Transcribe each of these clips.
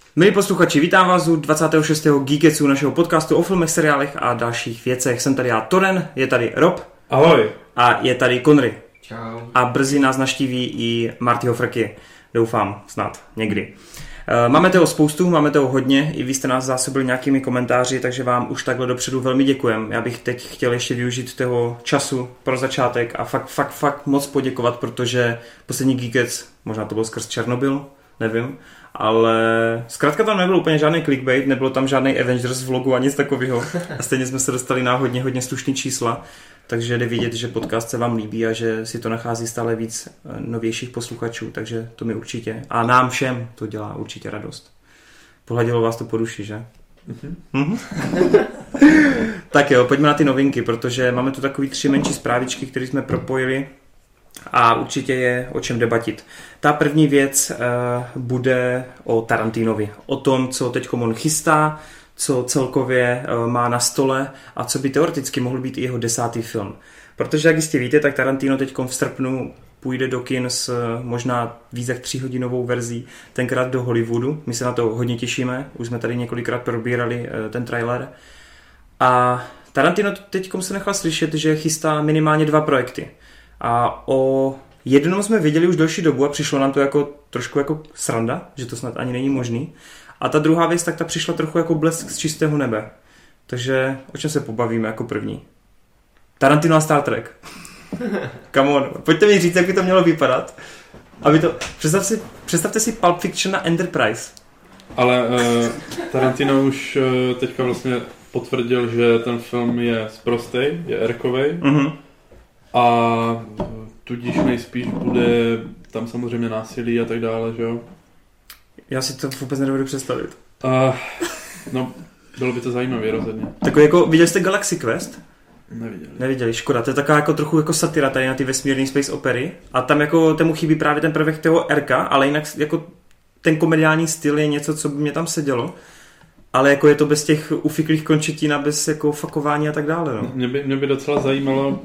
Milí posluchači, vítám vás u 26. Geeketsu, našeho podcastu o filmech, seriálech a dalších věcech. Jsem tady já, Toren, je tady Rob. Ahoj. A je tady Konry. Čau. A brzy nás navštíví i Martyho Frky. Doufám, snad, někdy. Máme toho spoustu, máme toho hodně, i vy jste nás zásobili nějakými komentáři, takže vám už takhle dopředu velmi děkujem. Já bych teď chtěl ještě využít toho času pro začátek a fakt moc poděkovat, protože poslední Geekets, možná to byl skrz Černobyl, nevím, ale zkrátka tam nebyl úplně žádný clickbait, nebylo tam žádný Avengers vlogu a nic takového. A stejně jsme se dostali na hodně slušný čísla, takže jde vidět, že podcast se vám líbí a že si to nachází stále víc novějších posluchačů, takže to mi určitě a nám všem to dělá určitě radost. Pohladilo vás to po duši, že? Mm-hmm. Tak jo, pojďme na ty novinky, protože máme tu takový 3 menší zprávičky, které jsme propojili a určitě je o čem debatit. Ta první věc bude o Tarantinovi, o tom, co teď on chystá, co celkově má na stole a co by teoreticky mohl být i jeho 10. film. Protože, jak jistě víte, tak Tarantino teď v srpnu půjde do kin s možná víc jak 3hodinovou verzí, tenkrát do Hollywoodu. My se na to hodně těšíme, už jsme tady několikrát probírali ten trailer. A Tarantino teď se nechal slyšet, že chystá minimálně 2 projekty. A o jednom jsme viděli už delší dobu a přišlo nám to jako trošku jako sranda, že to snad ani není možný. A ta druhá věc, tak ta přišla trochu jako blesk z čistého nebe. Takže o čem se pobavíme jako první? Tarantino a Star Trek. Come on, pojďte mi říct, jak by to mělo vypadat. Aby to... Představte si Pulp Fiction na Enterprise. Ale Tarantino už teďka vlastně potvrdil, že ten film je sprostej, je erkovej. Mm-hmm. A tudíž nejspíš bude tam samozřejmě násilí a tak dále, že jo? Já si to vůbec nedovedu představit. No, bylo by to zajímavé rozhodně. Takový jako, viděli jste Galaxy Quest? Neviděli, škoda. To je taková jako trochu jako satira tady na ty vesmírný space opery. A tam jako tomu chybí právě ten prvek toho Rka, ale jinak jako ten komediální styl je něco, co by mě tam sedělo. Ale jako je to bez těch ufiklých končetin a bez jako fakování a tak dále. No. Mě by docela zajímalo,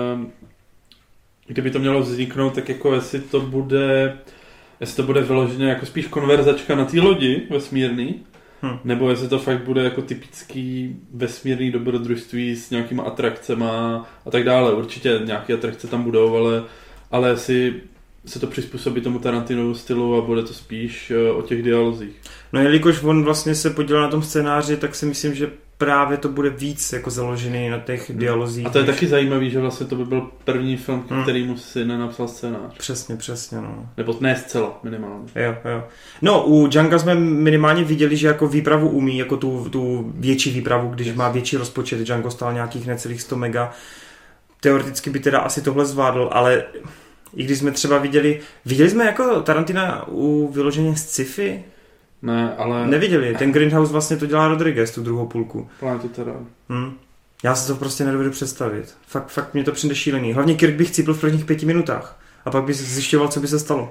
kdyby to mělo vzniknout, tak jako jestli to bude vyloženě jako spíš konverzačka na té lodi vesmírný, nebo jestli to fakt bude jako typický vesmírný dobrodružství s nějakýma atrakcema a tak dále. Určitě nějaké atrakce tam budou, ale jestli se to přizpůsobí tomu Tarantinovu stylu a bude to spíš o těch dialozích. No jelikož on vlastně se podílel na tom scénáři, tak si myslím, že právě to bude víc jako založený na těch dialozích. A to je taky zajímavý, že vlastně to by byl první film, kterýmu si nenapsal scénář. Přesně, no. Nebo ne zcela, minimálně. Jo. No, u Django jsme minimálně viděli, že jako výpravu umí, jako tu větší výpravu, když má větší rozpočet. Django stál nějakých necelých 100 mega. Teoreticky by teda asi tohle zvládl, ale i když jsme třeba viděli jsme jako Tarantina u vyloženě sci-fi? Ne, ale... Neviděli. Ten Grindhouse vlastně to dělá Rodriguez, tu druhou půlku. Planetu teda. Já si to prostě nedovedu představit. Fakt mě to přijde šílený. Hlavně Kirk bych cípl v prvních 5 minutách. A pak by zjišťoval, co by se stalo.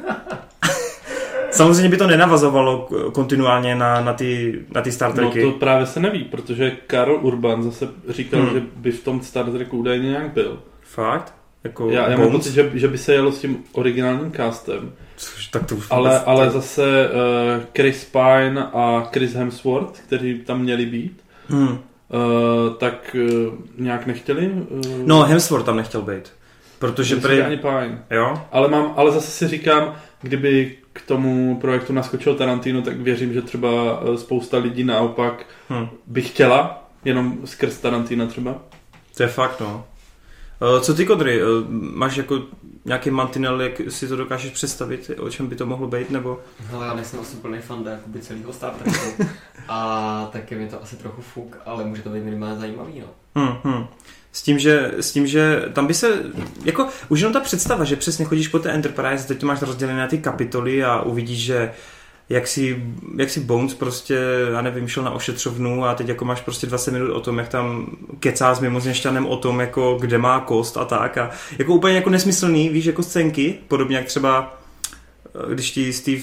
Samozřejmě by to nenavazovalo kontinuálně na ty Star Treky. No to právě se neví, protože Karl Urban zase říkal, že by v tom Star Treku údajně nějak byl. Fakt? Jako já mám pocit, že by se jelo s tím originálním castem. Tak to už ale zase Chris Pine a Chris Hemsworth, kteří tam měli být, tak nějak nechtěli. No, Hemsworth tam nechtěl být. Protože ani Pine. Jo? Ale zase si říkám, kdyby k tomu projektu naskočil Tarantino, tak věřím, že třeba spousta lidí naopak by chtěla, jenom skrz Tarantina třeba. To je fakt, no. Co ty, Kodry, máš jako nějaký mantinel, jak si to dokážeš představit, o čem by to mohlo být, nebo? Hele, já nejsem asi plný fan jakoby celého Star Treku a taky mi to asi trochu fuk, ale může to být minimálně zajímavý, no. S tím, že tam by se, jako už jenom ta představa, že přesně chodíš po té Enterprise, teď to máš rozdělené na ty kapitoly a uvidíš, že jak si Bones prostě, já nevím, šel na ošetřovnu a teď jako máš prostě 20 minut o tom, jak tam kecá s mimozněšťanem o tom, jako kde má kost a tak a jako úplně jako nesmyslný, víš, jako scénky, podobně jak třeba když ti Steve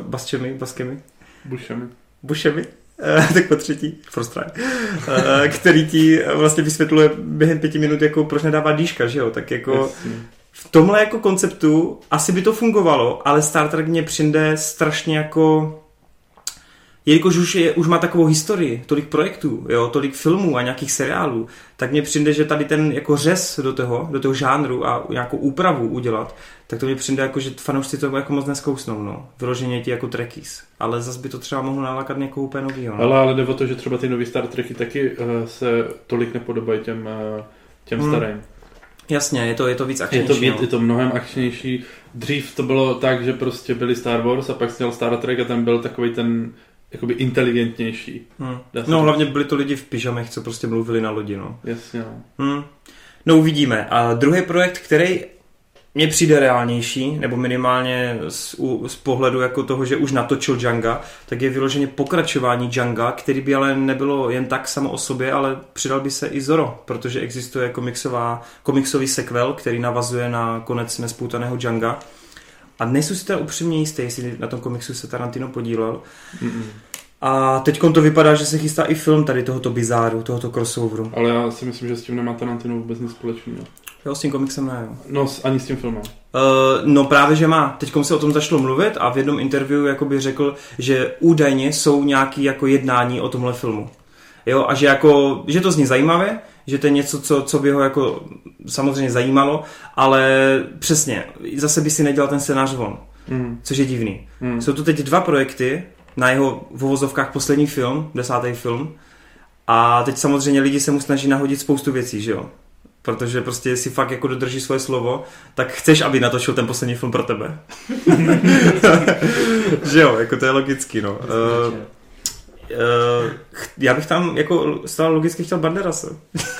Buscemi, tak po třetí, který ti vlastně vysvětluje během 5 minut, jako proč nedává dýška, že jo, tak jako v tomhle jako konceptu asi by to fungovalo, ale Star Trek mě přijde strašně jako jelikož už má takovou historii, tolik projektů, jo, tolik filmů a nějakých seriálů, tak mně přijde, že tady ten jako řez do toho žánru a nějakou úpravu udělat, tak to mně přijde jako, že fanoušci to jako moc neskousnou, no. Vyloženě ti jako Trekkies. Ale zase by to třeba mohlo nalákat někoho úplně novýho. No. Ale jde o to, že třeba ty nový Star Treky taky se tolik nepodobají těm starým. Jasně, je to víc akčnější. Je to mnohem akčnější. Dřív to bylo tak, že prostě byli Star Wars a pak si dělal Star Trek a ten byl takový ten jakoby inteligentnější. No hlavně byli to lidi v pyžamech, co prostě mluvili na lodi, no. Jasně, no. No uvidíme. A druhý projekt, který mně přijde reálnější, nebo minimálně z pohledu jako toho, že už natočil Django, tak je vyloženě pokračování Django, který by ale nebylo jen tak samo o sobě, ale přidal by se i Zorro, protože existuje komiksový sequel, který navazuje na konec nespoutaného Django. A nejsou si teda upřímně jistý, jestli na tom komiksu se Tarantino podílel. A teďkon to vypadá, že se chystá i film tady tohoto bizáru, tohoto crossoveru. Ale já si myslím, že s tím nemá Tarantino vůbec nic společného. Jo, s tím komiksem ne, jo. No, ani s tím filmem. No právě, že má. Teďkom se o tom začalo mluvit a v jednom interview jakoby řekl, že údajně jsou nějaký jako jednání o tomhle filmu. Jo, a že to zní zajímavě, že to je něco, co by ho jako samozřejmě zajímalo, ale přesně, zase by si nedělal ten scénář on, což je divný. Jsou tu teď 2 projekty, na jeho v uvozovkách poslední film, 10. film, a teď samozřejmě lidi se mu snaží nahodit spoustu věcí, že jo? Protože prostě jestli fakt jako dodrží svoje slovo, tak chceš, aby natočil ten poslední film pro tebe. Že jo, jako to je logický, no. Já bych tam jako stále logicky chtěl Banderase.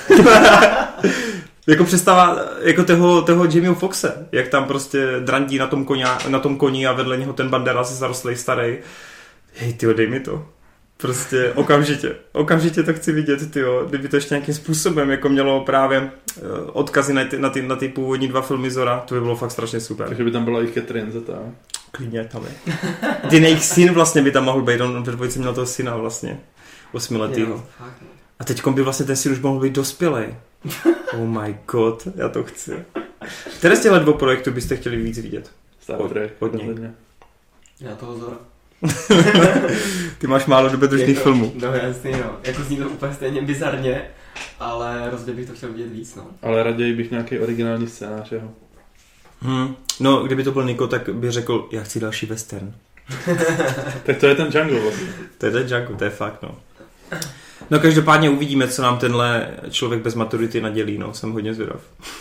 Jako představa jako toho Jamieho Foxe, jak tam prostě drandí na tom koni a vedle něho ten Banderas zarostlej starý. Hej, tyjo, dej mi to. Prostě okamžitě to chci vidět, tyjo. Kdyby to ještě nějakým způsobem jako mělo právě odkazy na ty původní 2 filmy Zora, to by bylo fakt strašně super. Takže by tam byla i Catherine Zeta. Klidně tam je. Ten jejich syn vlastně by tam mohl být, on ve 2 měl toho syna vlastně, 8letýho. A teďkom by vlastně ten syn už mohl být dospělej. Oh my god, já to chci. Které z těchto 2 projektů byste chtěli víc vidět? Od něj. Já toho Zora. Ty máš málo dobrodružných filmů. No jasný, no. Jako zní to úplně stejně bizarně, ale rozhodně bych to chtěl vidět víc, no. Ale raději bych nějaký originální scénář, jeho. No, kdyby to byl Niko, tak by řekl, já chci další western. Tak to je ten Django vlastně. To je ten Django, to je fakt, no. No každopádně uvidíme, co nám tenhle člověk bez maturity nadělí, no, jsem hodně zvědav.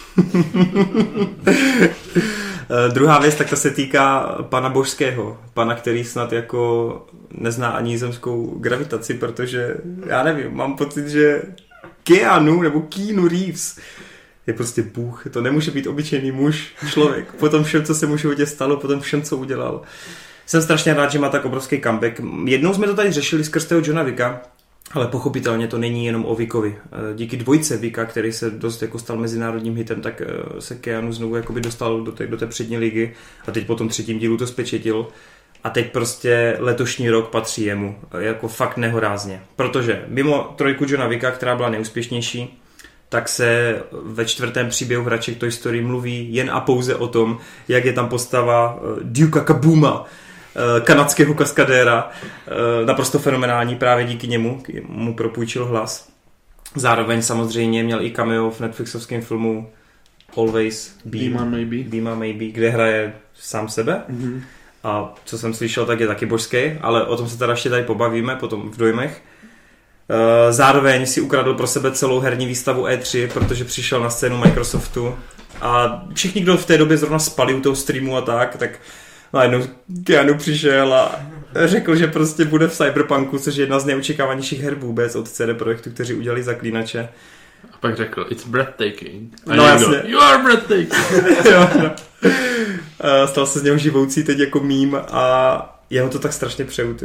Druhá věc, tak to se týká pana Božského, pana, který snad jako nezná ani zemskou gravitaci, protože, já nevím, mám pocit, že Keanu Reeves je prostě bůh, to nemůže být obyčejný muž, člověk, po tom všem, co se mu v životě stalo, po tom všem, co udělal. Jsem strašně rád, že má tak obrovský comeback. Jednou jsme to tady řešili skrz toho Johna Wicka, ale pochopitelně to není jenom o Vickovi. Díky 2 Vicka, který se dost jako stal mezinárodním hitem, tak se Keanu znovu jakoby dostal do té přední ligy a teď po tom 3. dílu to spečetil. A teď prostě letošní rok patří jemu, jako fakt nehorázně. Protože mimo 3 Johna Wicka, která byla nejúspěšnější, tak se ve 4. příběhu hraček Toy Story mluví jen a pouze o tom, jak je tam postava Duka Kabooma, kanadského kaskadéra, naprosto fenomenální, právě díky němu mu propůjčil hlas. Zároveň samozřejmě měl i cameo v Netflixovském filmu Always Be My Maybe, kde hraje sám sebe. A co jsem slyšel, tak je taky božský, ale o tom se teda ještě tady pobavíme potom v dojmech. Zároveň si ukradl pro sebe celou herní výstavu E3, protože přišel na scénu Microsoftu a všichni, kdo v té době zrovna spali u toho streamu a tak najednou Keanu přišel a řekl, že prostě bude v Cyberpunku, což je jedna z neočekávanějších her vůbec od CD Projektu, kteří udělali Zaklínače. A pak řekl, it's breathtaking. No jasně. You are breathtaking. Jo, no. Stal se z něho živoucí teď jako mím a já ho to tak strašně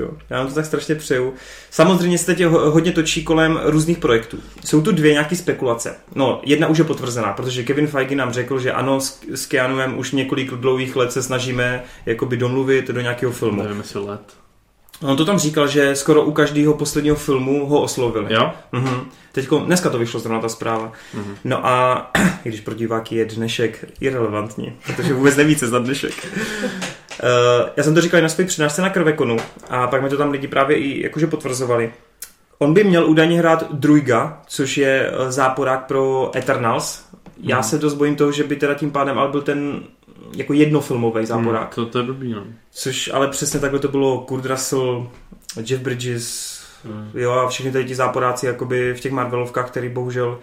přeju, Samozřejmě se teď hodně točí kolem různých projektů. Jsou tu 2 nějaké spekulace. No, jedna už je potvrzená, protože Kevin Feige nám řekl, že ano, s Keanuem už několik dlouhých let se snažíme jakoby domluvit do nějakého filmu. Nevím, jestli let. On to tam říkal, že skoro u každého posledního filmu ho oslovili. Jo? Dneska to vyšlo zrovna ta zpráva. No a i když pro diváky je dnešek irelevantní, protože vůbec neví, co za dnešek. Já jsem to říkal i na své přednášce na Krvekonu a pak mi to tam lidi právě i jakože potvrzovali. On by měl údajně hrát Druiga, což je záporák pro Eternals. Já se dost bojím toho, že by teda tím pádem ale byl ten jako jednofilmový záporák. To je blbý, no. Což ale přesně takhle to bylo Kurt Russell, Jeff Bridges, jo, a všichni tady ti záporáci jakoby v těch Marvelovkách, který bohužel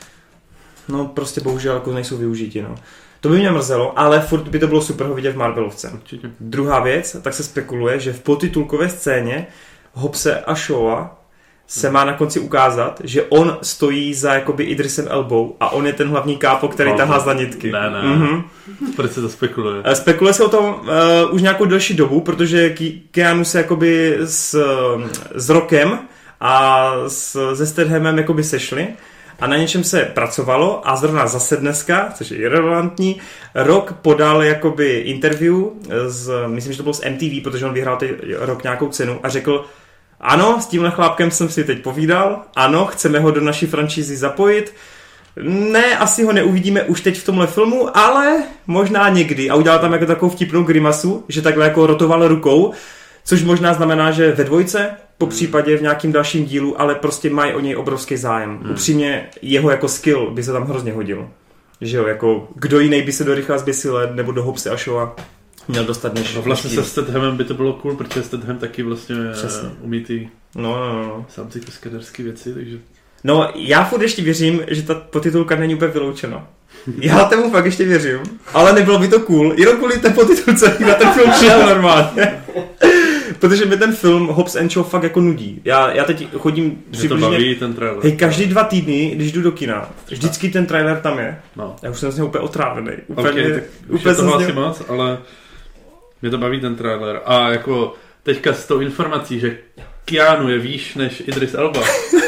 jako nejsou využiti, no. To by mě mrzelo, ale furt by to bylo super ho vidět v Marvelovce. Určitě. Druhá věc, tak se spekuluje, že v podtitulkové scéně Hobbse a Shawa se má na konci ukázat, že on stojí za jakoby Idrisem Elbou a on je ten hlavní kápo, který tahá za nitky. Ne. Proč se to spekuluje? Spekuluje se o tom už nějakou delší dobu, protože Keanu se jakoby s Rockem a se Stathamem jakoby sešli a na něčem se pracovalo a zrovna zase dneska, což je irrelevantní, Rock podal jakoby interview myslím, že to bylo z MTV, protože on vyhrál rok nějakou cenu a řekl: ano, s tímhle chlápkem jsem si teď povídal, ano, chceme ho do naší franšízy zapojit, ne, asi ho neuvidíme už teď v tomhle filmu, ale možná někdy. A udělal tam jako takovou vtipnou grimasu, že takhle jako rotoval rukou, což možná znamená, že ve dvojce, po případě v nějakým dalším dílu, ale prostě mají o něj obrovský zájem. Upřímně jeho jako skill by se tam hrozně hodil. Že jo, jako kdo jiný by se do Rychlá zběsile nebo do Hobbse a Shawa měl dostat než... No vlastně se Stathamem by to bylo cool, protože Statham taky vlastně umí ty samci kaskaderské věci, takže... No, já furt ještě věřím, že ta podtitulka není úplně vyloučena. Já tomu fakt ještě věřím, ale nebylo by to cool, jenom kvůli té podtitulce na ten film přijel normálně. Protože mi ten film Hobbs and Shaw fakt jako nudí. Já teď chodím přibližně... to baví ten trailer. Hej, každý 2 týdny, když jdu do kina, vždycky ten trailer tam je. No. Já už jsem z něho úplně otrávený. Úplně toho asi moc, ale mě to baví ten trailer. A jako teďka s tou informací, že Keanu je výš než Idris Elba,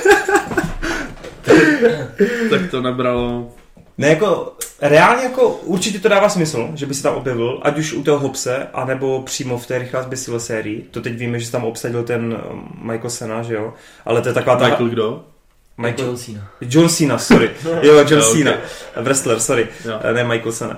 tak to nabralo... Ne, jako reálně jako určitě to dává smysl, že by se tam objevil, ať už u toho Hobbse, anebo přímo v té Rychlá zběsile sérii. To teď víme, že se tam obsadil ten Michael Cena, že jo? Ale to je taková ta... Michael kdo? John Cena, sorry. Jo, John Cena. Okay. Wrestler, sorry. Jo. Ne Michael Cena.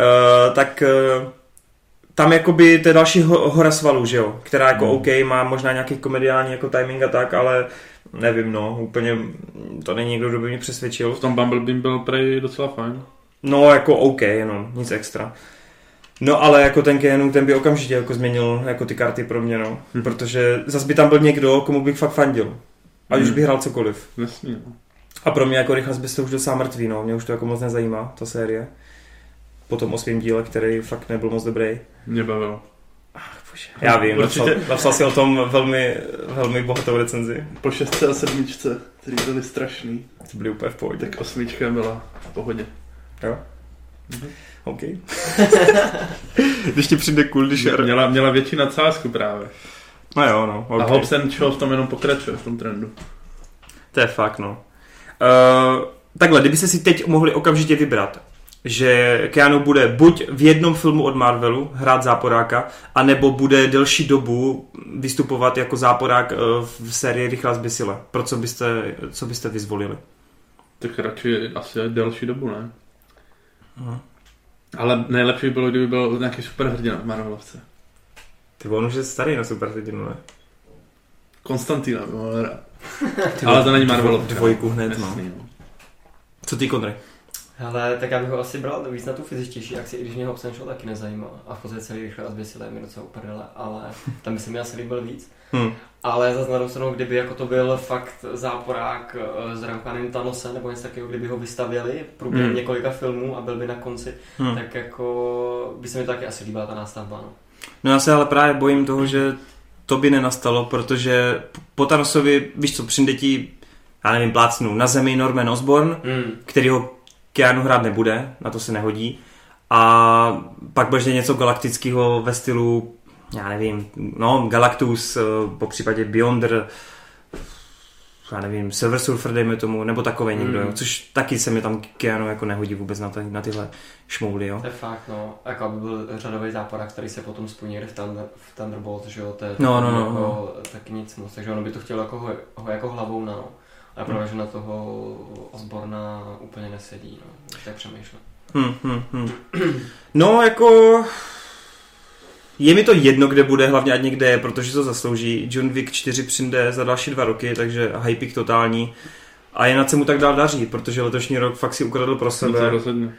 Tam jakoby to je další hora svalů, že jo? Která jako OK, má možná nějaký komediální jako timing a tak, ale... Nevím, no, úplně to není někdo, kdo by mě přesvědčil. V tom Bumblebee byl prej docela fajn. No, jako OK, jenom, nic extra. No, ale jako ten Keanu, ten by okamžitě jako změnil jako ty karty pro mě, no. Protože zas by tam byl někdo, komu bych fakt fandil. Ať už by hrál cokoliv. Jasně, no. A pro mě jako Rychlá zběsile už docela mrtvý, no. Mě už to jako moc nezajímá, ta série. Po tom 8. díle, který fakt nebyl moc dobrý. Mě bavilo. Já vím, napsal si o tom velmi, velmi bohatou recenzi. Po 6 a 7, který byly strašný. To byly úplně v pohodě. Tak 8 byla v pohodě. Jo? OK. Když ti přijde cool, když... Měla větší nadsázku právě. No jo, no. Okay. A Hobbs and Shaw v tom jenom pokračuje, v tom trendu. To je fakt, no. Takhle, kdybyste si teď mohli okamžitě vybrat, že Keanu bude buď v jednom filmu od Marvelu hrát záporáka, anebo bude delší dobu vystupovat jako záporák v sérii Rychlá zběsile. Pro co byste vyzvolili? Tak radši asi delší dobu, ne? Ale nejlepší by bylo, kdyby byl nějaký superhrdina v Marvelovce. Ty on už je starý na superhrdinu, ne? Konstantina by mohl rád. Ale to není Marvelovka. Dvojku hned, no. Co ty, Konry? Ale tak já bych ho asi bral víc na tu fyzičtější akci, i když mě Hobbs & Shaw taky nezajímá. A v podstatě celý Rychlá zběsile je mi docela uprdele, ale tam by se mi asi líbil víc. Ale zase na druhou stranu, kdyby jako to byl fakt záporák s Ramkanem Thanosem nebo něco takového, kdyby ho vystavěli průběhem několika filmů a byl by na konci, tak jako by se mi taky asi líbila ta nástavba. No já se ale právě bojím toho, že to by nenastalo, protože po Thanosovi, víš co, přijde ti, já nevím, plácnu, na zemi Norman Osborn, kterýho Keanu hrát nebude, na to se nehodí. A pak bude něco galaktického ve stylu, já nevím, no, Galactus, po případě Beyonder, já nevím, Silver Surfer, dejme tomu, nebo takovej někdo, jo, což taky se mi tam Keanu jako nehodí vůbec na tyhle šmouly, jo. To je fakt, no, jako aby byl řadový záporák, který se potom spojí v Thunderbolt, že jo, to je no. taky nic moc, takže ono by to chtělo ho jako hlavou na, no. A právě, že na toho Osborna úplně nesedí, no, tak přemýšlím. No, jako... Je mi to jedno, kde bude, hlavně ať někde je, protože to zaslouží. John Wick 4 přijde za další 2 roky, takže hypik totální. A jen se mu tak dál daří, protože letošní rok fakt si ukradl pro sebe.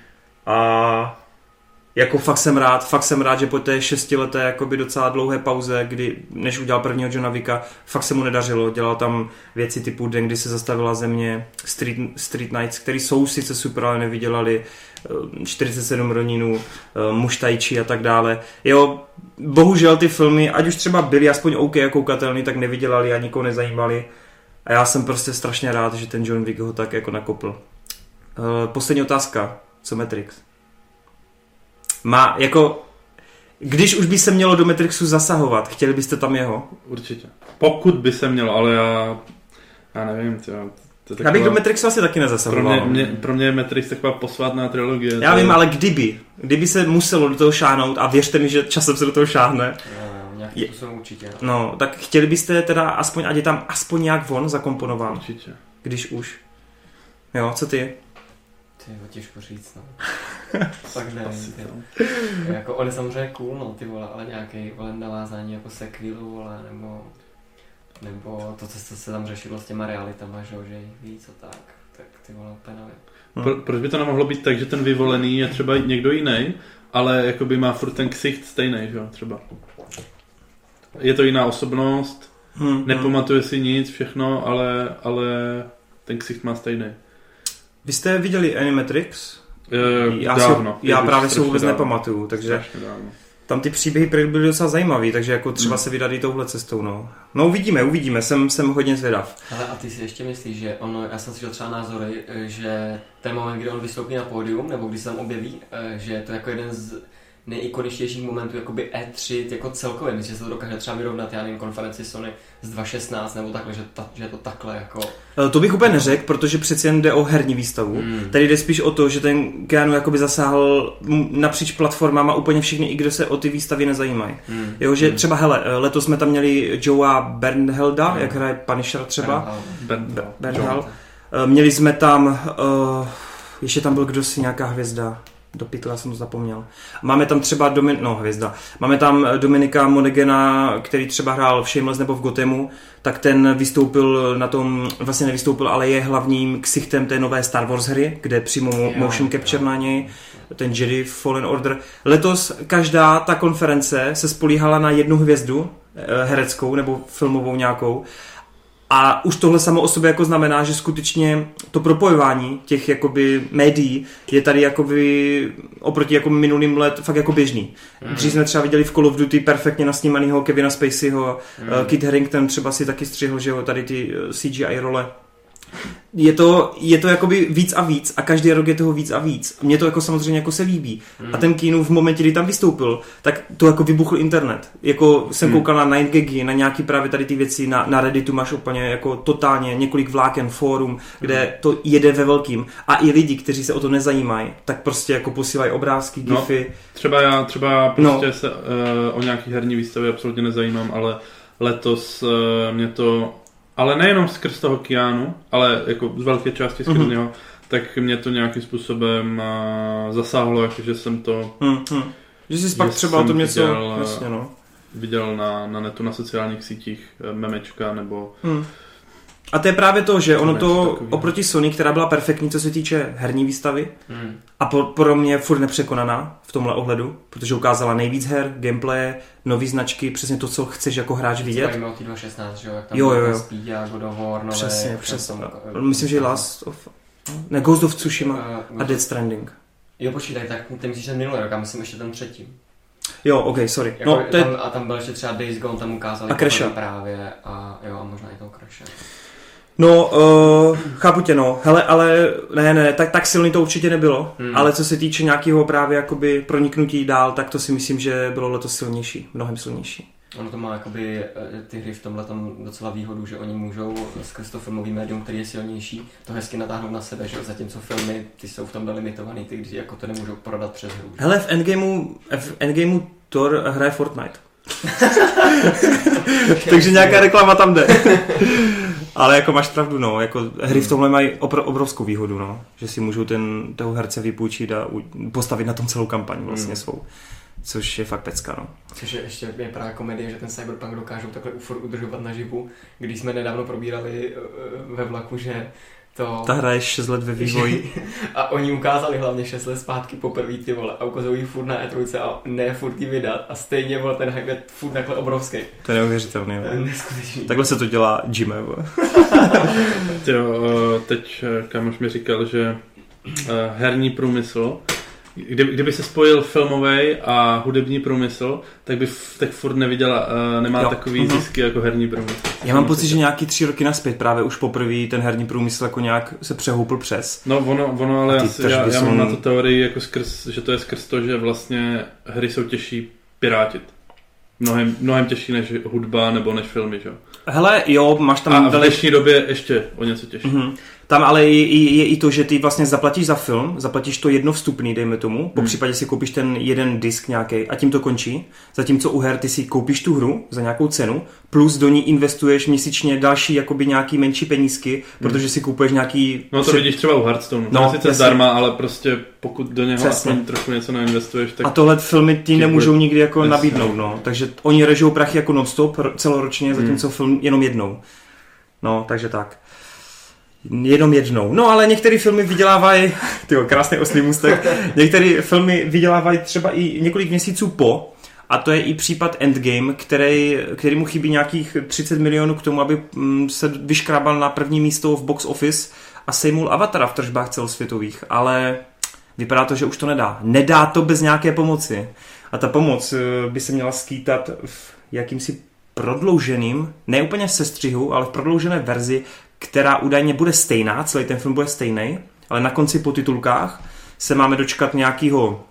A jako fakt jsem rád, že po té 6leté jakoby docela dlouhé pauze, kdy než udělal prvního Johna Wicka, fakt se mu nedařilo. Dělal tam věci typu Den, kdy se zastavila země, Street Nights, které jsou sice super, ale nevydělali, 47 Roninů, Muž Tai Chi a tak dále. Jo, bohužel ty filmy, ať už třeba byly aspoň OK a koukatelný, tak nevydělali a nikoho nezajímali. A já jsem prostě strašně rád, že ten John Wick ho tak jako nakopl. Poslední otázka. Co Matrix? Má, jako, když už by se mělo do Matrixu zasahovat, chtěli byste tam jeho? Určitě. Pokud by se mělo, ale já nevím, já bych do Matrixu asi taky nezasahoval. Pro mě je Matrix taková posvátná trilogie. Já vím, ale kdyby se muselo do toho šáhnout, a věřte mi, že časem se do toho šáhne. Nějaký způsobem určitě. No, tak chtěli byste teda aspoň, ať je tam aspoň nějak von zakomponován. Určitě. Když už. Jo, co ty? Ty ho těžko říct, no. Pak nevím, jako on je samozřejmě cool, no, ty vole, ale nějaký vole navázání jako sequelu, vole, nebo to, co se tam řešilo s těma realitama, že víc a tak ty vole úplně nevím. Proč by to nemohlo být tak, že ten vyvolený je třeba někdo jiný, ale jakoby má furt ten ksicht stejný, že jo, třeba. Je to jiná osobnost, nepamatuje si nic, všechno, ale ten ksicht má stejný. Vy jste viděli Animatrix? Já právě se vůbec nepamatuju, takže tam ty příběhy byly docela zajímavý, takže jako třeba se vydat i touhle cestou, no. No uvidíme, jsem hodně zvědav. Ale a ty si ještě myslíš, že já jsem slyšel třeba názory, že ten moment, kdy on vystoupí na pódium, nebo když se tam objeví, že je to jako jeden z nejikoničtějších momentů jakoby E3 jako celkově, myslím, že se to dokáže třeba vyrovnat, já nevím, konferenci Sony z 2016 nebo takhle, že je to takhle jako... To bych úplně neřekl, protože přeci jen jde o herní výstavu. Tady jde spíš o to, že ten Keanu jakoby zasáhl napříč platformama úplně všichni, i kdo se o ty výstavy nezajímají. Jo, že třeba hele, letos jsme tam měli Joea Bernhelda, jak hraje Punisher třeba. Bernhal. Měli jsme tam, ještě tam byl kdo si, nějaká hvězda. Do pytla jsem to zapomněl. Máme tam třeba Máme tam Dominika Monagana, který třeba hrál v Shameless nebo v Gothemu, tak ten vystoupil na tom, vlastně nevystoupil, ale je hlavním ksichtem té nové Star Wars hry, kde přímo motion capture na něj, ten Jedi Fallen Order. Letos každá ta konference se spolíhala na jednu hvězdu, hereckou nebo filmovou nějakou. A už tohle samo o sobě jako znamená, že skutečně to propojování těch jakoby médií je tady jakoby oproti jako minulým let fakt jako běžný. Dřív jsme třeba viděli v Call of Duty perfektně nasnímanýho Kevina Spaceyho, Kit Harington třeba si taky střihl, že jo, tady ty CGI role. Je to jakoby víc a víc a každý rok je toho víc a víc. Mně to jako samozřejmě jako se líbí. A ten Keanu v momentě, kdy tam vystoupil, tak to jako vybuchl internet. Jako jsem koukal na 9gagi, na nějaký právě tady ty věci, na Redditu máš úplně jako totálně několik vláken, fórum, kde to jede ve velkým. A i lidi, kteří se o to nezajímají, tak prostě jako posílají obrázky, gify. Třeba prostě se o nějaký herní výstavě absolutně nezajímám, ale letos mě to... Ale nejenom skrz toho Keanu, ale jako z velké části skrz něho, tak mě to nějakým způsobem zasáhlo, jakože jsem to... Že jsi pak třeba o tom něco... Viděl na netu, na sociálních sítích, memečka nebo... A to je právě to, že ono to oproti Sony, která byla perfektní, co se týče herní výstavy, a pro mě furt nepřekonaná v tomhle ohledu, protože ukázala nejvíc her, gameplay, nový značky, přesně to, co chceš jako hráč vidět. Třeba o 2016, že jo, jak tam byl Speed a God of War, nové... Přesně. Myslím, že Ghost of Tsushima a Death Stranding. Jo, počítaj, tak ty myslíš ten minulý rok, já myslím ještě ten třetí. Jo, ok, sorry. Jako a tam byl ještě třeba Days Gone, tam ukázali právě a možná i toho Crashe. No, chápu tě, no. Hele, ale ne, tak silný to určitě nebylo, ale co se týče nějakého právě jakoby proniknutí dál, tak to si myslím, že bylo letos silnější, mnohem silnější. Ono to má jakoby ty hry v tomhle tam docela výhodu, že oni můžou skrz to filmový médium, který je silnější, to hezky natáhnout na sebe, že zatímco filmy, ty jsou v tomhle limitovaný, ty když jako to nemůžou prodat přes hru. Že? Hele, v Endgameu Thor hraje Fortnite. Takže nějaká reklama tam jde. Ale jako máš pravdu, no, jako hry v tomhle mají obrovskou výhodu, no, že si můžou toho herce vypůjčit a postavit na tom celou kampaň vlastně svou. což je fakt pecka, no. Což je ještě právě komedie, že ten Cyberpunk dokážou takhle udržovat naživu, když jsme nedávno probírali ve vlaku, že to... Ta hra je 6 let ve vývoji. A oni ukázali hlavně 6 let zpátky poprvé ty vole a ukazují furt na E3 a ne furt jí vydat a stejně vole ten hype je furt takhle obrovský. To je neuvěřitelný. Neskutečný. Takhle se to dělá Jimmy. Teď kámoš mi říkal, že herní průmysl, kdyby se spojil filmový a hudební průmysl, tak furt nemá takový zisky jako herní průmysl. Já mám pocit, že nějaký 3 roky nazpět právě už poprvé ten herní průmysl jako nějak se přehoupl přes. No ono ale já mám na to teorii, jako že to je skrz to, že vlastně hry jsou těžší pirátit. Mnohem těžší než hudba nebo než filmy, že jo? Hele, jo, máš tam... A v dnešní době ještě o něco těžší. Mm-hmm. Tam ale je i to, že ty vlastně zaplatíš za film, zaplatíš to jedno vstupný, dejme tomu, po případě si koupíš ten jeden disk nějaký a tím to končí. Zatímco u her ty si koupíš tu hru za nějakou cenu, plus do ní investuješ měsíčně další jakoby nějaký menší penízky, protože si kupuješ nějaký... No to vidíš třeba u Hearthstone. No, sice zdarma, ale prostě pokud do něho aspoň trochu něco nainvestuješ, tak... A tohle filmy ti nemůžou nikdy jako nabídnout, no. Takže oni režou prachy jako non-stop celoročně, zatímco film jenom jednou. No, takže tak. Jenom jednou. No ale některé filmy vydělávají, tyjo, krásný oslý můstek, některé filmy vydělávají třeba i několik měsíců po, a to je i případ Endgame, který mu chybí nějakých 30 milionů k tomu, aby se vyškrábal na první místo v box office a sejmul Avatara v tržbách celosvětových, ale vypadá to, že už to nedá. Nedá to bez nějaké pomoci. A ta pomoc by se měla skýtat v jakýmsi prodlouženým, ne úplně sestřihu, ale v prodloužené verzi, která údajně bude stejná, celý ten film bude stejný, ale na konci po titulkách se máme dočkat nějakého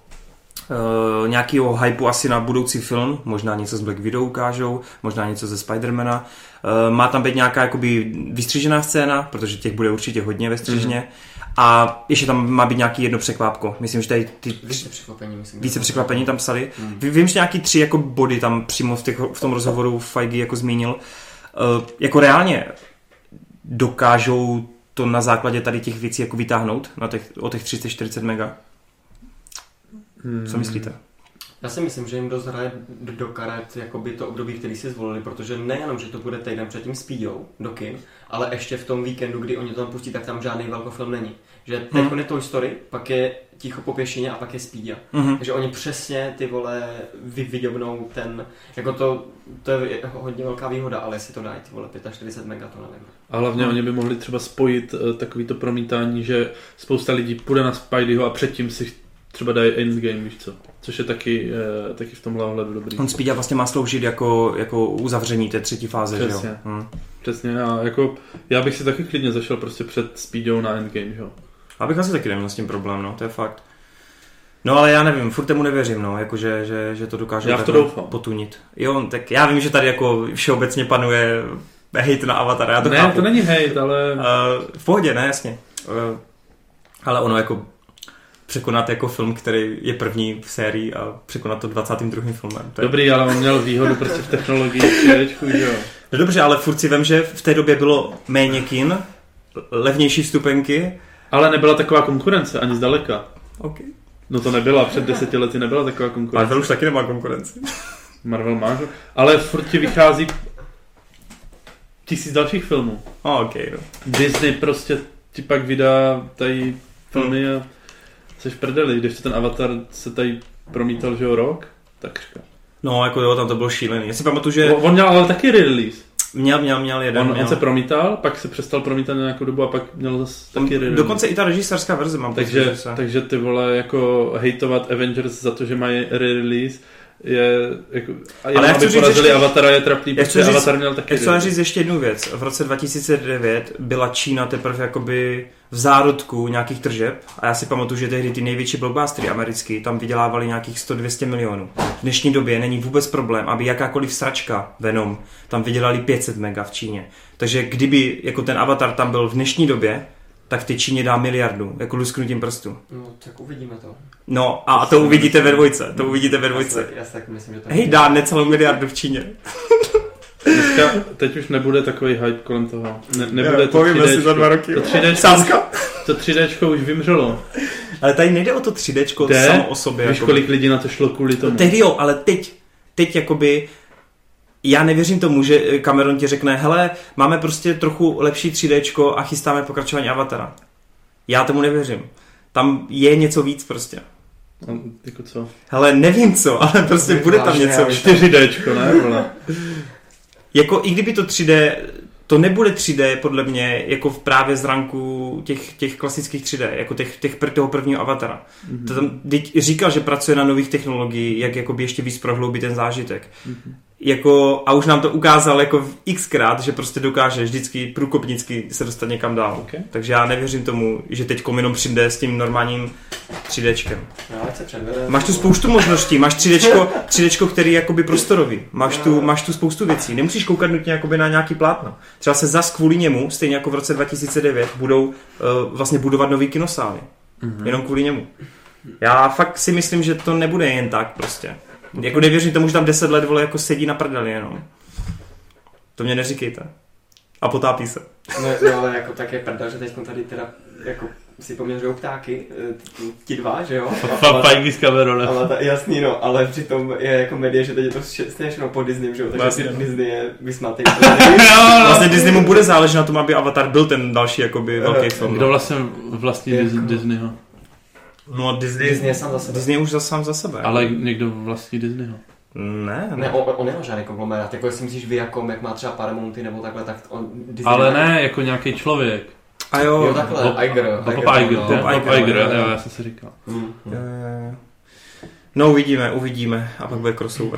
hypeu asi na budoucí film, možná něco z Black Widow ukážou, možná něco ze Spidermana. Má tam být nějaká jakoby vystřižená scéna, protože těch bude určitě hodně ve střižně. A ještě tam má být nějaký jedno překvápko. Myslím, že tady ty více překvapení tam psali. Vím, že nějaký 3 jako body tam přímo v tom rozhovoru Feige jako zmínil. Jako reálně dokážou to na základě tady těch věcí jako vytáhnout o těch 30-40 mega? Co myslíte? Já si myslím, že jim dost hraje do karet jakoby to období, který si zvolili, protože nejenom, že to bude týden předtím s Píďou do kin, ale ještě v tom víkendu, kdy oni to tam pustí, tak tam žádný velkofilm není. Že teď je Toy Story, pak je Ticho po pěšině a pak je Spíďa. Takže oni přesně ty vole vyděbnou ten, jako to je hodně velká výhoda, ale jestli to dají ty vole 45 mega, to nevím. A hlavně oni by mohli třeba spojit takovýto promítání, že spousta lidí půjde na Spideyho a předtím si třeba dají Endgame, víš co? Což je taky v tomhle ohledu dobrý. On Spíďa vlastně má sloužit jako uzavření té 3. fáze, přesně, že jo? Přesně, a jako já bych si taky klidně zašel prostě před Spíďou na Endgame, že jo? Abych asi taky neměl s tím problém, no, to je fakt. No ale já nevím, furt tomu nevěřím, no, jakože, že to dokáže potunit. Jo, tak já vím, že tady jako všeobecně panuje hejt na Avatara, já to chápu. Ne, to není hejt, ale... v pohodě, ne, jasně. Ale ono jako překonat jako film, který je první v sérii a překonat to 22. filmem. To je... Dobrý, ale on měl výhodu prostě v technologii, že jo. No dobře, ale furt si vem, že v té době bylo méně kin, levnější vstupenky. Ale nebyla taková konkurence, ani zdaleka. Okay. No to nebyla, před 10 lety nebyla taková konkurence. Marvel už taky nemá konkurenci. Marvel má, ale furt ti vychází 1000 dalších filmů. Okay, no. Disney prostě ti pak vydá tady filmy a seš prdeli, když ten Avatar se tady promítal, že jo, rok, takřka. No, jako jo, tam to bylo šílený. Já si pamatuju, že... On měl ale taky re-release. Měl jeden. On se promítal, pak se přestal promítat na nějakou dobu a pak měl zase taky re-release. Dokonce i ta režisérská verze mám. Takže ty vole, jako hejtovat Avengers za to, že mají re-release, je jako... Ale já chci říct ještě... Avatara je trapný, protože Avatar měl taky... Já chci říct ještě jednu věc. V roce 2009 byla Čína teprve jakoby v zárodku nějakých tržeb a já si pamatuju, že tehdy ty největší blockbustery americký tam vydělávali nějakých 100-200 milionů. V dnešní době není vůbec problém, aby jakákoliv sračka Venom tam vydělali 500 mega v Číně. Takže kdyby jako ten Avatar tam byl v dnešní době, tak v té Číně dá miliardu, jako lusknutím prstu. No, tak uvidíme to. No, a to uvidíte ve dvojce, Já si tak myslím, že to... Hej, dá necelou miliardu v Číně. Dneska, teď už nebude takový hype kolem toho. Nebude to povíme si za 2 roky. To 3Dčko už vymřelo. Ale tady nejde o to 3Dčko samo o sobě. Víš, kolik lidí na to šlo kvůli tomu? Tehdy jo, ale teď jakoby já nevěřím tomu, že Cameron ti řekne, hele, máme prostě trochu lepší 3Dčko a chystáme pokračování Avatara. Já tomu nevěřím. Tam je něco víc prostě. A jako co? Hele, nevím co, ale prostě bude tam něco víc. 4Dčko, ne? Jako i kdyby to 3D, to nebude 3D podle mě jako v právě z ranku těch klasických 3D, jako toho prvního Avatara. Mm-hmm. To tam říkal, že pracuje na nových technologiích, jak jakoby ještě víc prohloubit ten zážitek. Mm-hmm. Jako, a už nám to ukázal jako xkrát, že prostě dokáže vždycky průkopnicky se dostat někam dál. Okay. Takže já nevěřím tomu, že teď jenom přijde s tím normálním 3Dčkem. Máš tu spoustu možností, máš 3Dčko, který je jakoby prostorový. Máš tu spoustu věcí. Nemusíš koukat nutně jakoby na nějaký plátno. Třeba se zas kvůli němu, stejně jako v roce 2009, budou vlastně budovat nový kinosály. Mm-hmm. Jenom kvůli němu. Já fakt si myslím, že to nebude jen tak prostě. Jako nevěřím tomu, že tam 10 let vole jako sedí na prdeli jenom. To mě neříkejte. A potápí se. No ale jako tak je prdel, že teď tady teda jako si poměřují ptáky, ti dva, že jo? Fajky s Cameronem. Jasný, no, ale přitom je jako média, že teď je to stejně po Disney, že jo? Takže Disney je vysmatý. Vlastně Disney mu bude záležet na tom, aby Avatar byl ten další jakoby velký film. Kdo vlastně Disneyho? No Disney je sám za sebe. Disney už sám za sebe. Ale někdo vlastní Disneyho. Ne, on nemá žádný konglomerát. Jako jestli myslíš Viacom, jak má třeba Paramounty nebo takhle, tak on Disney. Ale ne, jako nějaký člověk. A jo takhle, Iger, já jsem si říkal. No uvidíme a pak bude crossover.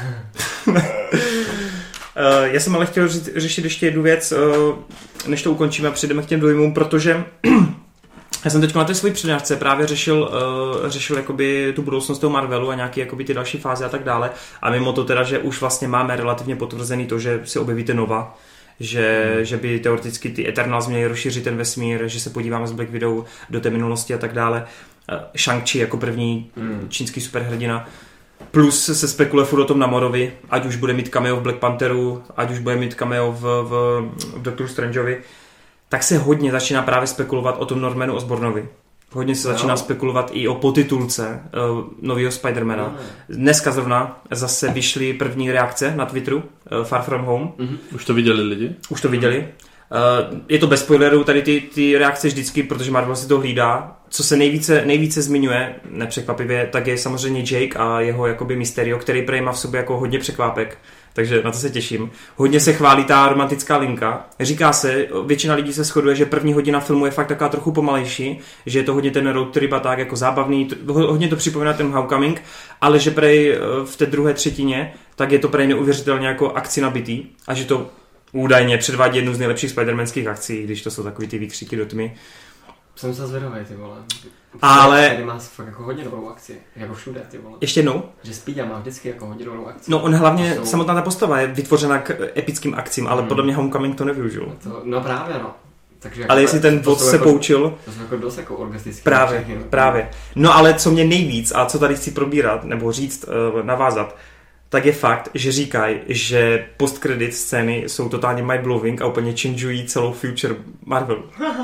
Já jsem ale chtěl řešit ještě jednu věc, než to ukončíme a přijdeme k těm dojmům, protože já jsem teď na té své přednášce právě řešil jakoby tu budoucnost toho Marvelu a nějaký jakoby ty další fáze a tak dále. A mimo to teda, že už vlastně máme relativně potvrzený to, že se objevíte Nova, že by teoreticky ty Eternals měli rozšířit ten vesmír, že se podíváme z Black Widow do té minulosti a tak dále. Shang-Chi jako první čínský superhrdina. Plus se spekuluje furt o tom Namorovi, ať už bude mít cameo v Black Pantheru, ať už bude mít cameo v Doctor Strangeovi. Tak se hodně začíná právě spekulovat o tom Normanu Osbornovi. Hodně se začíná spekulovat i o potitulce nového Spidermana. Dneska zrovna zase vyšly první reakce na Twitteru Far From Home. Mm-hmm. Už to viděli lidi? Už to viděli. Je to bez spoilerů, tady ty reakce vždycky, protože Marvel si to hlídá. Co se nejvíce zmiňuje, nepřekvapivě, tak je samozřejmě Jake a jeho jakoby Mysterio, který prej má v sobě jako hodně překvápek. Takže na to se těším. Hodně se chválí ta romantická linka. Říká se, většina lidí se shoduje, že první hodina filmu je fakt taková trochu pomalejší, že je to hodně ten road trip a tak jako zábavný, hodně to připomíná ten Homecoming, ale že prej v té druhé třetině, tak je to prej neuvěřitelně jako akci nabitý a že to údajně předvádí jednu z nejlepších spidermanských akcí, když to jsou takový ty výkřiky do tmy. Jsem se zvědavý, ty vole. Ale Speedy má fakt jako hodně dobrou akci, jako všude, ty vole. Ještě jednou? Že Speedy má vždycky jako hodně dobrou akci. No on hlavně, samotná ta postava je vytvořena k epickým akcím, ale podle mě Homecoming to nevyužil. No právě, no. Takže ale jestli ten vod se poučil... To jsou jako dost jako orgastický. Právě. No ale co mě nejvíc a co tady chci probírat, nebo říct, navázat, tak je fakt, že říkají, že post-credit scény jsou totálně mind-blowing a úplně changují celou future Marvel.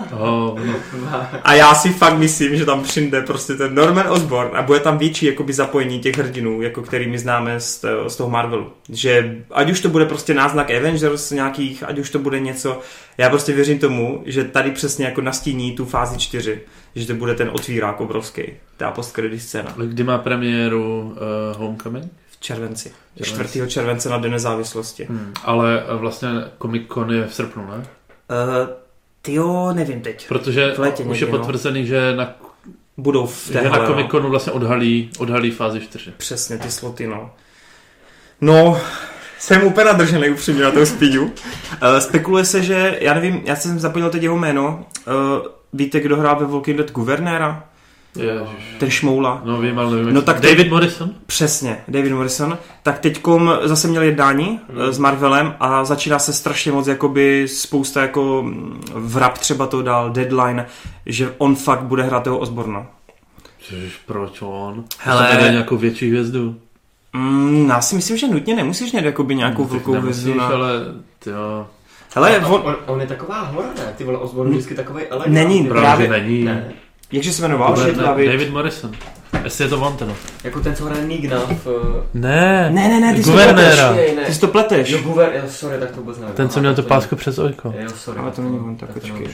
A já si fakt myslím, že tam přijde prostě ten Norman Osborn a bude tam větší jakoby zapojení těch hrdinů, jako kterými známe z toho Marvelu. Že ať už to bude prostě náznak Avengers nějakých, ať už to bude něco, já prostě věřím tomu, že tady přesně jako nastíní tu fázi 4, že to bude ten otvírák obrovský, ta post-credit scéna. Kdy má premiéru Homecoming? Červenci. 4. července na Den nezávislosti. Ale vlastně Comic-Con je v srpnu, ne? Tyjo, nevím teď. Protože už je potvrzený, že budou v té na Comic-Conu vlastně odhalí fázi 4. Přesně, ty sloty, no. No, jsem úplně nadržený upřímně na toho Speedu. Spekuluje se, že, já nevím, já jsem zapomněl teď jeho jméno. Víte, kdo hrál ve Walking Dead guvernéra? Ten šmoula. No vím, ale nevím. No, tak David Morrison? Přesně, David Morrison. Tak teďkom zase měl jednání s Marvelem a začíná se strašně moc jakoby spousta jako vrap třeba to dal, Deadline, že on fakt bude hrát toho Osborna. Proč on? Hele, to nejde nějakou větší hvězdu. Já si myslím, že nutně nemusíš mít jakoby nějakou velkou hvězdu. Ale tyjo. Hele, on je taková hora, ne? Ty vole, Osborn vždycky takovej elegant. Není, právě není. Ne. Jakže se jmenoval? David Morrison. Jestli je to on teda. Jako ten, co hraje Nigna v... Ne, ty guvernéra. Ty jsi to pleteš. Jo, sorry, tak to vůbec nevím. Ten, co měl to pásku přes ojko. Jo, sorry. Ale to není on, tak počkej.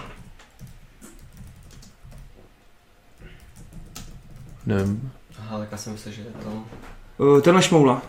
Nevím. Aha, tak já jsem myslel, že je to... Tenhle šmoula.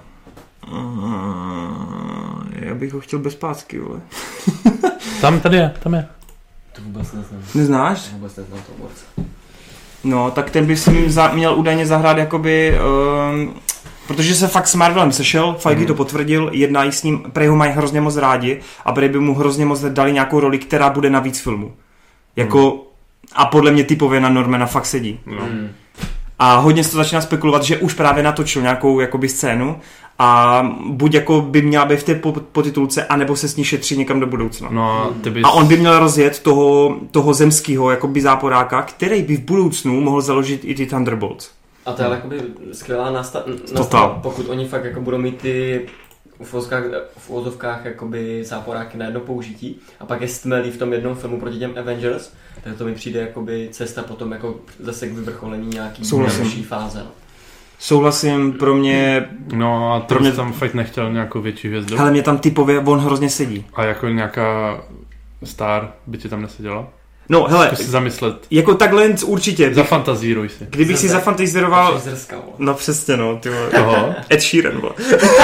Já bych ho chtěl bez pásky, vole. Tady je. To vůbec neznám. Neznáš? Vůbec neznám toho borce. No, tak ten by si měl údajně zahrát jakoby... protože se fakt s Marvelem sešel, Feige to potvrdil, jednají s ním, prej ho mají hrozně moc rádi a prej by mu hrozně moc dali nějakou roli, která bude navíc filmu. Jako... A podle mě typově na Normana fakt sedí. A hodně se to začíná spekulovat, že už právě natočil nějakou jakoby scénu a buď jako by měla být v té podtitulce, anebo se s ní šetří někam do budoucna. No, a on by měl rozjet toho zemského jakoby záporáka, který by v budoucnu mohl založit i ty Thunderbolts. A to je jakoby skvělá nastav, pokud oni fakt jako budou mít ty v uvozovkách jakoby záporáky na jedno použití a pak je stmelí v tom jednom filmu proti těm Avengers, tak to mi přijde jakoby cesta potom jako zase k vyvrcholení nějaký další fáze. No. Souhlasím, pro mě... No a to mě tam fakt nechtěl nějakou větší hvězdu. Hele, mě tam typově on hrozně sedí. A jako nějaká star by ti tam neseděla? No, hele, zkus si zamyslet. Jako takhle určitě. Zafantazíruj si. Kdybych si zafantazíroval... No přesně, no, ty vole. Toho? Ed Sheeran, vole.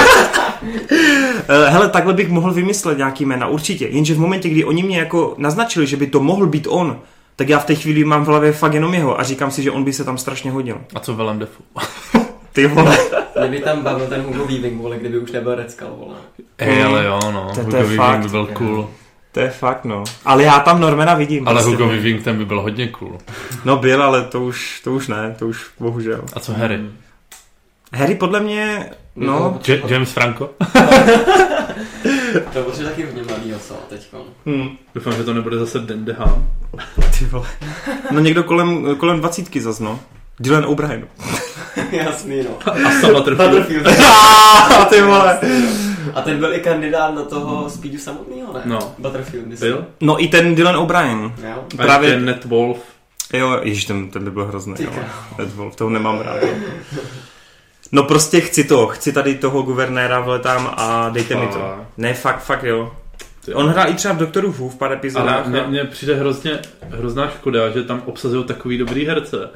Hele, takhle bych mohl vymyslet nějaký jména, určitě. Jenže v momentě, kdy oni mě jako naznačili, že by to mohl být on, tak já v té chvíli mám v hlavě fakt jenom jeho a říkám si, že on by se tam strašně hodil. A co Willem Dafoe? Ty vole. Mě by tam bavil ten Hugo Weaving, vole, kdyby už nebyl Red Skull, vole. Ale jo, no. Hugo Weaving by byl cool. To je fakt, no. Ale já tam Normana vidím. Ale prostě Hugo Weaving ten by byl hodně cool. No byl, ale to už ne, to už bohužel. A co Harry? Harry podle mě, no... James Franco? To bude taky hodně mladýho, co teďko. Doufám, že to nebude zase Dan DeHaan. Ty vole. No někdo kolem 20 zas, no. Dylan O'Brien. Jasný, no. A Sam Butterfield. Ty vole. A ten byl i kandidát na toho Speedu samotného, ne? No. Butterfield, myslím. Byl? No i ten Dylan O'Brien. Jo. Právě ten Ned Wolf. Jo, ježiš, ten by byl hrozný. Ned Wolf, toho nemám rád. No prostě chci tady toho guvernéra vletám a dejte mi to. Ne, fakt jo. On hrál i třeba v Doktoru Who v pár epizodách. Ale mně přijde hrozná škoda, že tam obsazují takový dobrý herce.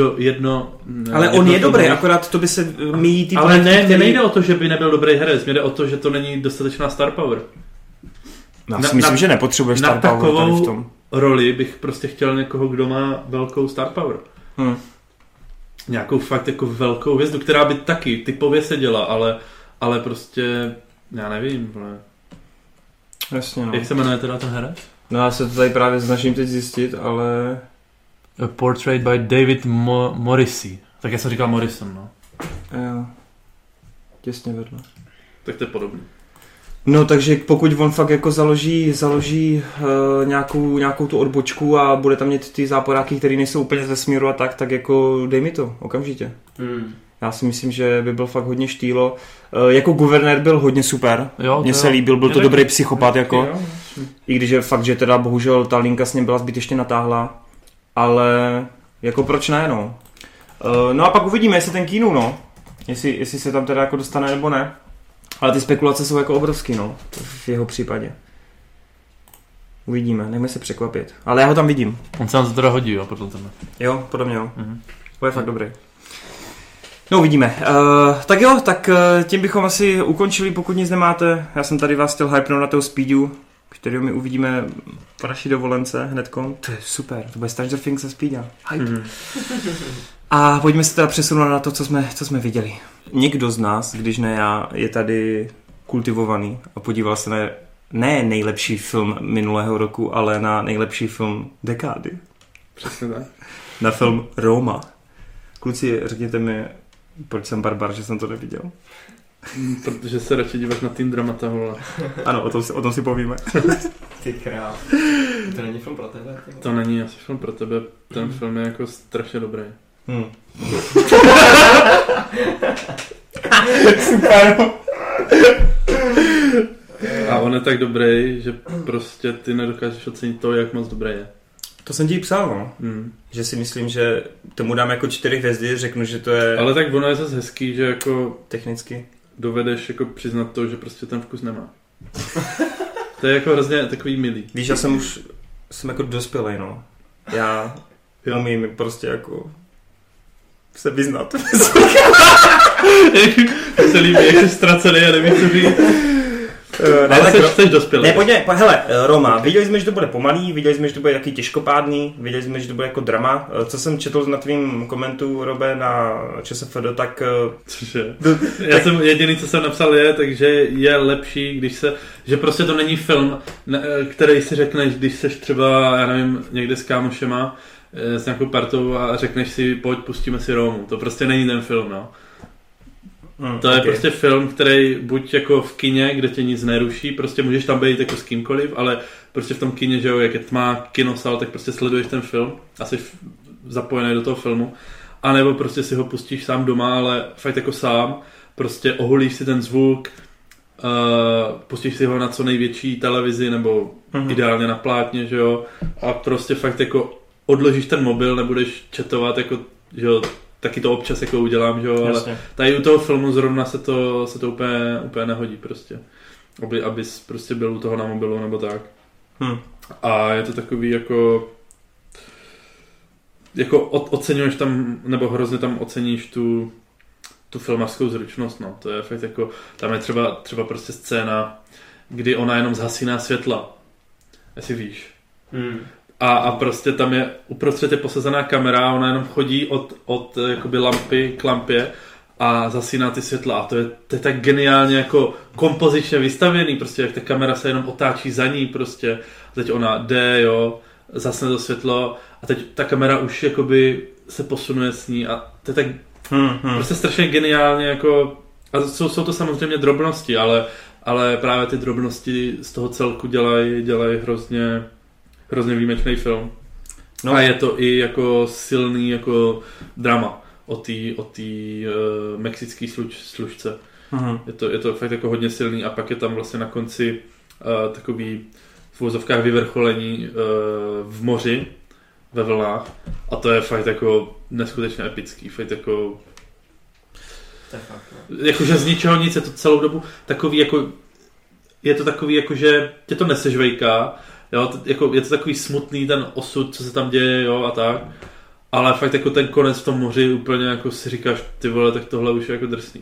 Ale on je dobrý, akorát to by se míjí ty... Ale nejde o to, že by nebyl dobrý herec, mě jde o to, že to není dostatečná star power. Já si myslím, že nepotřebuješ star power tady v tom. Roli bych prostě chtěl někoho, kdo má velkou star power. Nějakou fakt jako velkou hvězdu, která by taky typově seděla, ale prostě, já nevím, ne. Jasně, no. Jak se jmenuje teda ten herec? No já se to tady právě snažím teď zjistit, ale... A Portrait by David Morrissey. Tak já jsem říkal Morrison, no. Jo. Těsně vedle. Tak to je podobný. No takže pokud on fakt jako založí nějakou tu odbočku a bude tam mít ty záporáky, které nejsou úplně ze smíru a tak jako dej mi to, okamžitě. Já si myslím, že by byl fakt hodně štýlo. Jako guvernér byl hodně super. Mně se líbil, byl to dobrý psychopat jako. I když je fakt, že teda bohužel ta linka s ním byla zbytečně natáhlá. Ale jako proč ne, no. No a pak uvidíme, jestli ten Keanu, no. Jestli se tam teda jako dostane nebo ne. Ale ty spekulace jsou jako obrovský, no. V jeho případě. Uvidíme, nechme se překvapit. Ale já ho tam vidím. On se nám to teda hodí, jo, podle tebe. Jo, podle mě jo. To je fakt dobrý. No uvidíme. Tak jo, tak tím bychom asi ukončili, pokud nic nemáte. Já jsem tady vás chtěl hypnout na toho Speedu, kterého my uvidíme po naší dovolence hnedkom. To je super, to bude Stranger Things se Speeda. Hype. A pojďme se teda přesunout na to, co jsme viděli. Někdo z nás, když ne já, je tady kultivovaný a podíval se na ne nejlepší film minulého roku, ale na nejlepší film dekády. Přesně tak. Na film Roma. Kluci, řekněte mi, proč jsem barbar, že jsem to neviděl? Protože se radši díváš na Teen Dramata, vole. Ano, o tom si povíme. Ty král. To není film pro tebe? To není asi film pro tebe. Ten film je jako strašně dobrý. Super. A on je tak dobrý, že prostě ty nedokážeš ocenit to, jak moc dobrý je. To jsem ti psal, no. Že si myslím, že tomu dám jako 4 hvězdy, řeknu, že to je... Ale tak ono je zase hezký, že jako... Technicky. Dovedeš jako přiznat to, že prostě ten vkus nemá. To je jako hrozně takový milý. Víš, já jsem jako dospělej, no. Já umím prostě jako se vyznat. To se líbí, jak jsi ztracený a nevím, co říct. Ale jsi dospělý. Ne, pojďme, hele, Roma, viděli jsme, že to bude pomalý, viděli jsme, že to bude taky těžkopádný, viděli jsme, že to bude jako drama. Co jsem četl na tvým komentu, Robe, na ČSFD, tak... Cože? Já jsem jediný, co jsem napsal takže je lepší, když se... Že prostě to není film, který si řekneš, když seš třeba, já nevím, někde s kámošema, s nějakou partou a řekneš si, pojď, pustíme si Romu. To prostě není ten film, no. To je prostě film, který buď jako v kině, kde tě nic neruší, prostě můžeš tam být jako s kýmkoliv, ale prostě v tom kině, že jo, jak je tma, kinosal, tak prostě sleduješ ten film a jsi zapojený do toho filmu. A nebo prostě si ho pustíš sám doma, ale fakt jako sám, prostě ohulíš si ten zvuk, pustíš si ho na co největší televizi nebo ideálně na plátně, že jo, a prostě fakt jako odložíš ten mobil, nebudeš chatovat, jako, že jo, taky to občas jako udělám, že jo, ale tady u toho filmu zrovna se to úplně nehodí prostě, abys prostě byl u toho na mobilu nebo tak. A je to takový jako oceňuješ tam, nebo hrozně tam oceníš tu filmařskou zručnost, no, to je fakt jako, tam je třeba prostě scéna, kdy ona jenom zhasíná světla, jestli víš. A prostě tam je uprostřed je posazená kamera a ona jenom chodí od jakoby lampy k lampě a zasíná ty světla a to je tak geniálně jako kompozičně vystavěný, prostě jak ta kamera se jenom otáčí za ní prostě. A teď ona jde, jo, zasne to světlo a teď ta kamera už jakoby se posunuje s ní a to je tak prostě strašně geniálně jako a jsou to samozřejmě drobnosti, ale právě ty drobnosti z toho celku dělají hrozně výjimečný film. No. A je to i jako silný jako drama o té mexické služce. Je to fakt jako hodně silný a pak je tam vlastně na konci takový v uvozovkách vyvrcholení v moři ve vlnách a to je fakt jako neskutečně epický, fakt jako jakože z ničeho nic je to celou dobu takový jako je to takový jako, že tě to nesežvejká. Jo, je to takový smutný ten osud, co se tam děje, jo, a tak. Ale fakt jako ten konec v tom moři úplně jako si říkáš, ty vole, tak tohle už je jako drsný.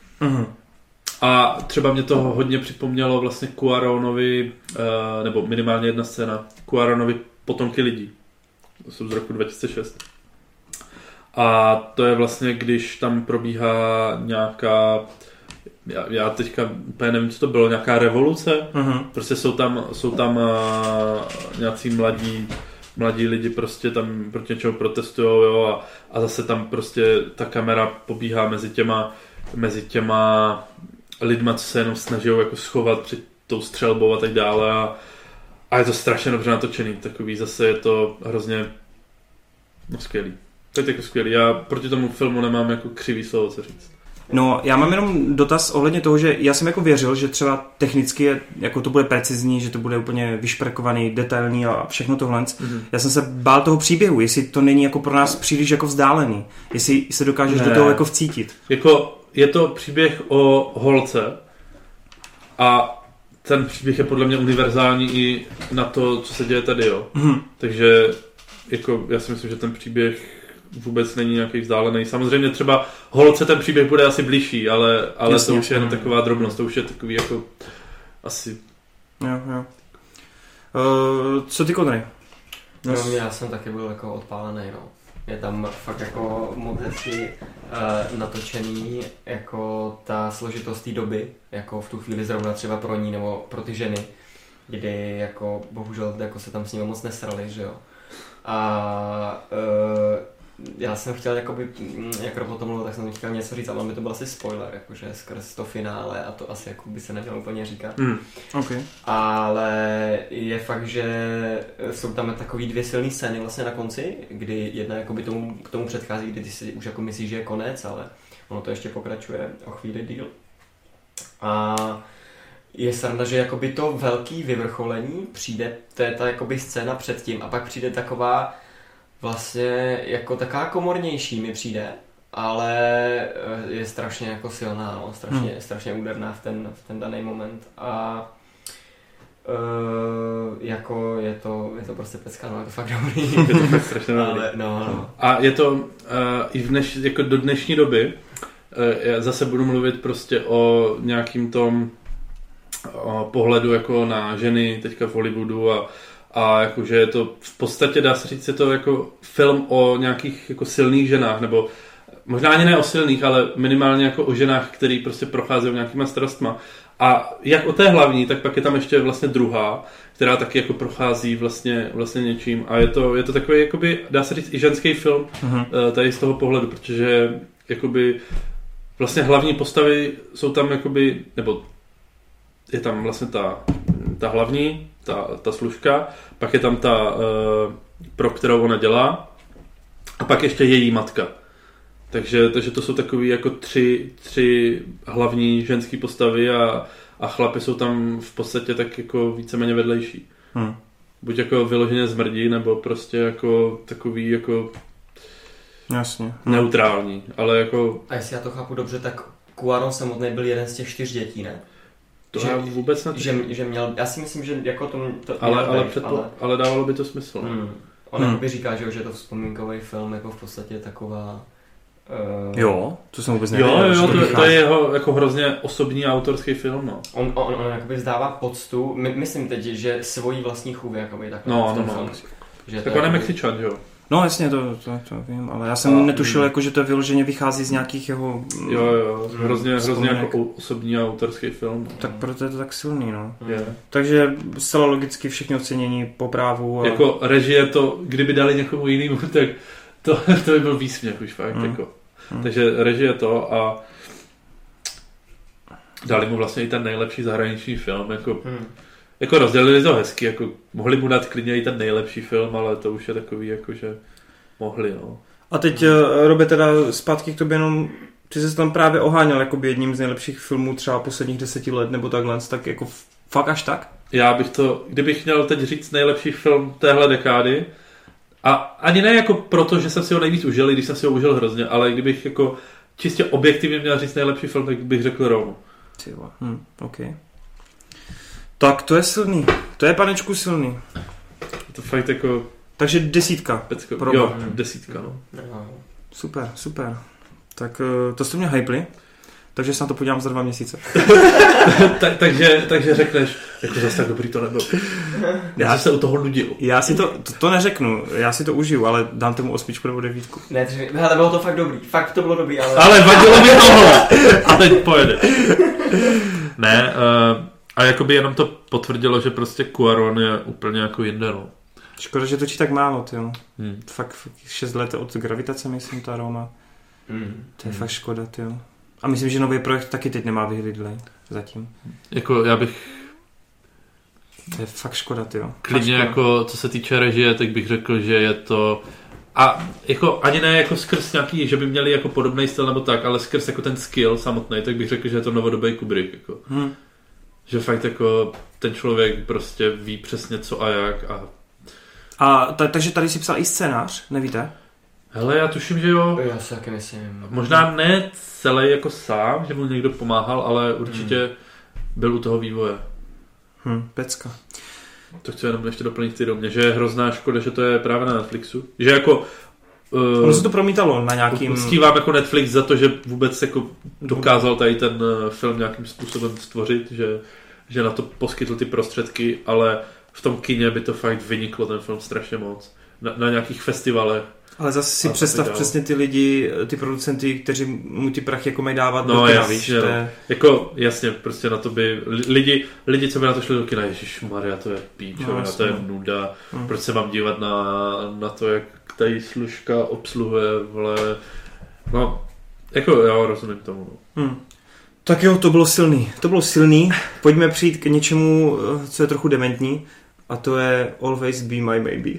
A třeba mě to hodně připomnělo vlastně Cuaronovi, nebo minimálně jedna scéna, Cuaronovi Potomky lidí. To jsou z roku 2006. A to je vlastně, když tam probíhá nějaká... Já teďka úplně nevím, co to bylo, nějaká revoluce. Prostě jsou tam nějací mladí lidi prostě tam proti něčemu protestujou, jo, a zase tam prostě ta kamera pobíhá mezi těma lidma, co se jenom snaží jako schovat před tou střelbou a tak dále a je to strašně dobře natočený, takový zase je to hrozně skvělý. To je jako skvělý, já proti tomu filmu nemám jako křivý slovo, co říct. No, já mám jenom dotaz ohledně toho, že já jsem jako věřil, že třeba technicky jako to bude precizní, že to bude úplně vyšperkovaný, detailní a všechno tohle. Já jsem se bál toho příběhu, jestli to není jako pro nás příliš jako vzdálený, jestli se dokážeš do toho jako vcítit. Jako je to příběh o holce a ten příběh je podle mě univerzální i na to, co se děje tady, jo. Takže jako já si myslím, že ten příběh vůbec není nějaký vzdálený. Samozřejmě třeba holce ten příběh bude asi bližší, ale jasně, to už je jenom taková drobnost, to už je takový jako asi... Jo. Co ty, Konry? No, já jsem taky byl jako odpálený, no. Je tam fakt jako moc hezky natočený jako ta složitost té doby, jako v tu chvíli zrovna třeba pro ní nebo pro ty ženy, kdy jako bohužel jako se tam s nimi moc nesrali, že jo. A já jsem chtěl, jakoby, jak Rob o tom mluvil, tak jsem chtěl něco říct, ale mi to byl asi spoiler, jakože skrz to finále a to asi jako by se nemělo úplně říkat. Okay. Ale je fakt, že jsou tam takový 2 silné scény vlastně na konci, kdy jedna jakoby k tomu předchází, kdy ty si už jako myslíš, že je konec, ale ono to ještě pokračuje o chvíli díl. A je sranda, že jakoby to velký vyvrcholení přijde, to je ta jakoby scéna předtím a pak přijde taková vlastně jako taková komornější mi přijde, ale je strašně jako silná, no, strašně úderná v ten daný moment a jako je to prostě pecka, no, je to fakt dobrý. Je to fakt strašně dobrý. No. A je to i jako do dnešní doby, já zase budu mluvit prostě o nějakým tom pohledu jako na ženy teďka v Hollywoodu a jakože je to v podstatě, dá se říct, je to jako film o nějakých jako silných ženách, nebo možná ani ne o silných, ale minimálně jako o ženách, který prostě procházejí nějakýma starostma. A jak o té hlavní, tak pak je tam ještě vlastně druhá, která taky jako prochází vlastně něčím. A je to takový, jakoby, dá se říct, i ženský film tady z toho pohledu, protože jakoby vlastně hlavní postavy jsou tam jakoby, nebo je tam vlastně ta hlavní, ta služka, pak je tam ta, pro kterou ona dělá, a pak ještě její matka. Takže to jsou takový jako tři hlavní ženské postavy a chlapy jsou tam v podstatě tak jako víceméně vedlejší. Buď jako vyloženě zmrdí, nebo prostě jako takový jako jasně. Neutrální, ale jako... A jestli já to chápu dobře, tak Cuarón samotný byl jeden z těch 4 dětí, ne? To já vůbec že měl, já si myslím, že jako to ale dávalo by to smysl. On by říká, že je to vzpomínkový film, jako v podstatě taková... Jo, to jsem vůbec nevěděl. Jo, to je jeho jako hrozně osobní autorský film, no. On jakoby zdává poctu, myslím teď, že svojí vlastní chůvy, jakoby takhle. No. Tak on je Mexičan, jo. No jasně, to vím, ale já jsem netušil, jako, že to vyloženě vychází z nějakých jeho... Jo, hrozně jako osobní a autorský film. No. Tak proto je to tak silný, no. Takže zcela logicky všichni ocenění po právu. Jako režie to, kdyby dali někomu jinému, tak to by byl výsměch už fakt, jako. Takže režie to a dali mu vlastně i ten nejlepší zahraniční film, jako rozdělili to hezky, jako mohli mu dát klidně i ten nejlepší film, ale to už je takový, jako že mohli, no. A teď, Robe, teda zpátky k tobě jenom, ty jsi tam právě oháněl jakoby jedním z nejlepších filmů třeba posledních 10 let nebo takhle, tak jako fakt až tak? Já bych kdybych měl teď říct nejlepší film téhle dekády, a ani ne jako proto, že jsem si ho nejvíc užil, když jsem si ho užil hrozně, ale kdybych jako čistě objektivně měl říct nejlepší film, tak bych řekl Rómu. OK. Tak to je silný. To je, panečku, silný. To fakt jako... Takže 10. Jo, 10, no. Super. Tak to jste mě hypli. Takže se na to podívám za 2 měsíce. takže řekneš, jako zase tak dobrý to nebyl. Já se u toho nudil. Já si to neřeknu, já si to užiju, ale dám tomu 8 nebo 9. Ne, ale bylo to fakt dobrý. Fakt to bylo dobrý, ale... Ale vadilo mi tohle. A teď pojede. Ne, a jakoby jenom to potvrdilo, že prostě Cuarón je úplně jako jinde, no. Škoda, že točí tak málo, tyjo. Fakt 6 let od Gravitace, myslím, ta Roma. To je fakt škoda, tyjo. A myslím, že nový projekt taky teď nemá vyhlídlej zatím. Jako já bych... To je fakt škoda, tyjo. Klidně jako, co se týče režie, tak bych řekl, že je to... A jako ani ne jako skrz nějaký, že by měli jako podobný styl nebo tak, ale skrz jako ten skill samotný, tak bych řekl, že je to novodobý Kubrick, jako. Že fakt jako ten člověk prostě ví přesně co a jak takže tady si psal i scénář, nevíte? Hele, já tuším, že jo. Já si taky myslím. Možná ne celý jako sám, že mu někdo pomáhal, ale určitě byl u toho vývoje. Pecka. To chci jenom ještě doplnit ty do mě, že je hrozná škoda, že to je právě na Netflixu. Že jako... ono se to promítalo na nějakým... Uctívám jako Netflix za to, že vůbec jako dokázal tady ten film nějakým způsobem stvořit, že na to poskytl ty prostředky, ale v tom kině by to fakt vyniklo ten film strašně moc. Na nějakých festivalech. Ale zase si představ přesně ty lidi, ty producenty, kteří mu ty prachy jako mají dávat do kina, víš? No. Jako jasně, prostě na to by lidi, co by na to šli do kina, ježišmarja, to je píčo, to je nuda, proč se mám dívat na to, jak tady služka obsluhuje, vle, no, jako já rozumím tomu, no. Tak jo, to bylo silný, pojďme přijít k něčemu, co je trochu dementní, a to je Always Be My Maybe.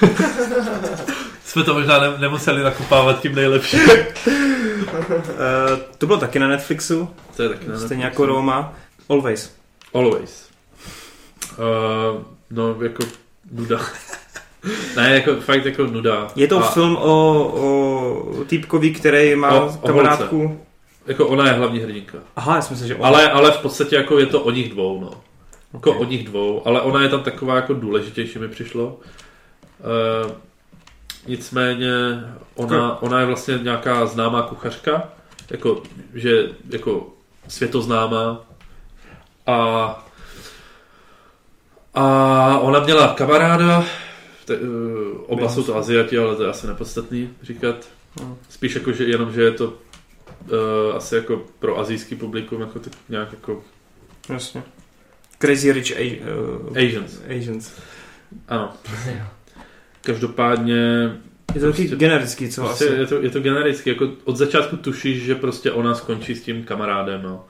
Jsme to možná nemuseli nakupávat tím nejlepším. To bylo taky na Netflixu. To je taky na Netflixu. Stejně jako Roma. Always. Always. No, jako nuda. Ne, jako fakt jako nuda. Je to film o týpkovi, který má kamarádku. Jako ona je hlavní hrdinka. Aha, já si myslím, že ona. Ale v podstatě jako je to o nich dvou, no. Jako o nich dvou, ale ona je tam taková jako důležitější, mi přišlo. Nicméně ona je vlastně nějaká známá kuchařka, jako, že jako světoznámá a ona měla kamaráda, oba jsou to Aziati, ale to je asi nepodstatný říkat. Spíš jako, že jenom, že je to asi jako pro asijský publikum jako tak nějak jako... Jasně. Crazy Rich Asians. Ano. Každopádně... Je to prostě, taky generický, co prostě asi? Je to generický, jako od začátku tušíš, že prostě ona skončí s tím kamarádem, no.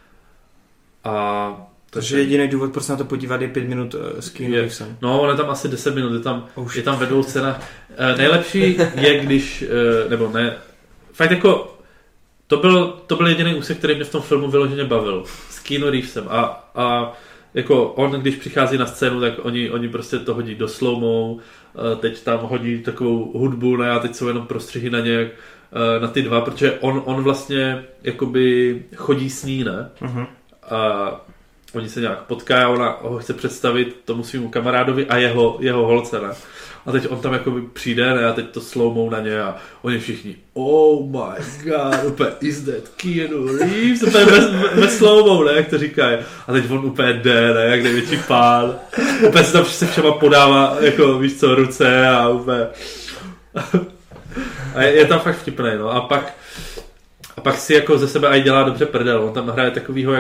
Takže jediný důvod, proč se na to podívat, je 5 minut s Keanu Reevesem. No, on je tam asi 10 minut, je tam ve 2 scénách. Nejlepší je, když, nebo ne, fakt jako, to byl jediný úsek, který mě v tom filmu vyloženě bavil. S Keanu Reevesem a jako on, když přichází na scénu, tak oni prostě to hodí do slow-mo, teď tam hodí takovou hudbu, ne, a teď jsou jenom prostřihy na ně, na ty dva, protože on vlastně jakoby chodí s ní, ne? Uh-huh. A oni se nějak potkají a ona ho chce představit tomu svýmu kamarádovi a jeho holce, ne? A teď on tam jakoby přijde, ne? A teď to slow-mo na ně a oni všichni oh my god, úplně is that Keanu Reeves? Úplně bez slow-mo, ne? Jak to říkají. A teď on úplně jde, ne? Jak největší pán. Úplně se tam se všema podává, jako víš co, ruce a úplně... A je tam fakt vtipnej, no. A pak si jako ze sebe aj dělá dobře prdel. On tam hraje takovýho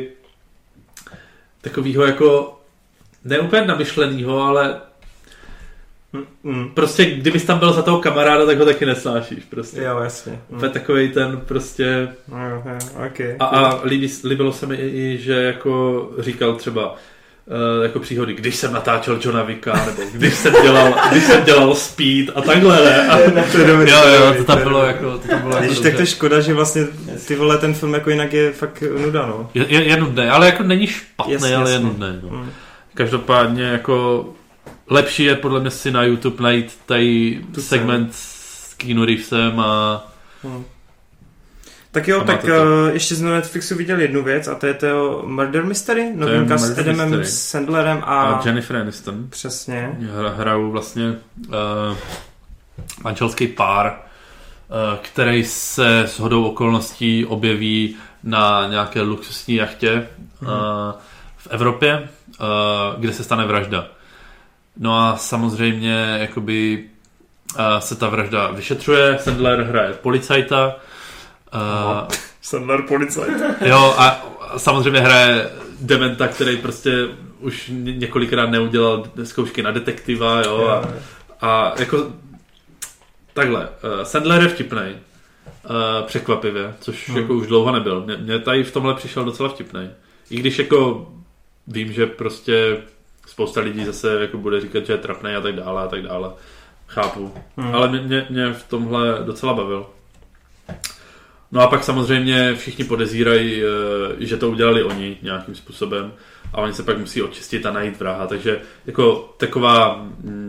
jako ne úplně namyšlenýho, ale prostě kdybys tam byl za toho kamaráda, tak ho taky nesnášíš prostě. Jo, jasně. Takovej ten prostě... Okay. A líbilo se mi i, že jako říkal třeba jako příhody, když jsem natáčel Johna Wicka, nebo když jsem dělal Speed a takhle, ne? To tam bylo jako Když tak to je škoda, že vlastně ty vole, ten film jako jinak je fakt nuda, no. Je nudný, ale jako není špatný, ale je nudný, no. Každopádně jako lepší je podle mě si na YouTube najít tady segment s Keanu Reevesem a... Tak jo, tak ještě jsem na Netflixu viděl jednu věc a to je to Murder Mystery, novinka s Adamem Sandlerem a Jennifer Aniston. Přesně. Hrajou vlastně manželský pár, který se shodou okolností objeví na nějaké luxusní jachtě v Evropě, kde se stane vražda. No a samozřejmě jakoby se ta vražda vyšetřuje, Sandler hraje policajta, Sandler policajt. Jo, a samozřejmě hraje dementa, který prostě už několikrát neudělal zkoušky na detektiva, jo, a jako takhle, Sandler je vtipnej, překvapivě, což jako už dlouho nebyl. Mě tady v tomhle přišel docela vtipnej. I když jako vím, že prostě spousta lidí zase jako bude říkat, že je trapnej a tak dále. Chápu. Ale mě v tomhle docela bavil. No a pak samozřejmě všichni podezírají, že to udělali oni nějakým způsobem a oni se pak musí očistit a najít vraha, takže jako taková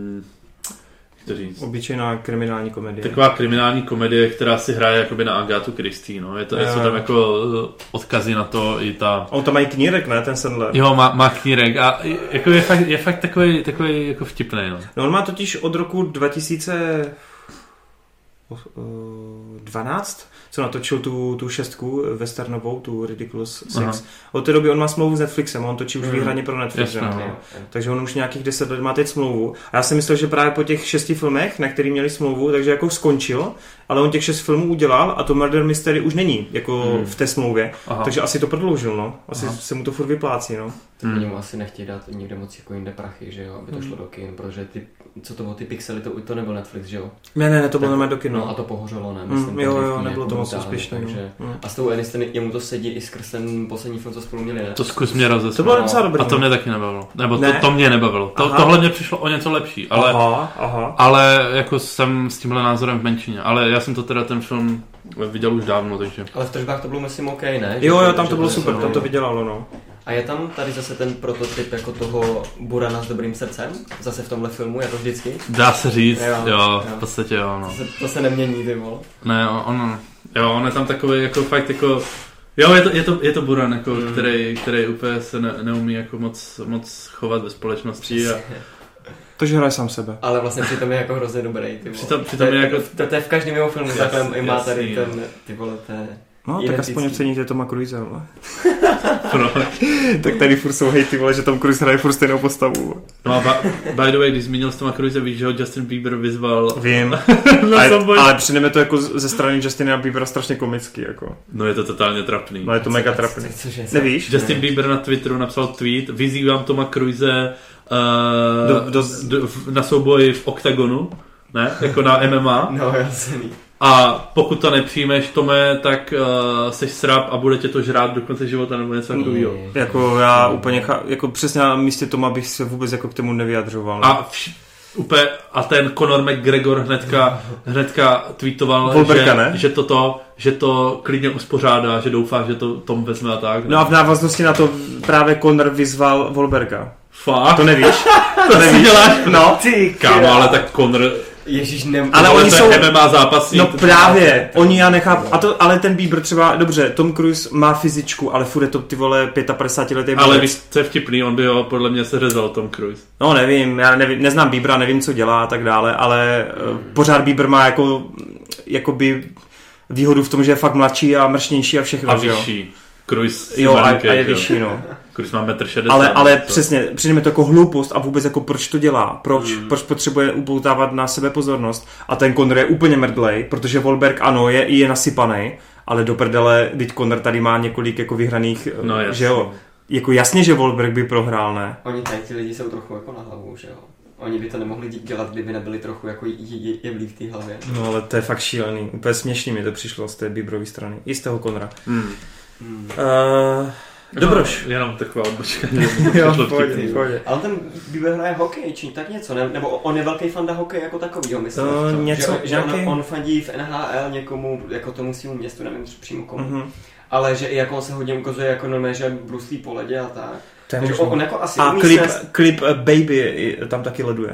obyčejná kriminální komedie. Taková kriminální komedie, která si hraje jakoby na Agathu Christie, no. Jsou tam jako odkazy na to i ta... On tam mají knírek, ne, ten Sandler? Jo, má knírek a jako je fakt takový jako vtipný, no. No on má totiž od roku 2012, co natočil tu šestku westernovou, tu Ridiculous Six. Aha. Od té doby on má smlouvu s Netflixem, on točí už výhradně pro Netflix. Takže on už nějakých 10 let má teď smlouvu. A já si myslel, že právě po těch 6 filmech, na který měli smlouvu, takže jako skončil, ale on těch 6 filmů udělal a to Murder Mystery už není jako v té smlouvě. Aha. Takže asi to prodloužil, no. Asi se mu to furt vyplácí, no. Oni mu asi nechtějí dát nikde moc jako jinde prachy, že jo, aby to šlo do kin, protože co to bylo, ty pixely, to nebyl Netflix, že jo? Ne, to bylo normálně do kin. No a to pohořelo, ne? Myslím, jo, nebylo to moc úspěšné. Takže... A s tou Aniston, jemu to sedí i skrz ten poslední film, co spolu měli, ne? To zkus mě rozesmál. To bylo docela dobrý. A to mě taky nebavilo. Nebo to mě nebavilo. Tohle mě přišlo o něco lepší, ale, ale jako jsem s tímhle názorem v menšině. Ale já jsem to teda ten film viděl už dávno, takže... Ale v tržbách to bylo myslím OK, ne? Jo, tam to bylo super, tam to vydělalo, no. A je tam tady zase ten prototyp jako toho Burana s dobrým srdcem? Zase v tomhle filmu, jako vždycky? Dá se říct, jo, v podstatě jo, no. To se nemění, ty vole. Ne, on je tam takový jako fakt jako... Jo, je to Buran, jako, který úplně se neumí jako moc chovat ve společnosti. Takže hraje sám sebe. Ale vlastně přitom je jako hrozně dobrý, ty vole. Přitom je jako... To je v každém jeho filmu, takhle má tady ten, ty vole, no, tak aspoň oceníte Toma Cruise, ale. Proč? Tak tady furt jsou hejty, vole, že Tom Cruise hraje furt stejnou postavu. No a by the way, když zmínil s Toma Cruise, víš, že ho Justin Bieber vyzval. Vím, ale přijeme to jako ze strany Justina Biebera strašně komicky, jako. No je to totálně trapný. No je to mega trapný. Nevíš? Justin Bieber na Twitteru napsal tweet, vyzývám Toma Cruise na souboj v oktagonu, ne? Jako na MMA. No jasný. A pokud to nepřijmeš, Tome, tak seš srap a bude tě to žrát do konce života nebo něco takového. Jako já úplně, jako přesně na místě Toma bych se vůbec jako k tomu nevyjadřoval. A ten Conor McGregor hnedka tweetoval, Wolberga, že to klidně uspořádá, že doufá, že to Tom vezme a tak. Ne? No a v návaznosti na to právě Conor vyzval Wolberga. Fakt? To nevíš? To nevíš? Děláš? No, ty kámo, ale tak Conor... Ježíš, ale oni jsou MMA zápasník. No právě, oni já nechápu. Ale ten Bieber třeba, dobře, Tom Cruise má fyzičku, ale furt je to ty vole 55 letý. Ale víš, co je vtipný, on by ho podle mě seřezal Tom Cruise. No nevím, já neznám Biebera, nevím, co dělá a tak dále, ale pořád Bieber má jakoby výhodu v tom, že je fakt mladší a mršnější a všechno. A vyšší. Cruise jo, a je vyšší, no. Cruise má 1,60 m. Ale přesně, přijde to jako hloupost a vůbec jako proč to dělá, proč potřebuje upoutávat na sebe pozornost a ten Conor je úplně mrdlej, protože Wolberg ano, je nasypanej, ale do prdele, teď Conor tady má několik jako vyhraných, no, že jo. Jako jasně, že Wolberg by prohrál, ne? Oni tady ty lidi jsou trochu jako na hlavu, že jo. Oni by to nemohli dělat, kdyby nebyli trochu jako jeblí v té hlavě. No ale to je fakt šílený, úplně směšný mi to přišlo z té Bieberovy strany, i z toho Conora. Dobroš. Jenom taková odbočka. Jo, pohodě. Ale ten Bieber hraje hokej, či tak něco, ne? Nebo on je velký fanda hokeje jako takovýho, myslím. Že on fandí v NHL někomu, jako tomu svýmu městu, nevím přímo komu. Ale že i jako on se hodně ukazuje jako normálně, že bruslí po ledě a tak. Takže on jako asi a klip Baby tam taky leduje.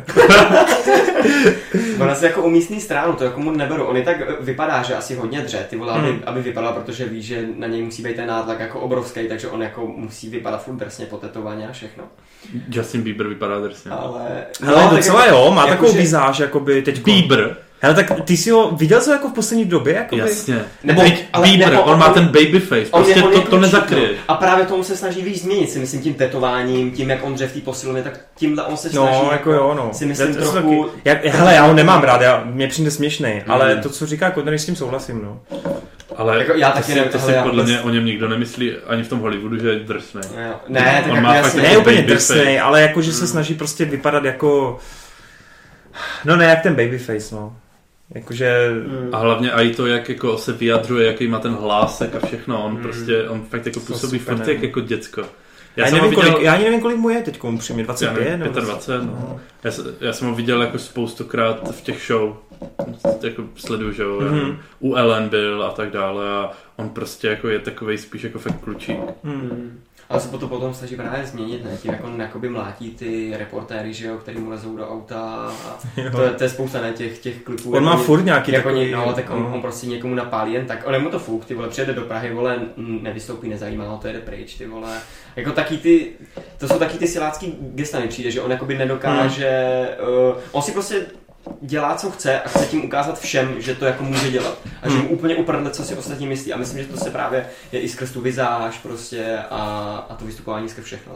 On asi jako umístní stránu, to jako mu neberu. On i tak vypadá, že asi hodně dře, ty vole, aby vypadal, protože ví, že na něj musí být ten nátlak jako obrovský, takže on jako musí vypadat furt drsně potetovaně a všechno. Justin Bieber vypadá drsně. Ale docela jo, má takovou vizáž, jakoby teď. Bieber. Hele, tak ty jsi ho viděl co jako v poslední době? Jakoby? Jasně. Bieber, on má ten baby face, prostě to nezakryje. A právě tomu se snaží víc změnit, si myslím, tím tetováním, tím, jak on dře v té posilovně, tak tímhle on se snaží. No, jako jo, no. Si myslím trochu... Hele, já ho nemám rád, mě přijde směšnej, ale to, co říká Conor, s tím souhlasím, no. Ale jako já taky to si podle mě o něm nikdo nemyslí ani v tom Hollywoodu, že je drsnej. Ne, tak on má fakt ne úplně drsnej, ale jako, že se snaží prostě vypadat jako... No ne, jak ten babyface, no. Jakože... A hlavně i to, jak jako se vyjadřuje, jaký má ten hlásek a všechno, on fakt jako působí fakt jako děcko. Já ani nevím, kolik mu je teď, upřímně, 25? 25, no. Já jsem ho viděl jako spoustukrát v těch show, jako sleduju, že jo, u Ellen byl a tak dále a on prostě jako je takovej spíš jako fakt klučík. Ale se potom snaží právě změnit, ne? Tím, jak on jakoby mlátí ty reportéry, že jo, který mu lezou do auta a to je spousta, ne, těch klipů. On má furt nějaký takový... No, tak on prostě někomu napálí jen tak, on je mu to fuk, ty vole, přijede do Prahy, vole, nevystoupí, nezajímá ho, to jede pryč, ty vole. Jako taky to jsou taky ty silácký gesta, mi přijde, že on jakoby nedokáže, on si prostě dělá, co chce a chce tím ukázat všem, že to jako může dělat. A že mu úplně uprdle, co si ostatní myslí. A myslím, že to se právě je i skrz tu vizáž prostě a to vystupování skrz všechno.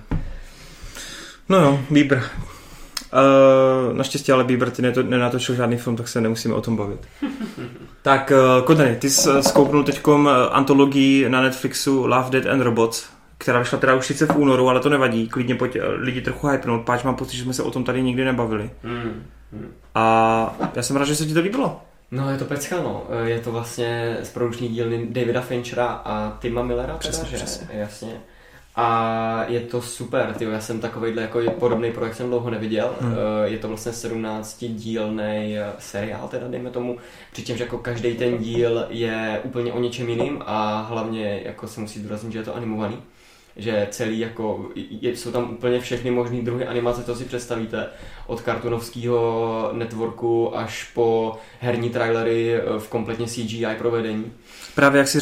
No jo, Bieber. Naštěstí ale Bieber, ty nenatočil žádný film, tak se nemusíme o tom bavit. Tak, Kodany, ty jsi zkouknul teďkom antologii na Netflixu Love, Death and Robots, která vyšla teda už sice v únoru, ale to nevadí. Klidně pojď lidi trochu hypnout, páč mám pocit, že jsme se o tom tady nikdy nebavili. A já jsem rád, že se ti to líbilo. No je to pecka, no. Je to vlastně z produkční dílny Davida Finchera a Tima Millera, přesně. Jasně. A je to super, tyjo. Já jsem takovejhle jako podobný projekt jsem dlouho neviděl. Je to vlastně 17dílnej seriál, teda dejme tomu. Přičemž jako každý ten díl je úplně o něčem jiným a hlavně jako se musí zdůraznit, že je to animovaný. že celý jako, jsou tam úplně všechny možný druhy animace, to si představíte, od kartunovského networku až po herní trailery v kompletně CGI provedení. Právě jak si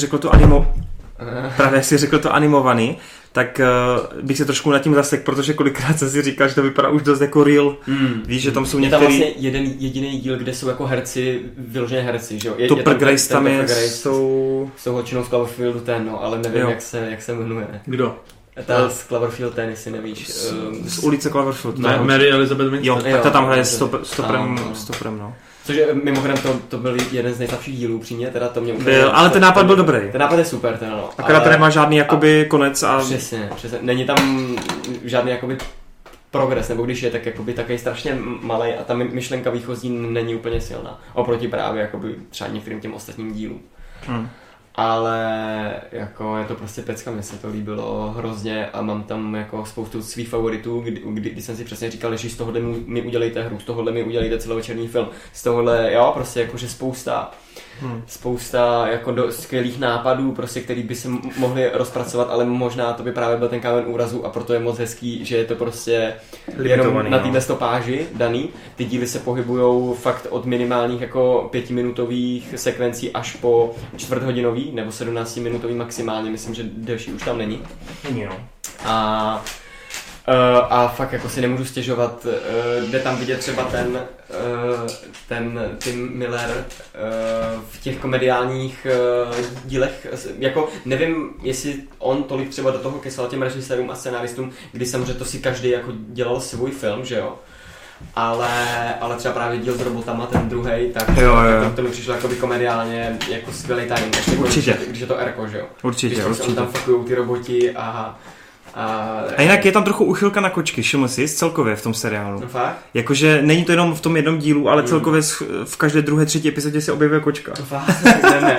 řekl to animovaný, tak bych se trošku nad tím zasek, protože kolikrát jsem si říkal, že to vypadá už dost jako real. Víš, že tam jsou některý... Je tam vlastně jeden jediný díl, kde jsou jako herci, vyloženě herci, že jo? Topper Grace tam jsou hočinou z Cloverfieldu ale nevím, jak se jmenuje. Kdo? Ta z Cloverfield ten, jestli nevíš. Z ulice Cloverfield. Mary Elizabeth Winstead. Jo, tak to tam hraje stoprem, no. Což mimochodem to byl jeden z nejslabších dílů přímě, teda to mě úplně... Ale ten nápad byl dobrý. Ten nápad je super, ten no. Akorát to nemá žádný jakoby konec a... Přesně. Není tam žádný jakoby progres, nebo když je, tak jakoby takový strašně malej a ta myšlenka výchozí není úplně silná. Oproti právě jakoby třeba některým těm ostatním dílům. Ale jako je to prostě pecka, mně se to líbilo hrozně a mám tam jako spoustu svých favoritů, kdy jsem si přesně říkal, že z tohohle mi udělejte hru, z tohohle mi udělejte celovečerní film, z tohohle, jo, prostě jakože spousta jako skvělých nápadů, prostě, který by se mohli rozpracovat, ale možná to by právě byl ten kámen úrazu a proto je moc hezký, že je to prostě jenom na téhle stopáži daný. Ty díly se pohybujou fakt od minimálních jako 5minutových sekvencí až po čtvrthodinový nebo 17minutový maximálně, myslím, že delší už tam není. A fakt jako si nemůžu stěžovat, jde tam vidět třeba ten Tim Miller v těch komediálních dílech, jako nevím, jestli on tolik třeba do toho kesal těm režisérům a scenáristům, kdy samozřejmě to si každý jako dělal svůj film, že jo. Ale třeba právě díl s robotama, ten druhej, tak to mi přišlo jakoby komediálně jako skvělý timing. Určitě. Když je to Erko, že jo. Určitě. Když tam fakujou ty roboti a jinak je tam trochu uchylka na kočky, všiml jsi celkově v tom seriálu. No fakt? Jakože není to jenom v tom jednom dílu, ale celkově v každé druhé, třetí epizodě se objevuje kočka. No fakt? Ne,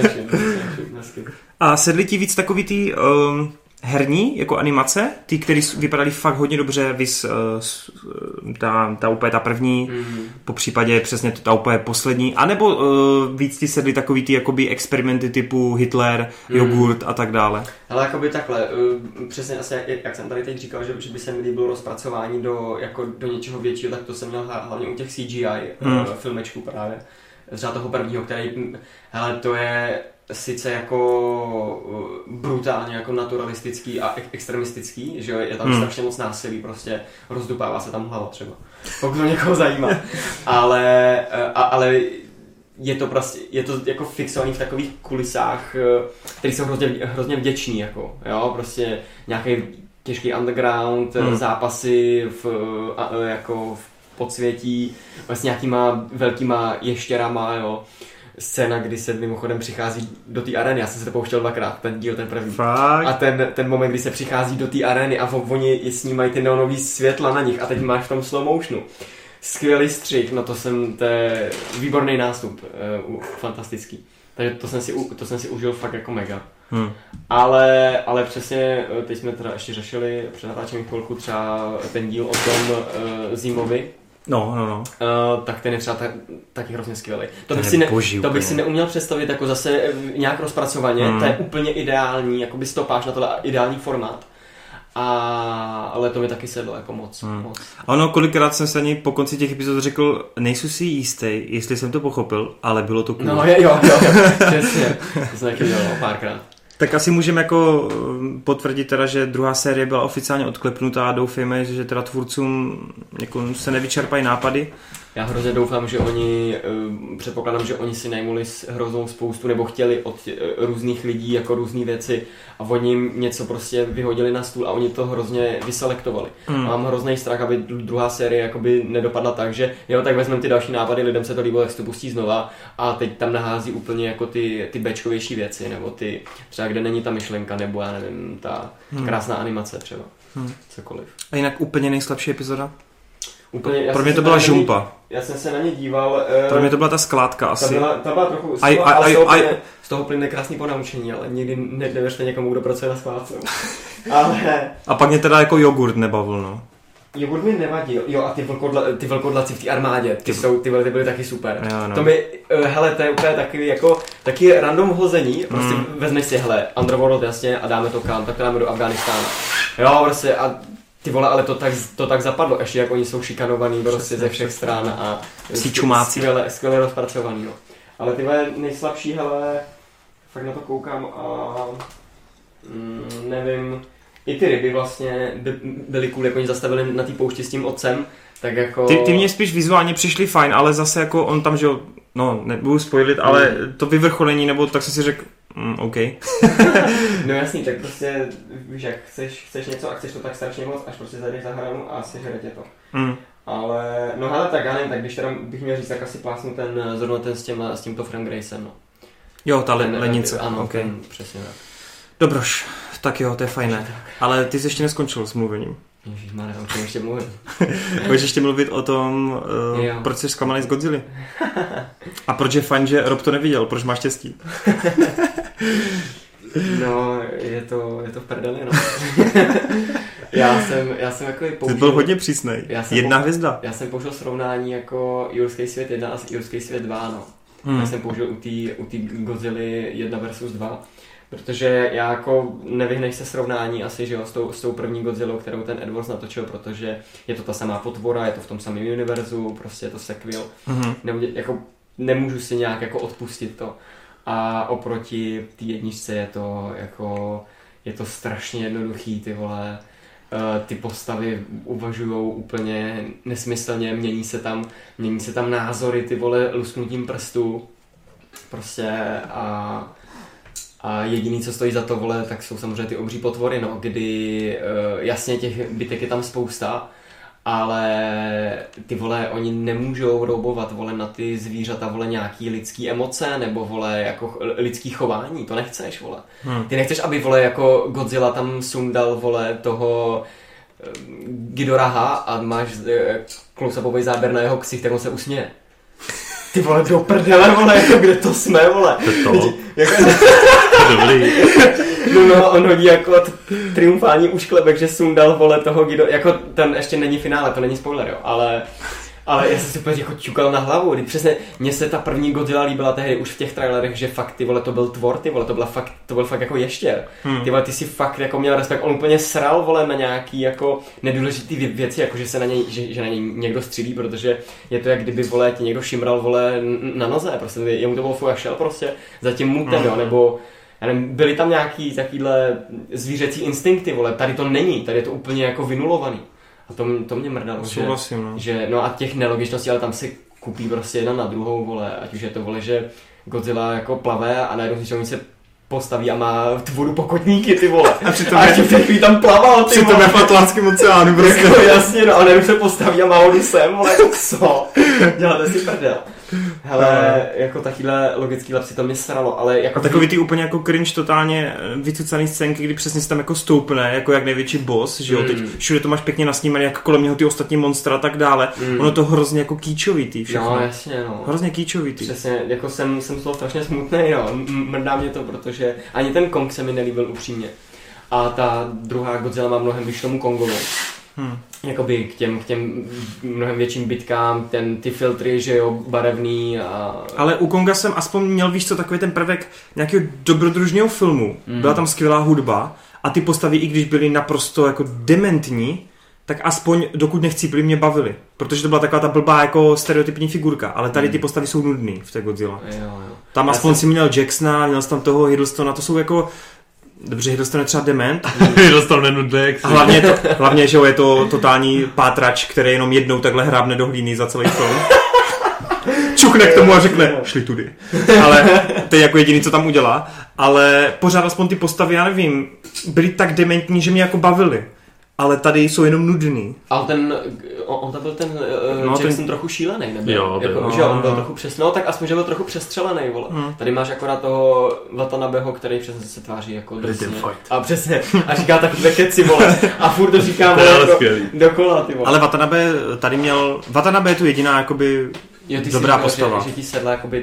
a sedli ti víc takový ty herní, jako animace, ty, které vypadaly fakt hodně dobře, ta úplně ta první, po případě přesně ta úplně poslední, anebo víc ti sedly takový ty jakoby experimenty typu Hitler, jogurt a tak dále. Ale jakoby takhle, přesně asi jak jsem tady teď říkal, že by se mi líbilo rozpracování do něčeho většího, tak to jsem měl hlavně u těch CGI filmečků právě. Třeba toho prvního, který, hele, to je sice jako brutálně jako naturalistický a extremistický, že je tam strašně moc násilí, prostě rozdupává se tam hlava třeba, pokud to někoho zajímá, ale je to jako fixovaný v takových kulisách, který jsou hrozně vděční, jako, jo, prostě nějaký těžký underground, zápasy v podsvětí, vlastně nějakýma velkýma ještěrama, jo. Scéna, kdy se mimochodem přichází do té arény, já jsem se to pouštěl dvakrát, ten díl, ten první. Fakt? A ten moment, kdy se přichází do té arény a oni snímají ty neonový světla na nich a teď máš v tom slow motionu. Skvělý střih, no to je výborný nástup, fantastický. Takže to jsem si užil fakt jako mega. Ale přesně, teď jsme teda ještě řešili před natáčením chvilku třeba ten díl o tom Zimovi. No. Tak ten je třeba taky hrozně skvělý. To bych si neuměl představit jako zase nějak rozpracovaně, to je úplně ideální, jakoby stopáž na tohle ideální formát. Ale to mi taky sedlo jako moc. Ono, kolikrát jsem se ani po konci těch epizod řekl, nejsou si jistý, jestli jsem to pochopil, ale bylo to cool. No jo, přesně. To jsem taky dělal párkrát. Tak asi můžeme jako potvrdit teda, že druhá série byla oficiálně odklepnutá a doufejme, že teda tvůrcům jako se nevyčerpají nápady. Já hrozně doufám, že předpokládám, že oni si najmuli hroznou spoustu, nebo chtěli od různých lidí jako různý věci a oni jim něco prostě vyhodili na stůl a oni to hrozně vyselektovali. Mám hrozný strach, aby druhá série jakoby nedopadla tak, že jo, tak vezmeme ty další nápady, lidem se to líbilo, tak se to pustí znova a teď tam nahází úplně jako ty béčkovější věci, nebo ty třeba kde není ta myšlenka, nebo já nevím, ta krásná animace třeba, cokoliv. A jinak úplně nejslabší epizoda? Úplně, pro mě to byla žumpa. Já jsem se na ně díval. Pro mě to byla ta skládka asi. Ta byla trochu z toho plyne krásný ponaučení, ale nikdy nevěřte někomu, kdo pracuje na skládce. A pak mě teda jako jogurt nebavil, no. Wood mi nevadil. Jo, a ty vlkodlaci v té armádě, ty byly taky super. Jo, no. To mi, hele, to je úplně takový jako, taky random hození, prostě vezmeš si, hele, Underworld, jasně, a dáme to kam, tak to dáme do Afghánistánu. Jo, prostě, a ty vole, ale to tak zapadlo, ještě jak oni jsou šikanovaný prostě ze všech stran a skvěle rozpracovaný, no. Ale ty vole, nejslabší, hele, fakt na to koukám a nevím, i ty ryby vlastně byly cool, jak oni zastavili na té poušti s tím otcem, tak jako... Ty mě spíš vizuálně přišli fajn, ale zase jako on tam, že no, nebudu spoilit, ale to vyvrcholení, nebo tak jsem si řekl, OK. No jasný, tak prostě, víš jak, chceš něco a chceš to tak strašně moc, až prostě zajdeš za hranu a sežere tě to. Ale, no hele, tak já nevím, tak když teda bych měl říct, tak asi plásnu zrovna ten s tímto Frank Gracem, no. Jo, ta lednice. Ano, okay. Přesně tak. Dobroš, tak jo, to je fajné. Ale ty jsi ještě neskončil s mluvením. Ježišmarja, o čem ještě mluvím? Můžeš ještě mluvit o tom, proč jsi zklamaný z Godzilla. A proč je fajn, že Rob to neviděl, proč máš štěstí. No, je to v prdeli, no. Já jsem jako použil... Ty byl hodně přísnej. Jedna hvězda. Já jsem použil srovnání jako Jurský svět 1 a Jurský svět 2, no. Já jsem použil u té Godzilly 1 versus 2. Protože já jako nevyhneš se srovnání asi, že jo, s tou první Godzillou, kterou ten Edwards natočil, protože je to ta samá potvora, je to v tom samém univerzu, prostě je to sequel. Jako nemůžu si nějak jako odpustit to. A oproti té jedničce je to strašně jednoduchý, ty vole. Ty postavy uvažujou úplně nesmyslně, mění se tam názory, ty vole, lusknutím prstů. Prostě a jediný, co stojí za to, vole, tak jsou samozřejmě ty obří potvory, no, kdy jasně těch bytek je tam spousta, ale ty vole, oni nemůžou roubovat, vole, na ty zvířata, vole, nějaký lidský emoce, nebo, vole, jako lidský chování, to nechceš, vole. Ty nechceš, aby, vole, jako Godzilla tam sundal, vole, toho Ghidorah a máš close-upový záběr na jeho ksicht, tak on se usměje. Ty vole, do prdele, vole, jako kde to jsme, vole. To? Dobrý. No, on hodí jako triumfální úšklebek, že sundal, vole, toho Guido, jako ten ještě není finále, to není spoiler, jo, ale já jsem si úplně jako čukal na hlavu, kdy přesně, mně se ta první Godzilla líbila tehdy už v těch trailerech, že fakt, ty vole, to byl tvor, ty vole, to byl fakt jako ještěr. Ty vole, ty si fakt jako měl respekt, on úplně sral, vole, na nějaký jako nedůležitý věci, jako že se na něj, že na něj někdo střílí, protože je to jak kdyby, vole, ti někdo šimral, vole, na noze, prostě jemu to bylo fuj a šel prostě za tím mutem, jo, nebo já nevím, byly tam nějaký takovýhle zvířecí instinkty, vole, tady to není, tady je to úplně jako vynulovaný. A to mě mrdalo, že no a těch nelogičností, ale tam se kupí prostě jedna na druhou, vole, ať už je to, vole, že Godzilla jako plave a najednou si se postaví a má vodu pokotníky, ty vole. A v té chvíli tam plaval, ty vole. Přitom je v Atlantském oceánu, prostě. Jako, jasně, no, a najednou se postaví a má vodu sem, vole, jako co? Děláte si prdel. Hele, jako takovýhle logický lapsy to mě sralo, ale jako... A takový ty úplně jako cringe totálně vycucaný scénky, kdy přesně se tam jako stoupne, jako jak největší boss, že jo, teď všude to máš pěkně nasnímané, jak kolem něho ty ostatní monstra a tak dále. Ono to hrozně jako kýčovitý všechno. No, jasně, no. Hrozně kýčovitý. Přesně, jako jsem z toho strašně smutnej, no. Mrdá mě to, protože ani ten Kong se mi nelíbil upřímně. A ta druhá Godzilla má mnohem vyšší tomu Kongovi. Jakoby k těm mnohem větším bitkám, ty filtry, že jo, barevný a... Ale u Konga jsem aspoň měl, víš co, takový ten prvek nějakého dobrodružného filmu. Byla tam skvělá hudba a ty postavy, i když byly naprosto jako dementní, tak aspoň dokud nechcípli, mě bavili. Protože to byla taková ta blbá jako stereotypní figurka, ale tady ty postavy jsou nudný v té Godzilla. Jo. Tam aspoň si měl Jacksona, měl jsi tam toho Hiddlestona, to jsou jako... Dobře, Hiddleston je třeba dement. Hiddleston nenudný. A hlavně, že je to totální pátrač, který jenom jednou takhle hrábne do hlíny za celý film. Čukne k tomu a řekne, šli tudy. Ale to je jako jediný, co tam udělá. Ale pořád aspoň ty postavy, já nevím, byly tak dementní, že mě jako bavily. Ale tady jsou jenom nudný. Ale on tam byl ten Jackson trochu šílený, nebyl? Jo, jako, že on byl trochu přesný, no tak aspoň, že byl trochu přestřelený, vole. Tady máš akorát toho Watanabeho, který přesně se tváří jako drsně. A přesně, a říká takové keci, vole. A furt to říká, vole, jako dokola, ty vole. Ale Watanabe je tu jediná, jakoby, dobrá postava. Že ti sedla, jakoby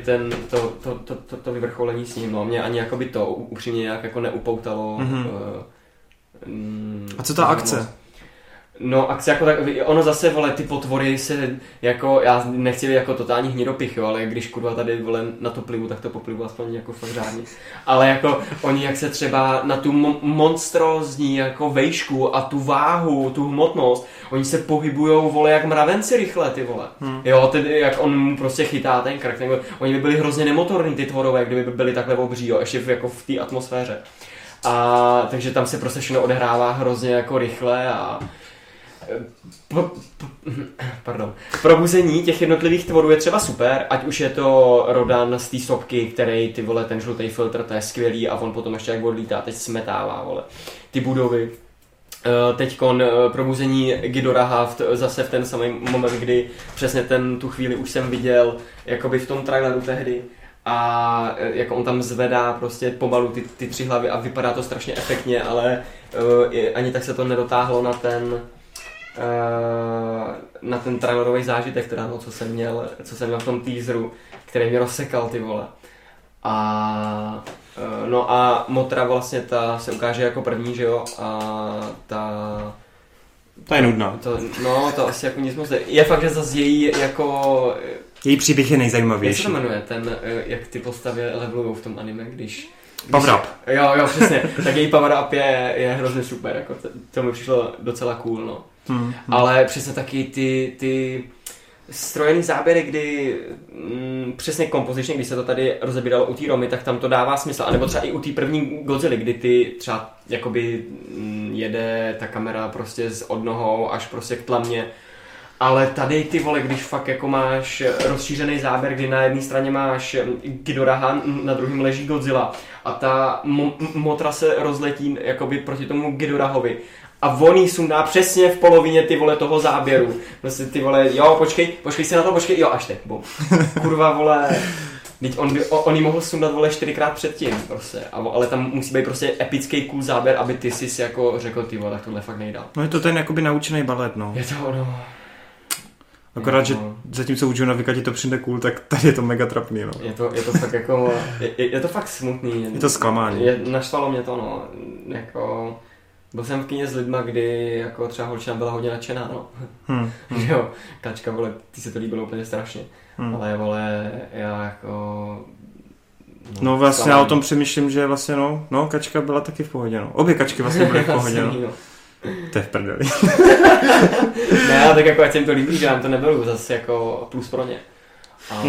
to vyvrcholení s ním, no. Mě ani jakoby to upřímně nějak jako neupoutalo. A co ta akce? No, akce jako tak, ono zase, vole, ty potvory se, jako, já nechci být jako totální hnidopich, jo, ale když kurva tady, vole, na to plivu, tak to poplivu aspoň jako fakt řádně. Ale jako, oni jak se třeba na tu monstrózní jako vejšku a tu váhu, tu hmotnost, oni se pohybujou, vole, jak mravenci rychle, ty vole. Jo, tedy, jak on mu prostě chytá ten krk, nebo oni by byli hrozně nemotorní, ty tvorové, kdyby byli takhle obří, jo, ještě jako v té atmosféře. A takže tam se prostě všechno odehrává hrozně jako rychle a probuzení těch jednotlivých tvorů je třeba super, ať už je to Rodan z té sopky, který ty vole, ten žlutý filtr, to je skvělý a on potom ještě jak odlítá, teď smetává, vole, ty budovy. Teďkon probuzení Ghidorah zase v ten samý moment, kdy přesně tu chvíli už jsem viděl jakoby v tom traileru tehdy a jako on tam zvedá prostě pomalu ty 3 hlavy a vypadá to strašně efektně, ale ani tak se to nedotáhlo na ten trailerový zážitek, teda, no, co jsem měl v tom teaseru, který mě rozsekal, ty vole. No a Mothra vlastně ta se ukáže jako první, že jo, a ta je nudná. To asi jako nic moc. Je fakt, že zase její jako... Její příběh je nejzajímavější. Jak se to jmenuje, jak ty postavy levelujou v tom anime, když Power up. Jo, přesně. Tak její power up je hrozně super, jako to mi přišlo docela cool, no. Ale přesně taky ty strojený záběry, kdy přesně kompozičně, když se to tady rozebíralo u té Romy, tak tam to dává smysl. A nebo třeba i u té první Godzilla, kdy ty třeba jakoby jede ta kamera prostě od nohou až prostě k tlamě. Ale tady ty vole, když fakt jako máš rozšířený záběr, kdy na jedné straně máš Ghidorah, na druhém leží Godzilla a ta Mothra se rozletí jakoby proti tomu Ghidorahovi. A on jí sundá přesně v polovině ty vole toho záběru. Prostě ty vole, jo, počkej se na to, jo, až teď, bum. Kurva, vole, teď on jí mohl sundat, vole, 4krát předtím, prostě. Ale tam musí být prostě epický cool záběr, aby ty si jako řekl, ty vole, tak tohle fakt nejdál. No je to ten jakoby naučený balet, no. Je to ono. Akorát, že zatímco u Johna Wicka ti to přijde cool, tak tady je to mega trapný, no. Je to fakt jako, je to fakt smutný. Je to zklamání. Naštvalo mě to, no, jako... Byl jsem v kině s lidma, kdy jako třeba holčina byla hodně nadšená, no. Že jo, Kačka, vole, ty se to líbilo úplně strašně. Ale, vole, já jako... No vlastně já o tom přemýšlím, že vlastně no, Kačka byla taky v pohodě, no. Obě Kačky vlastně byly v pohodě, no. To je v prdeli. Ne, tak jako ať se jim to líbí, že nám to nebylo zase jako plus pro ně. Ale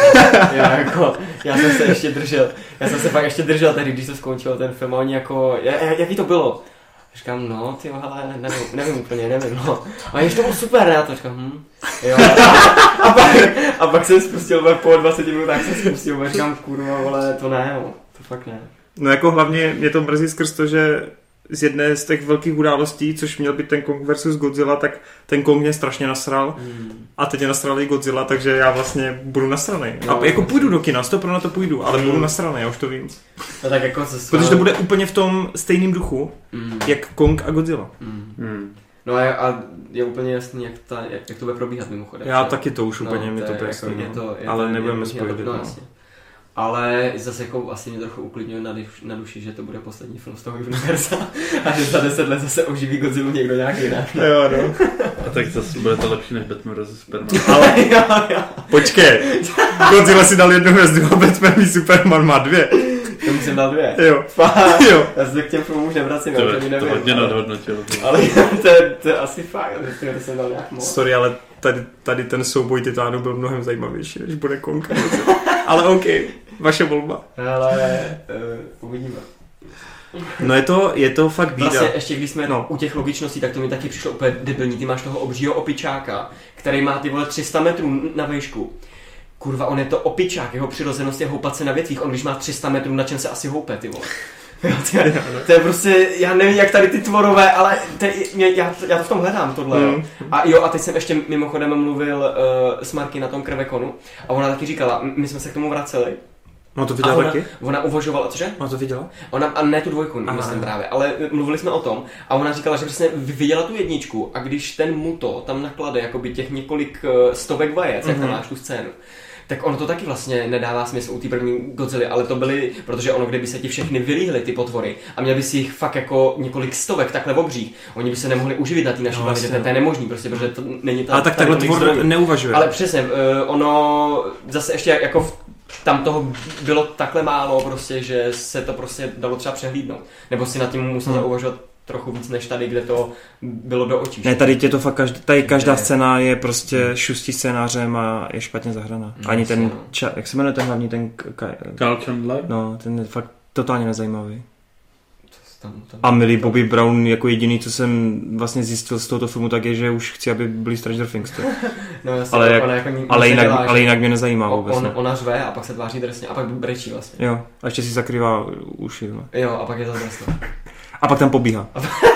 já jsem se fakt ještě držel tady, když to skončilo ten film a oni jako, jaký to bylo? Říkám, no, ty vole, nevím úplně, no. A ještě to bylo super, ne? A to říkám, jo. A pak jsem spustil, po 20 minutách jsem spustil, a říkám, kurva, vole, to ne, jo. To fakt ne. No jako hlavně mě to mrzí skrz to, že z jedné z těch velkých událostí, což měl být ten Kong versus Godzilla, tak ten Kong mě strašně nasral a teď je nasral i Godzilla, takže já vlastně budu nasranej. No, a jako půjdu do kina, 100% na to půjdu, ale budu nasranej, já už to vím. No tak jako protože to bude úplně v tom stejným duchu, jak Kong a Godzilla. No a je úplně jasný, jak to bude probíhat mimochodem. Já taky to už úplně mi to jasný, ale nebudeme spojit. Ale zase jako asi mě trochu uklidňuje na duši, že to bude poslední film z toho univerza a že za 10 let zase oživí Godzilla někdo nějak jinak. Jo, no. A tak zase bude to lepší než Batman vs Superman. Ale jo. Počkej, Godzilla si dal 1 hvězdu a Batman v Superman má 2. To musím dát 2. Jo. Jo. Já se k těm filmům už nevracím, já to nevím. To hodně nadhodnotil. Ale to je asi fakt, že to jsem dal nějak moc. Sorry, ale tady ten souboj titánů byl mnohem zajímavější, než bude Kong. Ale OK, vaše volba. Ale uvidíme. No je to fakt bída. Vlastně ještě když jsme u těch logičností, tak to mi taky přišlo úplně debilní. Ty máš toho obřího opičáka, který má ty vole 300 metrů na výšku. Kurva, on je to opičák, jeho přirozenost je houpat se na větvích. On když má 300 metrů, na čem se asi houpe, ty vole. To je prostě, já nevím jak tady ty tvorové, ale já to v tom hledám tohle. A teď jsem ještě mimochodem mluvil s Marky na tom Krvekonu a ona taky říkala, my jsme se k tomu vraceli. No to viděla taky? Ona uvažovala, cože? No to viděla? A ne tu 2, myslím právě, ale mluvili jsme o tom a ona říkala, že přesně viděla tu 1 a když ten Muto tam naklade jakoby těch několik stovek vajec, jak tam máš tu scénu, Tak ono to taky vlastně nedává smysl u té první Godzilla, ale to byly, protože ono, kdyby se ti všechny vylíhly ty potvory a měli by si jich fakt jako několik stovek takhle obřích, oni by se nemohli uživit na té naší planetě, to je nemožný, prostě, protože to není ta. Ale tak takhle tvor neuvažuje. Ale přesně, ono zase ještě jako tam toho bylo takhle málo prostě, že se to prostě dalo třeba přehlídnout. Nebo si nad tím musel uvažovat trochu víc než tady, kde to bylo do očí. Ne, tady tě to fakt každá scéna je prostě šustí scénářem a je špatně zahraná. Ani ten, jak se jmenuje ten hlavní, ten Carl Chandler? No, ten je fakt totálně nezajímavý. A Millie Bobby Brown jako jediný, co jsem vlastně zjistil z tohoto filmu, tak je, že už chci, aby byli Stranger Things. No, jasně, ale jinak mě nezajímá vůbec. Ona řve a pak se tváří drsně a pak brečí vlastně. Jo, a ještě si zakrývá uši. No. Jo, a pak je to drsně. A pak tam pobíhá.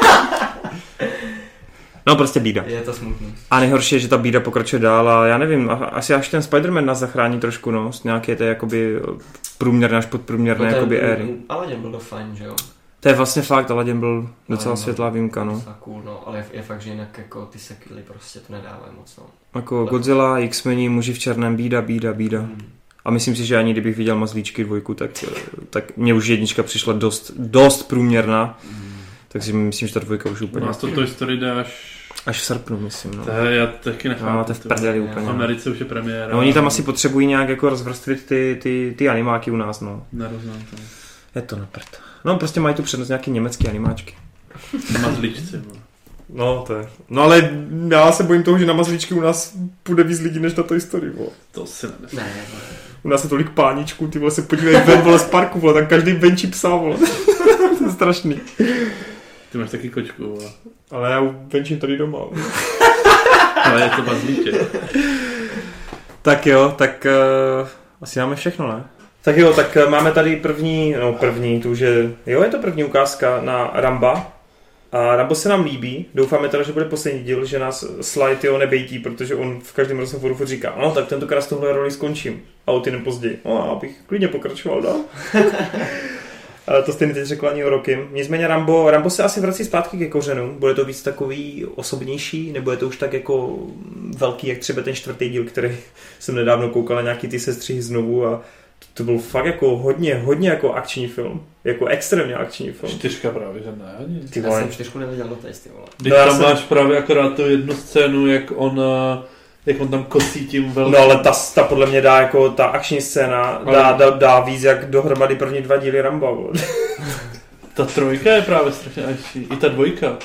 No prostě bída. Je to smutný. A nejhorší je, že ta bída pokračuje dál a já nevím, asi až ten Spider-Man nás zachrání trošku, no, z nějaké té jakoby průměrné až podprůměrné no, jakoby éry. Aladdin byl to fajn, že jo? To je vlastně fakt, Aladdin byl docela světlá výjimka, no. Cool, no, ale je fakt, že jinak jako ty sequely prostě to nedávají moc, no. Jako Godzilla, X-meni, Muži v černém, bída. A myslím si, že ani kdybych viděl Mazlíčky 2, tak mě už jednička přišla dost průměrná. Takže myslím, že ta 2 už úplně... Nás to Toy Story jde až v srpnu, myslím, no. To já taky nechápu. No, to je v prdeli úplně. V Americe už je premiéra. No, oni tam asi potřebují nějak jako rozvrstvit ty animáky u nás, no. Neroznám to. Je to na prd. No, prostě mají tu přednost nějaký německý animáčky. Mazlíčci, no, to je. No, ale já se bojím toho, že na Mazlíčky u nás půjde víc lidí, než na Toy Story, vole. To si ne. U nás je tolik páničků, ty vole, se podívej ven, vole, z parku, vole, tam každý venčí psa, vole. To je strašný. Ty máš taky kočku, vole. Ale já venčím tady doma. Ale je to Mazlíček. Tak jo, tak asi máme všechno, ne? Tak jo, tak máme tady první, to už je to první ukázka na Ramba. A Rambo se nám líbí, doufáme teda, že bude poslední díl, že nás Sly nebejtí, protože on v každém rozhovoru furt říká, no tak tentokrát z tohle roli skončím. A o týden později, abych klidně pokračoval dál. Ale to stejně teď řekl ani o Rockym. Nicméně Rambo se asi vrací zpátky ke kořenům. Bude to víc takový osobnější, nebo je to už tak jako velký, jak třeba ten 4. díl, který jsem nedávno koukal na nějaký ty sestřihy znovu a to byl fakt jako hodně jako akční film. Jako extrémně akční film. 4 právě, že ne? Já jsem 4 neviděl doteď, ty vole. Když tam máš právě akorát tu jednu scénu, jak on tam kosí tím velkým. No ale ta podle mě dá jako ta akční scéna dá víc jak dohromady první 2 díly Ramba. Ta 3 je právě strašně akční. I ta 2.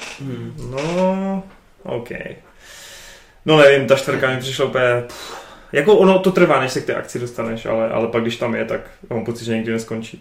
No, OK. No nevím, ta 4 mi přišla úplně... Jako ono to trvá, než se k té akci dostaneš, ale pak když tam je, tak mám pocit, že nikdy neskončí.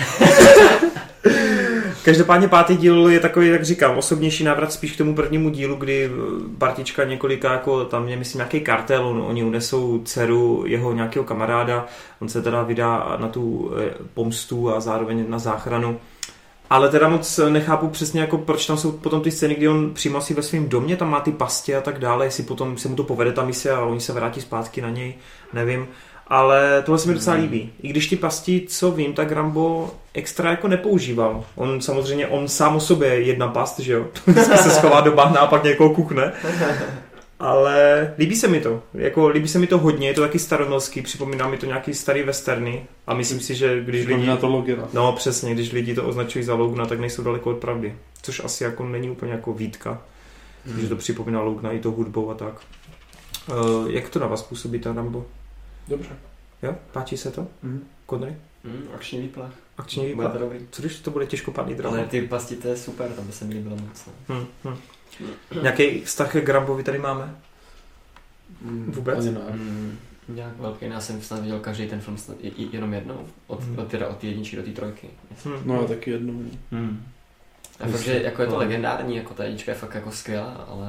Každopádně 5. díl je takový, jak říkám, osobnější návrat spíš k tomu prvnímu dílu, kdy partička několika, jako tam je myslím nějaký kartel, oni unesou dceru jeho nějakého kamaráda, on se teda vydá na tu pomstu a zároveň na záchranu. Ale teda moc nechápu přesně, jako proč tam jsou potom ty scény, kdy on přímo asi ve svém domě, tam má ty pasti a tak dále, jestli potom se mu to povede ta mise a oni se vrátí zpátky na něj, nevím. Ale tohle se mi docela líbí. I když ty pasti, co vím, tak Rambo extra jako nepoužíval. On samozřejmě, on sám o sobě je jedna past, že jo? Se schová do bahna a pak někoho kuchne. Ale líbí se mi to. Jako, líbí se mi to hodně, je to taky staromilský, připomíná mi to nějaký starý westerny a myslím si, že když lidi... to Logana. No přesně, když lidi to označují za Logana, tak nejsou daleko od pravdy. Což asi jako není úplně jako výtka. Když to připomíná Logana i to hudbou a tak. Jak to na vás působí ta Rambo? Dobře. Jo? Páčí se to? Connery? Akční výplach. Akční výplach. Co když to bude těžkopádný drama? Ale ty pasti, to je super, tam by se mi líbilo moc. Nějaký vztah k Rambovi tady máme? Vůbec? Ani ne. Nějak velký, já jsem snad viděl každý ten film snad jenom jednou. Od té 1 do té 3. No a taky jednou. A fakt, že jako je to legendární, jako ta 1 je fakt jako skvělá, ale...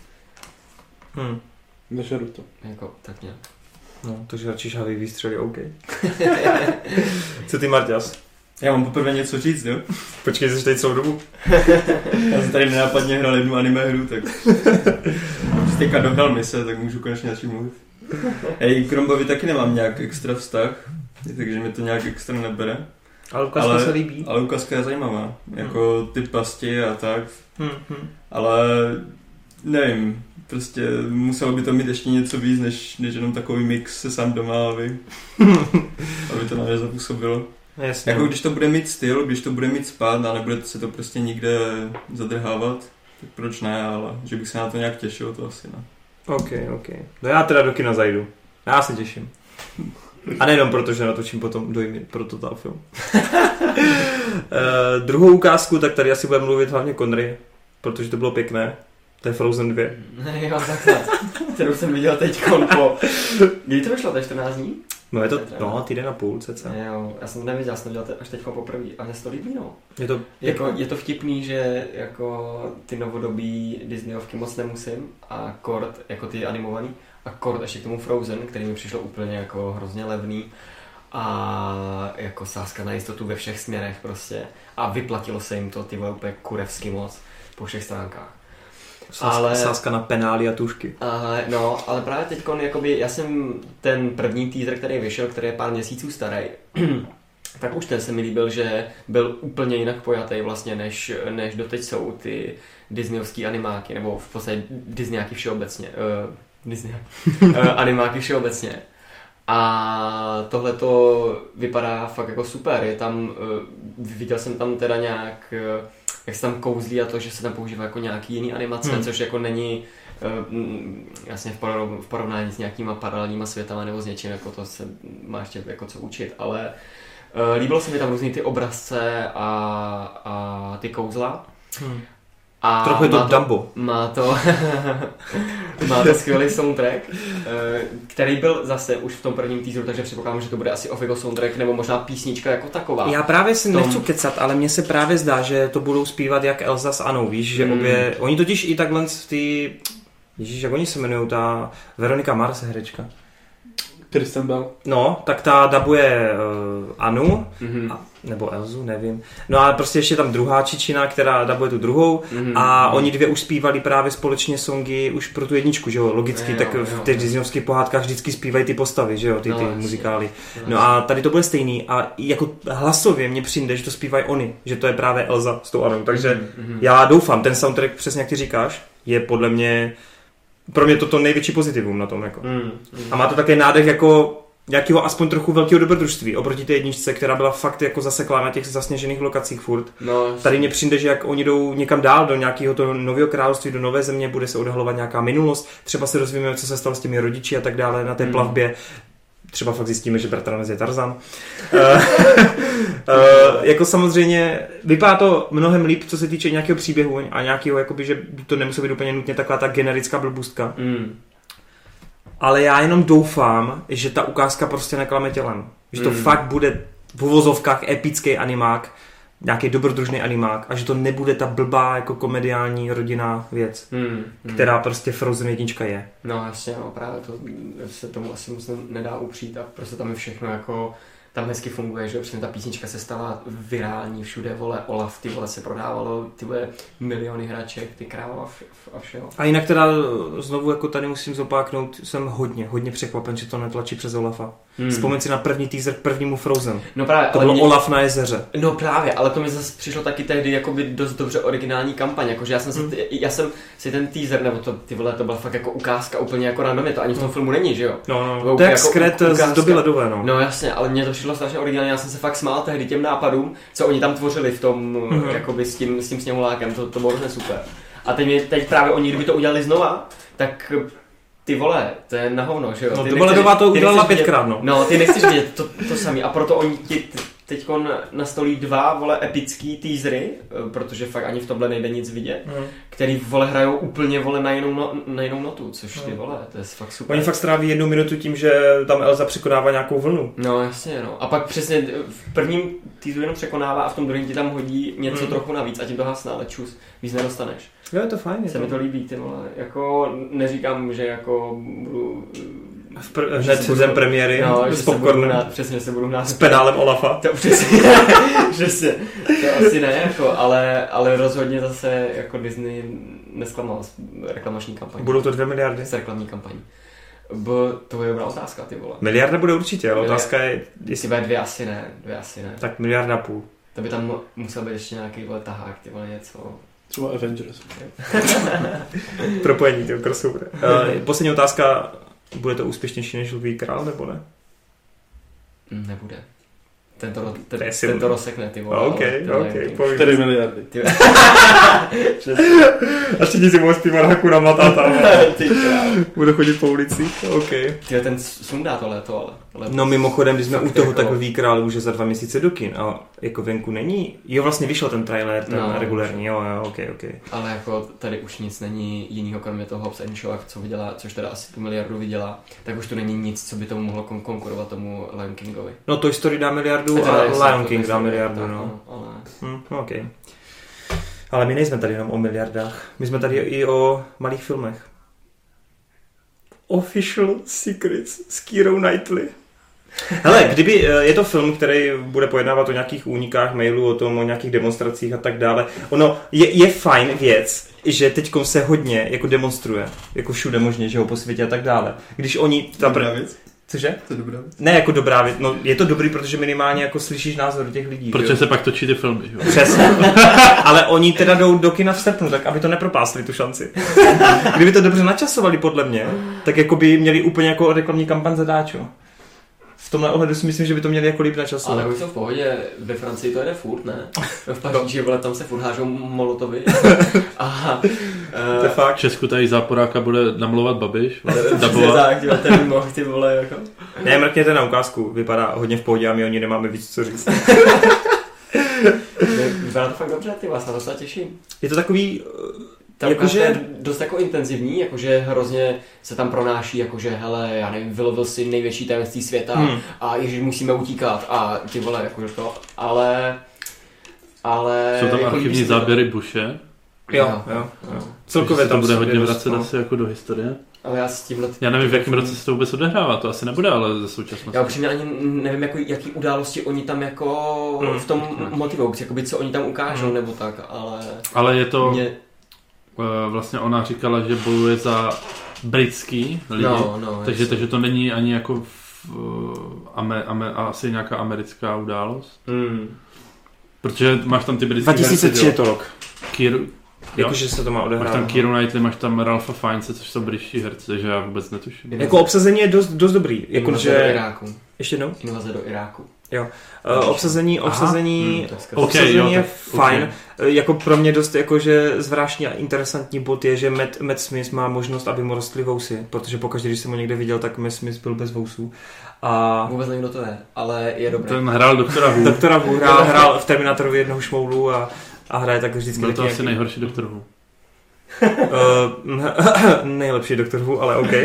Nežeru to. Jako tak nějak. No, takže radši žhavý výstřely, OK. Co ty, Marťas? Já mám poprvé něco říct, jo? Počkej, jsi tady celou dobu. Já jsem tady nenápadně hrál jednu anime hru, tak... Když teďka dohrál mise, tak můžu konečně začít mluvit. K Rambovi taky nemám nějak extra vztah, takže mi to nějak extra nebere. Ale ukázka se líbí. Ale ukázka je zajímavá, jako ty pasti a tak. Ale nevím, prostě muselo by to mít ještě něco víc, než jenom takový mix se sám doma, aby to na mě zapůsobilo. Jasně. Jako když to bude mít styl, když to bude mít spát a nebude se to prostě nikde zadrhávat, tak proč ne, ale že bych se na to nějak těšil, to asi ne. OK. No já teda do kina zajdu. Já se těším. A nejenom proto, že natočím potom dojmy pro Total Film. Druhou ukázku, tak tady asi budeme mluvit hlavně Connery, protože to bylo pěkné. To je Frozen 2. Jo, takhle. Kterou jsem viděl teď po... Kdy to vyšlo, to je 14 dní? No je to, týden a půl cca. Jo, já jsem to neviděl, jsem to dělal až teď poprvé a mě se to líbí, no. Je to vtipný, že jako ty novodobí Disneyovky moc nemusím a kort, jako ty animovaný, a kort ještě k tomu Frozen, který mi přišlo úplně jako hrozně levný a jako sázka na jistotu ve všech směrech prostě a vyplatilo se jim to ty vole úplně kurevsky moc po všech stránkách. Sázka na penály a tušky. No, ale právě teďkon, jakoby, já jsem ten první teaser, který vyšel, který je pár měsíců starý, tak už ten se mi líbil, že byl úplně jinak pojatý vlastně, než doteď jsou ty disneyovský animáky, nebo v podstatě Disneyáky všeobecně. Animáky všeobecně. A tohle to vypadá fakt jako super. Je tam, viděl jsem tam teda nějak, jak se tam kouzlí a to, že se tam používá jako nějaký jiný animace, což jako není jasně v porovnání s nějakýma paralelníma světama nebo s něčím, jako to se má ještě jako co učit, ale líbilo se mi tam různý ty obrazce a ty kouzla. A trochu je to Dumbo. Má to skvělý soundtrack, který byl zase už v tom prvním teaseru, takže předpokládám, že to bude asi off soundtrack, nebo možná písnička jako taková. Já právě si nechci kecat, ale mně se právě zdá, že to budou zpívat jak Elsa s Annou, víš, že obě, oni totiž i takhle Ježíš, jak oni se jmenují, ta Veronika Mars, herečka. Kristen Bell. No, tak ta dabuje Anu, nebo Elzu, nevím. No a prostě ještě tam druhá čičina, která dabuje tu druhou a oni dvě už zpívali právě společně songy už pro tu jedničku, že jo, logicky, tak v těch disneyovských pohádkách vždycky zpívají ty postavy, že jo, ty muzikály. No a tady to bude stejný a jako hlasově mně přijde, že to zpívají oni, že to je právě Elza s tou Anou, takže já doufám, ten soundtrack, přesně jak ty říkáš, je podle mě pro mě to největší pozitivum na tom. Jako. A má to také nádech jako nějakého aspoň trochu velkého dobrodružství oproti té jedničce, která byla fakt jako zaseklá na těch zasněžených lokacích furt. No, tady mně přijde, že jak oni jdou někam dál do nějakého toho nového království, do nové země, bude se odhalovat nějaká minulost, třeba se dozvíme, co se stalo s těmi rodiči a tak dále na té plavbě. Třeba fakt zjistíme, že bratranec je Tarzan. Jako samozřejmě vypadá to mnohem líp, co se týče nějakého příběhu a nějakého, jakoby, že to nemusí být úplně nutně taková ta generická blbůstka. Ale já jenom doufám, že ta ukázka prostě neklame tělem. Že to fakt bude v uvozovkách epický animák, nějaký dobrodružný animák a že to nebude ta blbá jako komediální rodinná věc, která prostě Frozen jednička je. No jasně, no, právě to se tomu asi moc nedá upřít a prostě tam je všechno jako tam hezky funguje, že přesně ta písnička se stala virální všude, vole, Olaf, ty vole, se prodávalo, ty vole, miliony hraček, ty kráva a všeho. A jinak teda znovu jako tady musím zopáknout, jsem hodně překvapen, že to netlačí přes Olafa. Vzpomeň si na první teaser k prvnímu Frozen. No právě, to bylo Olaf na jezeře. No právě, ale to mi zase přišlo taky tehdy jakoby dost dobře originální kampaň, jakože já jsem si ten teaser, nebo to, ty vole, to byla fakt jako ukázka úplně jako randomně, to ani v tom filmu není, že jo? No, to je jak jako skret z doby ledové, no. No jasně, ale mě to přišlo strašně originálně, já jsem se fakt smál tehdy těm nápadům, co oni tam tvořili v tom, jakoby s tím sněhulákem, to bylo hrozně super. A teď právě oni, kdyby to udělali znova, tak ty vole, to je na hovno, že jo? No, to ledová to udělala 5krát, no. No, ty nechceš vidět to samý a proto oni ti teďkon nastolí 2, vole, epický teasery, protože fakt ani v tomhle nejde nic vidět, který, vole, hrajou úplně, vole, na jinou notu, což ty, vole, to je fakt super. Oni fakt stráví 1 minutu tím, že tam Elza překonává nějakou vlnu. No, jasně, no. A pak přesně v prvním teaseru jenom překonává a v tom druhém ti tam hodí něco trochu navíc a tím to hasne, ale čus, víc nedostaneš. Jo, je to fajn. Se mi to líbí, ty vole, jako neříkám, že jako budu... hned zem premiéry s popcornem. Přesně, se budu hnát. S pedálem Olafa. To přesně, to asi ne, jako, ale rozhodně zase jako Disney nesklamal reklamační kampaň. Budou to 2 miliardy? S reklamní kampaní. To je dobrá otázka, ty vole. Miliarda bude určitě, ale otázka je... Jestli bude 2 asi ne. Tak 1,5 miliardy. To by tam musel být ještě nějaký tahák, ty vole, něco... Třeba Avengers. Propojení, to crossover. Poslední otázka. Bude to úspěšnější než Lví král, nebo ne? Nebude. Tento rozsekne, ty vole. OK. 4 miliardy. A všichni si mohou zpívat Hakuna Matata. Bude chodit po ulicích. OK. Tyhle, ten sundá tohle. No mimochodem, když jsme u toho, jako... tak Lví král už je za 2 měsíce do kin. A jako venku není. Jo, vlastně vyšel ten trailer, ten regulární. Jo, OK. Ale jako tady už nic není jinýho, kromě toho Hobbs & Shaw, co vydělá, což teda asi tu miliardu vydělá, tak už tu není nic, co by tomu mohlo konkurovat tomu Lion Kingovi. No Toy Story dá miliardu a Lion King dá miliardu, no. OK. Ale my nejsme tady jenom o miliardách. My jsme tady i o malých filmech. Official Secrets s Keirou Knightley. Hele, je to film, který bude pojednávat o nějakých únikách mailů, o tom, o nějakých demonstracích a tak dále. Ono je fajn věc, že teďkom se hodně jako demonstruje, jako všude možně, že ho po světě a tak dále. Když oni... Dobrá věc. Cože? To je dobrá věc. Ne jako dobrá věc, no je to dobrý, protože minimálně jako slyšíš názor těch lidí. Protože se pak točí ty filmy, jo? Přesně. Ale oni teda jdou do kina v srpnu, tak aby to nepropásli tu šanci. Kdyby to dobře načasovali podle mě, tak jako by měli úplně jako reklamní kampaň za dáčo. V tomhle ohledu si myslím, že by to měli jako líp načasovat. Ale už jsou v pohodě, ve Francii to jede furt, ne? V Paříži, vole, tam se furt hážou molotovy. To je fakt. V Česku tady Záporáka bude namlouvat Babiš. Tak, ten mohl, ty vole, jako. Ne, mrkněte na ukázku, vypadá hodně v pohodě a my o ní nemáme víc co říct. Vypadá to fakt dobře, ty vás na to se těším. Je to takový... Ta ukázka je dost jako intenzivní, jakože hrozně se tam pronáší, jakože hele, já nevím, vylovil si největší tajemství světa a ježiš, musíme utíkat a ty vole, jakože to, ale jsou tam jako archivní záběry Bushe. Jo. Celkově tam bude hodně vracet asi jako do historie. Ale já s tímhle... Já nevím, v jakém roce se to vůbec odehrává, to asi nebude, ale ze současnosti. Já upřímně ani nevím, jaký události oni tam jako v tom motivou, jakoby co oni tam ukážou, nebo tak, ale... Ale je to... Vlastně ona říkala, že bojuje za britský lidi, takže to není ani jako asi nějaká americká událost. Protože máš tam ty britské 2003 je to rok. Jakože se to má odehrávat. Máš tam Keiru Knightley, máš tam Ralpha Fiennese, což jsou britští herci, takže já vůbec netuším. Jako obsazení je dost dobrý. Invaze do Iráku. Ještě jednou? Invaze do Iráku. Jo. Obsazení je fajn. Jako pro mě dost jakože zvláštní a interesantní bod je, že Matt Smith má možnost, aby mu rostly vousy, protože pokaždé, když jsem ho někde viděl, tak Matt Smith byl bez vousů. A... Vůbec nevím, kdo to je, ale je dobrý. Ten hrál Doktora Who. Doktora Who hrál v Terminátorovi jednoho šmoulu a hraje tak vždycky. Byl to asi nejhorší Doktor Who. Nejlepší Doktor Who, ale OK.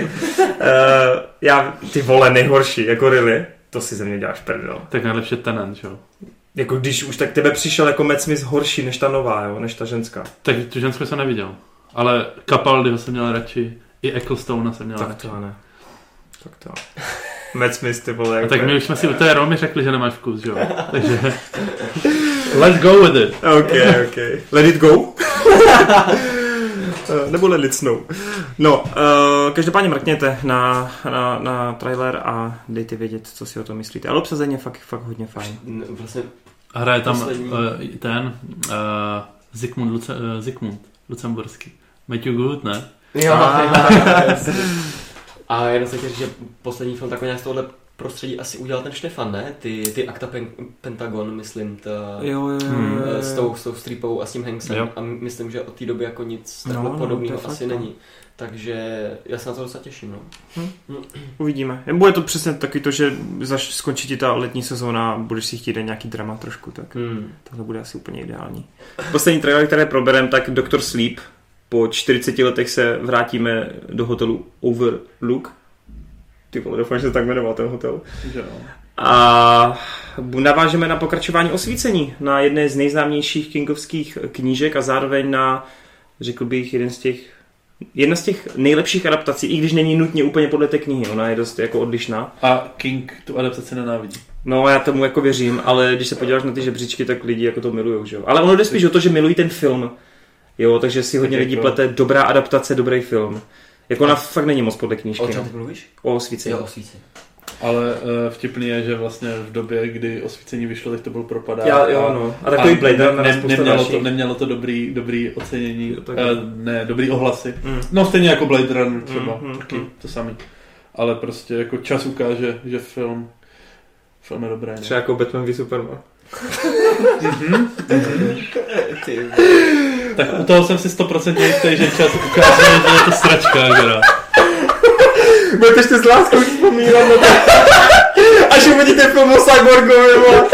Ty vole, nejhorší, jako really. To si ze mě děláš prdel. Tak nejlepší Tennant, jo. Jako když už tak tebe přišel jako Matt Smith horší než ta nová, jo, než ta ženská. Tak tu ženskou jsem neviděl. Ale Capaldiho jsem měl radši. I Ecclestona jsem měl radši. Tak to. Matt Smith, ty vole. A tak my už jsme si u té Romy řekli, že nemáš vkus, jo. Takže... Let's go with it. OK. Let it go? Nebo let it snow. No, každopádně mrkněte na trailer a dejte vědět, co si o tom myslíte. Ale obsazení je fakt hodně fajn. Vlastně a hraje tam Zikmund Lucemburský. Matthew Good, ne? Jo. A jenom se chtěl říct, že poslední film takový nějak z tohohle prostředí asi udělal ten Štefan, ne? Ty Akta Pentagon, myslím, s tou Streepovou a s tím Hanksem. Jo. A myslím, že od té doby jako nic takhle podobného asi není. Takže já se na to docela těším. Uvidíme. Bude to přesně taky to, že skončí ti ta letní sezóna a budeš si chtít nějaký drama trošku, tak tohle bude asi úplně ideální. Poslední trailer, které proberem, tak Dr. Sleep. Po 40 letech se vrátíme do hotelu Overlook. Ty vole, doufám, že se tak jmenoval ten hotel. A navážeme na pokračování Osvícení, na jedné z nejznámějších kingovských knížek a zároveň na, řekl bych, jedna z těch nejlepších adaptací, i když není nutně úplně podle té knihy, ona je dost jako odlišná. A King tu adaptaci nenávidí. No, já tomu jako věřím, ale když se podíváš na ty žebříčky, tak lidi jako to milujou, že jo. Ale ono jde spíš o to, že milují ten film. Jo, takže si hodně lidí plete dobrá adaptace, dobrý film. Jako ona fakt není moc podle knížky. O čem ty mluvíš? O Osvícení. Jo, Osvícení. Ale vtipný je, že vlastně v době, kdy Osvícení vyšlo, tak to byl propadák. Jo, no. A takový Blade nemělo to dobrý ocenění, dobrý ohlasy. No stejně jako Blade Runner třeba, taky to samý. Ale prostě jako čas ukáže, že film je dobré. Třeba jako Batman v Superman. Tak u toho jsem si 100% jistý, že čas ukáže, že je to sračka, teda. Budete ještě s láskou vzpomínat na to. Až uvidíte film o Cyborgovi,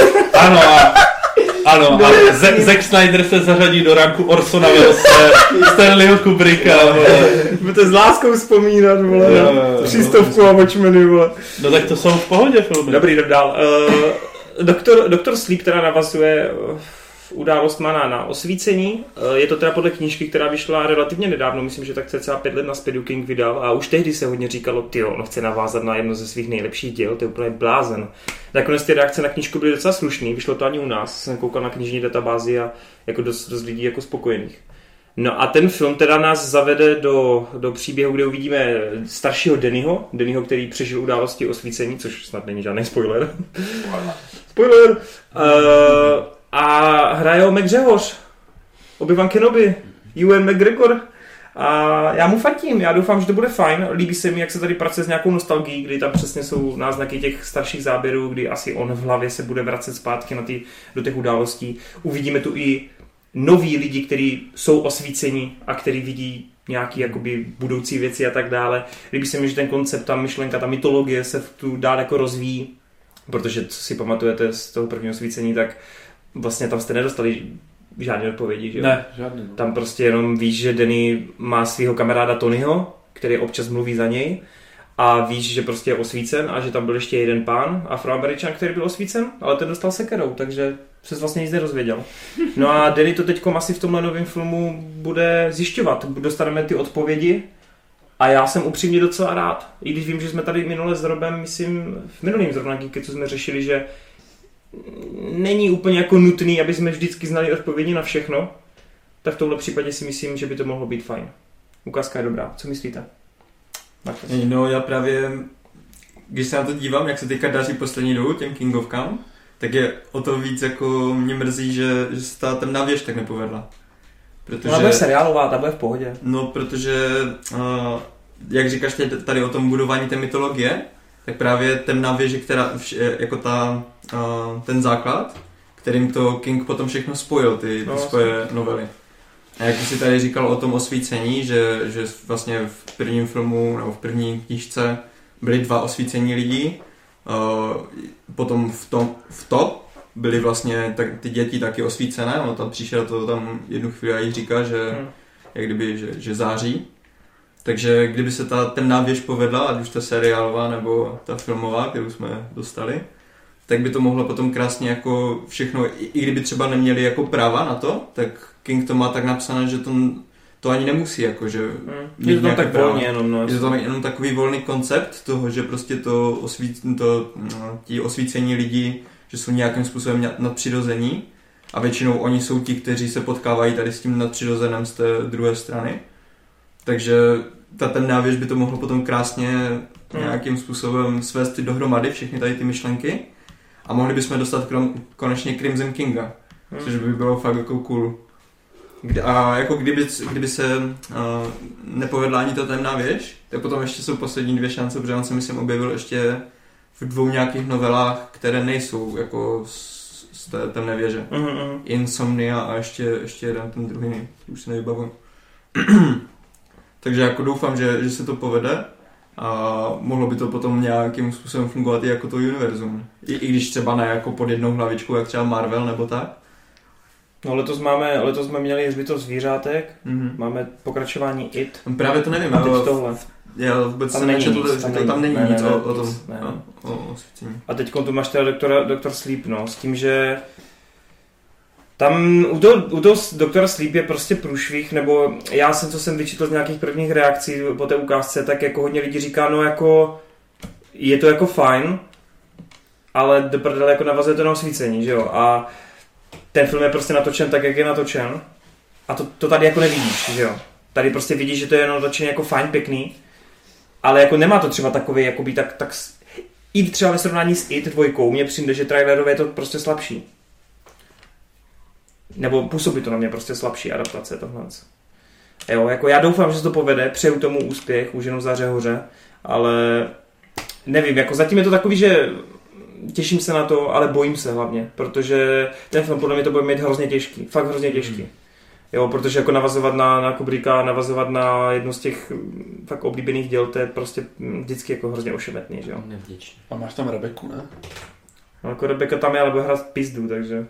Ano, a Zack Snyder se zařadí do ranku Orsona Wellese, Stanleyho Kubricka, budete s láskou vzpomínat, vole. 300 a Watchmeny, vole. No tak to jsou v pohodě filmy. Dobrý, jdem dál. Doktor Sleep teda navazuje událostma na Osvícení. Je to teda podle knížky, která vyšla relativně nedávno, myslím, že tak cca 5 let na Speedu King vydal a už tehdy se hodně říkalo, tyjo, on chce navázat na jedno ze svých nejlepších děl, to je úplně blázen. Nakonec ty reakce na knížku byly docela slušný, vyšlo to ani u nás, jsem koukal na knižní databázi a jako dost lidí jako spokojených. No a ten film teda nás zavede do příběhu, kde uvidíme staršího Dannyho, který přežil události Osvícení, což snad není žádný spoiler. Spoiler! A hraje ho McGregor, Obi-Wan Kenobi, Ewan McGregor. A já mu fatím, já doufám, že to bude fajn. Líbí se mi, jak se tady pracuje s nějakou nostalgií, kdy tam přesně jsou náznaky těch starších záběrů, kdy asi on v hlavě se bude vracet zpátky do těch událostí. Uvidíme tu i noví lidi, kteří jsou osvíceni a kteří vidí nějaký jakoby budoucí věci a tak dále. Líbí se mi, že ten koncept, ta myšlenka, ta mytologie se tu dál jako rozvíjí, protože co si pamatujete z toho prvního osvícení, tak vlastně tam jste nedostali žádné odpovědi, že jo? Ne, žádný. No. Tam prostě jenom víš, že Danny má svého kamaráda Tonyho, který občas mluví za něj a víš, že prostě je osvícen a že tam byl ještě jeden pán, Afroameričan, který byl osvícen, ale ten dostal sekerou, takže se vlastně nic nerozvěděl. No a Danny to teďkom asi v tomhle novém filmu bude zjišťovat, dostaneme ty odpovědi a já jsem upřímně docela rád, i když vím, že jsme tady minule s Robem, myslím, v minulým zrovna díky, co jsme řešili, že není úplně jako nutný, aby jsme vždycky znali odpovědi na všechno, tak v tomhle případě si myslím, že by to mohlo být fajn. Ukázka je dobrá. Co myslíte? Marcus? No já právě, když se na to dívám, jak se teďka daří poslední dobu těm Kingovkám, tak je o to víc jako mě mrzí, že se ta temná věž tak nepovedla. Protože, ona bude seriálová, ta bude v pohodě. No, protože jak říkáš tady o tom budování té mytologie, tak právě temná věž, která jako ten základ, kterým to King potom všechno spojil, ty svoje novely. A jak jsi tady říkal o tom osvícení, že vlastně v prvním filmu nebo v první knížce byli 2 osvícení lidí, potom v to byly vlastně ty děti taky osvícené, on tam přišel to tam jednu chvíli a jí říká, že jak kdyby, že září. Takže kdyby se ta temná věž povedla, ať už ta seriálová nebo ta filmová, kterou jsme dostali, tak by to mohlo potom krásně jako všechno, i kdyby třeba neměli jako práva na to, tak King to má tak napsané, že to ani nemusí, jako, že je to tam tak volně jenom. No, je to tam jenom takový volný koncept toho, že prostě ti osvícení lidi, že jsou nějakým způsobem nadpřirození a většinou oni jsou ti, kteří se potkávají tady s tím nadpřirozeným z té druhé strany. Takže ta temná věž by to mohlo potom krásně nějakým způsobem svést dohromady všechny tady ty myšlenky a mohli bychom dostat konečně Crimson Kinga, což by bylo fakt jako cool. A jako kdyby se nepovedla ani ta temná věž, tak potom ještě jsou poslední 2 šance, protože on se myslím objevil ještě v 2 nějakých novelách, které nejsou jako z té temné věže. Insomnia a ještě jeden, ten druhý, už se nevybavuji. Takže jako doufám, že se to povede a mohlo by to potom nějakým způsobem fungovat i jako to univerzum. I když třeba ne jako pod jednou hlavičkou, jak třeba Marvel nebo tak. No letos jsme měli Hřbitov zvířátek, máme pokračování IT. Právě to nevím, a teď tohle. Já vůbec tam jsem nečetl, tam není nic o tom. O osvícení. A teď tu máš teda doktor Sleep, no, s tím, že tam u toho doktora Sleep je prostě průšvih, nebo já co jsem vyčetl z nějakých prvních reakcí po té ukázce, tak jako hodně lidí říká, no jako je to jako fajn, ale do prdele jako navazuje to na osvícení, že jo, a ten film je prostě natočen tak, jak je natočen a to tady jako nevidíš, že jo, tady prostě vidíš, že to je natočený jako fajn, pěkný, ale jako nemá to třeba takový, jakoby tak i třeba ve srovnání s It 2 mně přijde, že trailerově je to prostě slabší. Nebo působí to na mě prostě slabší adaptace tohle. Jo, jako já doufám, že se to povede, přeju tomu úspěch, už jenom záře hoře, ale nevím, jako zatím je to takový, že těším se na to, ale bojím se hlavně, protože ten film podle mě to bude mít hrozně těžký, fakt hrozně těžký. Jo, protože jako navazovat na Kubricka, navazovat na jednu z těch fakt oblíbených děl, to je prostě vždycky jako hrozně ošemetný, že jo. Nevděčný. A máš tam Rebeku, ne? No, jako Rebecca tam je, ale bude hrát pizdu, takže...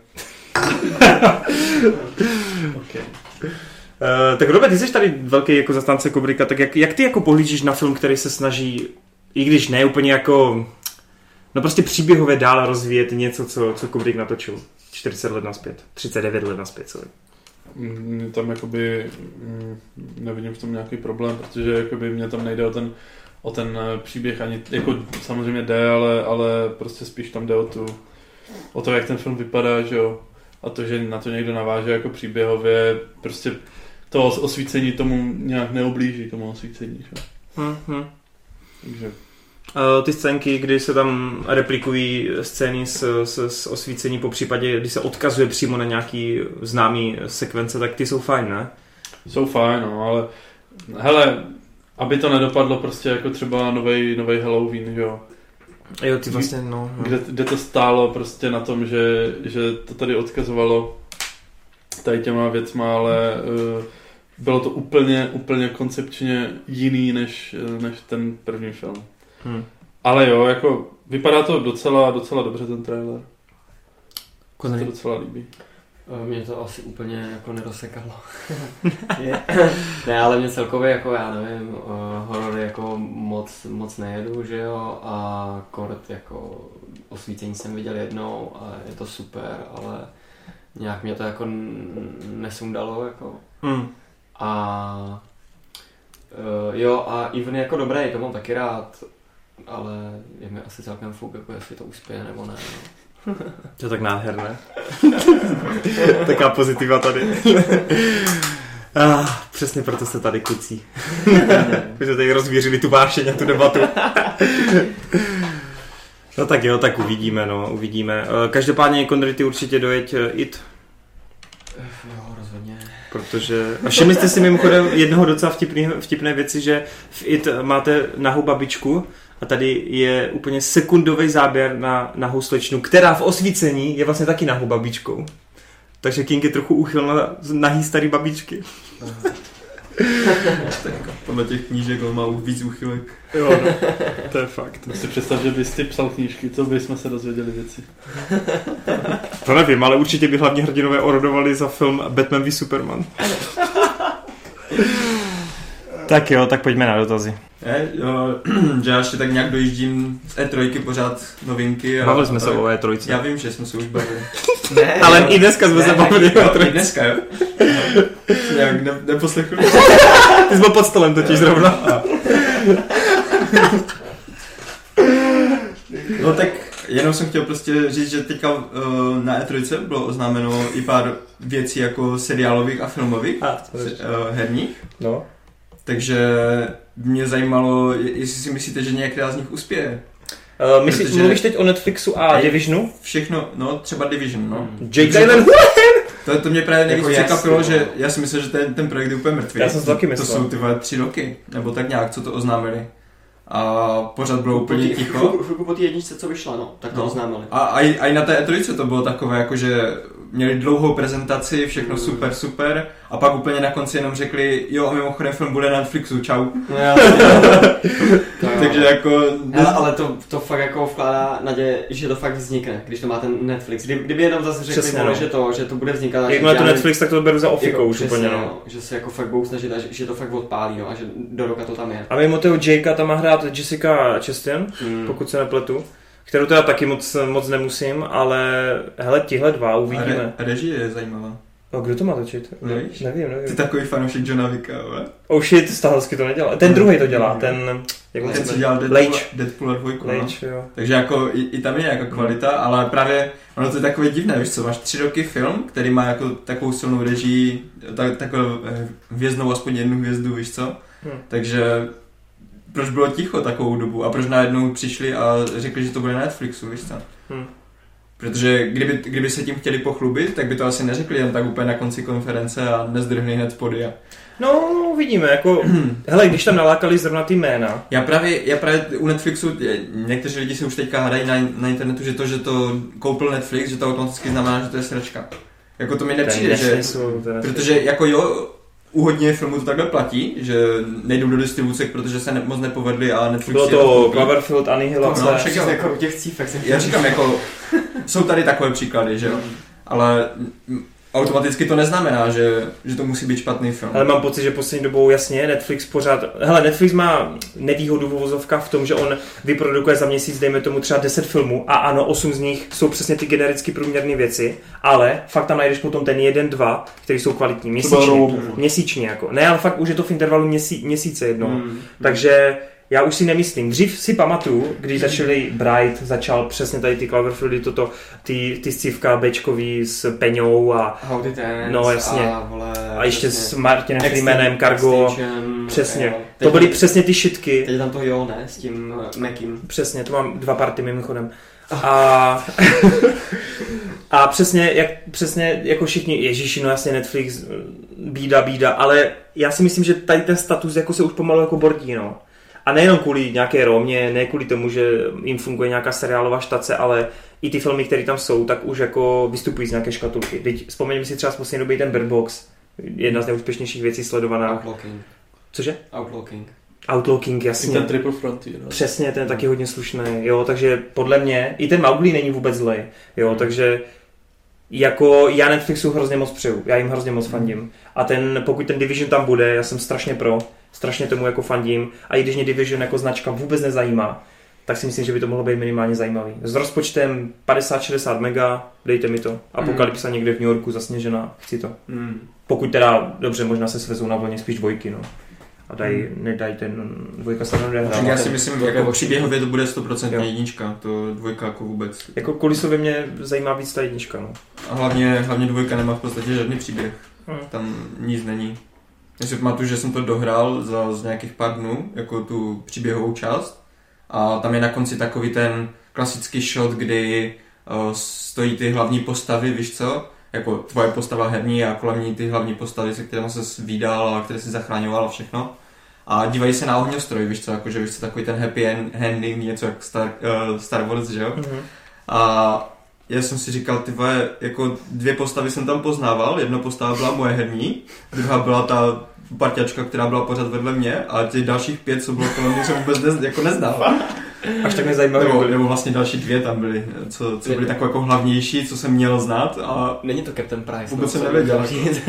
Okay. Tak Robert, ty jsi tady velký jako zastánce Kubricka, tak jak ty jako pohlížíš na film, který se snaží, i když ne úplně jako, no prostě příběhově dál rozvíjet něco, co Kubrick natočil 40 let naspět, 39 let naspět, sorry. Tam jakoby nevidím v tom nějaký problém, protože jakoby mě tam nejde o ten příběh ani, jako samozřejmě jde, ale prostě spíš tam jde o to, jak ten film vypadá, že jo. A to, že na to někdo naváže jako příběhově, prostě to osvícení tomu nějak neoblíží, tomu osvícení, že? Takže... Ty scénky, kdy se tam replikují scény s osvícení, po případě, kdy se odkazuje přímo na nějaký známý sekvence, tak ty jsou fajn, ne? Jsou fajn, no, ale hele, aby to nedopadlo prostě jako třeba novej Halloween, že jo? Jo, ty vlastně, no. Kde to stálo prostě na tom, že to tady odkazovalo tady těma věcma, ale bylo to úplně koncepčně jiný než ten první film. Ale jo, jako vypadá to docela dobře ten trailer. Mně to docela líbí. Mě to asi úplně jako nedosekalo. Ne, ale mě celkově jako, já nevím, horory jako moc nejedu, že jo, a kort jako osvícení jsem viděl jednou a je to super, ale nějak mě to jako nesundalo, jako. A jo, a Even je jako dobrý, to mám taky rád, ale je mi asi celkem fuk, jako jestli to uspěje nebo ne. To je tak nádherné. Taká pozitiva tady. Přesně proto jste tady, kluci. Vy jste tady rozvířili tu vášeň a tu debatu. No tak jo, tak uvidíme. Každopádně, Konry, ty určitě dojeď It. Jo, rozhodně. Protože... A všimli jste si mimochodem jednoho docela vtipné věci, že v It máte nahou babičku, a tady je úplně sekundový záběr na nahou slečnu, která v osvícení je vlastně taky nahou babičkou. Takže King je trochu úchyl na nahý starý babičky. Tak podle těch knížek on má víc úchylek. Jo, no, to je fakt. Si představ, že bys ty psal knížky, to bychom se dozvěděli věci. To nevím, ale určitě by hlavně hrdinové orodovali za film Batman v Superman. Tak jo, tak pojďme na dotazy. Že já ještě tak nějak dojíždím z E3 pořád novinky. Bavili jsme se o E3. Já vím, že jsme se už bavili. Ne, ale i dneska jsme se bavili o E3. I dneska, jo? Nějak neposlechl. Ty jsi byl pod stolem totiž zrovna. No tak jenom jsem chtěl prostě říct, že teďka na E3 bylo oznámeno i pár věcí jako seriálových a filmových, herních. No. Takže mě zajímalo, jestli si myslíte, že některá z nich uspěje. Mluvíš teď o Netflixu a Divisionu? Všechno, no třeba Division, no. Jake Gyllenhaal. To mě právě nejvíc jako překvapilo, že já si myslel, že ten projekt je úplně mrtvý. Já jsem to taky myslel. To jsou ty 3 roky, nebo tak nějak, co to oznámili. A pořád bylo úplně ticho. Chvilku po té jedničce, co vyšla, no, tak to oznámili. A i na té E3 to bylo takové, jako že měli dlouhou prezentaci, všechno super, a pak úplně na konci jenom řekli, jo, a mimochodem film bude na Netflixu, čau. Takže jako... Ale to fakt jako vkládá naděje, že to fakt vznikne, když to má ten Netflix. Kdyby jenom zase řekli, přesně, no. že to bude vznikat. Jak má to Netflix, tak to beru za ofikou jako, už úplně, no. Že se jako fakt budou snažit a že to fakt odpálí, no, a že do roka to tam je. A mimo toho Jakea tam má hrát Jessica Chastain, pokud se nepletu. Kterou teda taky moc nemusím, ale hele, tihle dva uvidíme. A režie je zajímavá. A kdo to má točit? Nevíš? Nevím. Ty takový fanoušek Johna Wicka, ale? Oh shit, Stahelský to nedělá. Ten druhý to dělá, ten co dělal Deadpool a 2, no. Jo. Takže jako i tam je nějaká kvalita, ale právě ono to je takové divné, víš co, máš 3 roky film, který má jako takovou silnou režii, takovou hvězdnou, aspoň jednu hvězdu, víš co? Takže proč bylo ticho takovou dobu a proč najednou přišli a řekli, že to bude na Netflixu, víš co? Protože kdyby se tím chtěli pochlubit, tak by to asi neřekli jen tak úplně na konci konference a nezdrhli hned podia. No, vidíme, jako, hele, když tam nalákali zrovna ty jména. Já právě u Netflixu, někteří lidi si už teďka hádají na internetu, že to koupil Netflix, že to automaticky znamená, že to je sračka. Jako to mi nepřijde, že... Protože jako jo, u hodně filmů to takhle platí, že nejdou do distribuce, protože se moc nepovedli a Netflix... Bylo to Cloverfield, Anihilace. No, však jako u těch cívek. Já říkám, jako, jsou tady takové příklady, že jo, ale automaticky to neznamená, že to musí být špatný film. Ale mám pocit, že poslední dobou jasně Netflix pořád... Hele, Netflix má nevýhodu v uvozovkách v tom, že on vyprodukuje za měsíc, dejme tomu třeba 10 filmů a ano, 8 z nich jsou přesně ty genericky průměrné věci, ale fakt tam najdeš potom ten 1, 2, který jsou kvalitní, měsíčně jako. Ne, ale fakt už je to v intervalu měsíce jednou. Takže já už si nemyslím. Dřív si pamatuju, když začali Bright, začal přesně tady ty Cloverfieldy, ty scívka Bčkový s Peňou a... Howdy Dance no, jasně. A ještě s Martinem Freemanem, Cargo. Přesně. To byly přesně ty shitky. Teď tam to jo, ne? S tím Maciem. Přesně, to mám 2 party mimochodem. A přesně jako všichni, ježiši, no jasně Netflix, bída, ale já si myslím, že tady ten status jako se už pomalu jako bordí, no. A nejenom kvůli nějaké Romě, ne kvůli tomu, že jim funguje nějaká seriálová štace, ale i ty filmy, které tam jsou, tak už jako vystupují z nějaké škatulky. Teď vzpomeňme si třeba z poslední doby ten Bird Box, jedna z nejúspěšnějších věcí sledovaná. Outlaw King. Cože? Outlaw King, jasně. I ten Triple Frontier. No. Přesně, ten je taky hodně slušný, jo, takže podle mě, i ten Mowgli není vůbec zlej, jo, takže jako já Netflixu hrozně moc přeju, já jim hrozně moc fandím. A pokud ten Division tam bude, já jsem strašně strašně tomu jako fandím a i když mě Division jako značka vůbec nezajímá, tak si myslím, že by to mohlo být minimálně zajímavý. S rozpočtem 50-60 mega, dejte mi to. Apokalypsa někde v New Yorku zasněžená, chci to. Pokud teda, dobře, možná se svezou na vlně spíš 2, no. A nedají ten 2 se tam nehrát. Já si myslím, že jako příběhově to bude 100% jednička, to 2 jako vůbec. Jako kulisově mě zajímá víc ta 1, no. A hlavně 2 nemá v podstatě žádný příběh. Tam nic není. Já si pamatuju, že jsem to dohrál za nějakých pár dnů, jako tu příběhovou část. A tam je na konci takový ten klasický shot, kdy stojí ty hlavní postavy, víš co? Jako tvoje postava herní a kolem ní ty hlavní postavy, se kterými se vídal a které si zachraňoval a všechno. A dívají se na ohňostroj, víš co? Jakože víš co, takový ten happy ending, něco jak Star Wars, že jo? A já jsem si říkal, ty vole, jako 2 postavy jsem tam poznával, jedna postava byla moje herní, druhá byla ta parťačka, která byla pořád vedle mě a těch dalších 5, co bylo kolem mě, jsem vůbec neznal. Až tak nezajímavé. Nebo vlastně další 2 tam byly, co byly takové jako hlavnější, co jsem měl znát a... Není to Captain Price. Vůbec jsem nevěděl.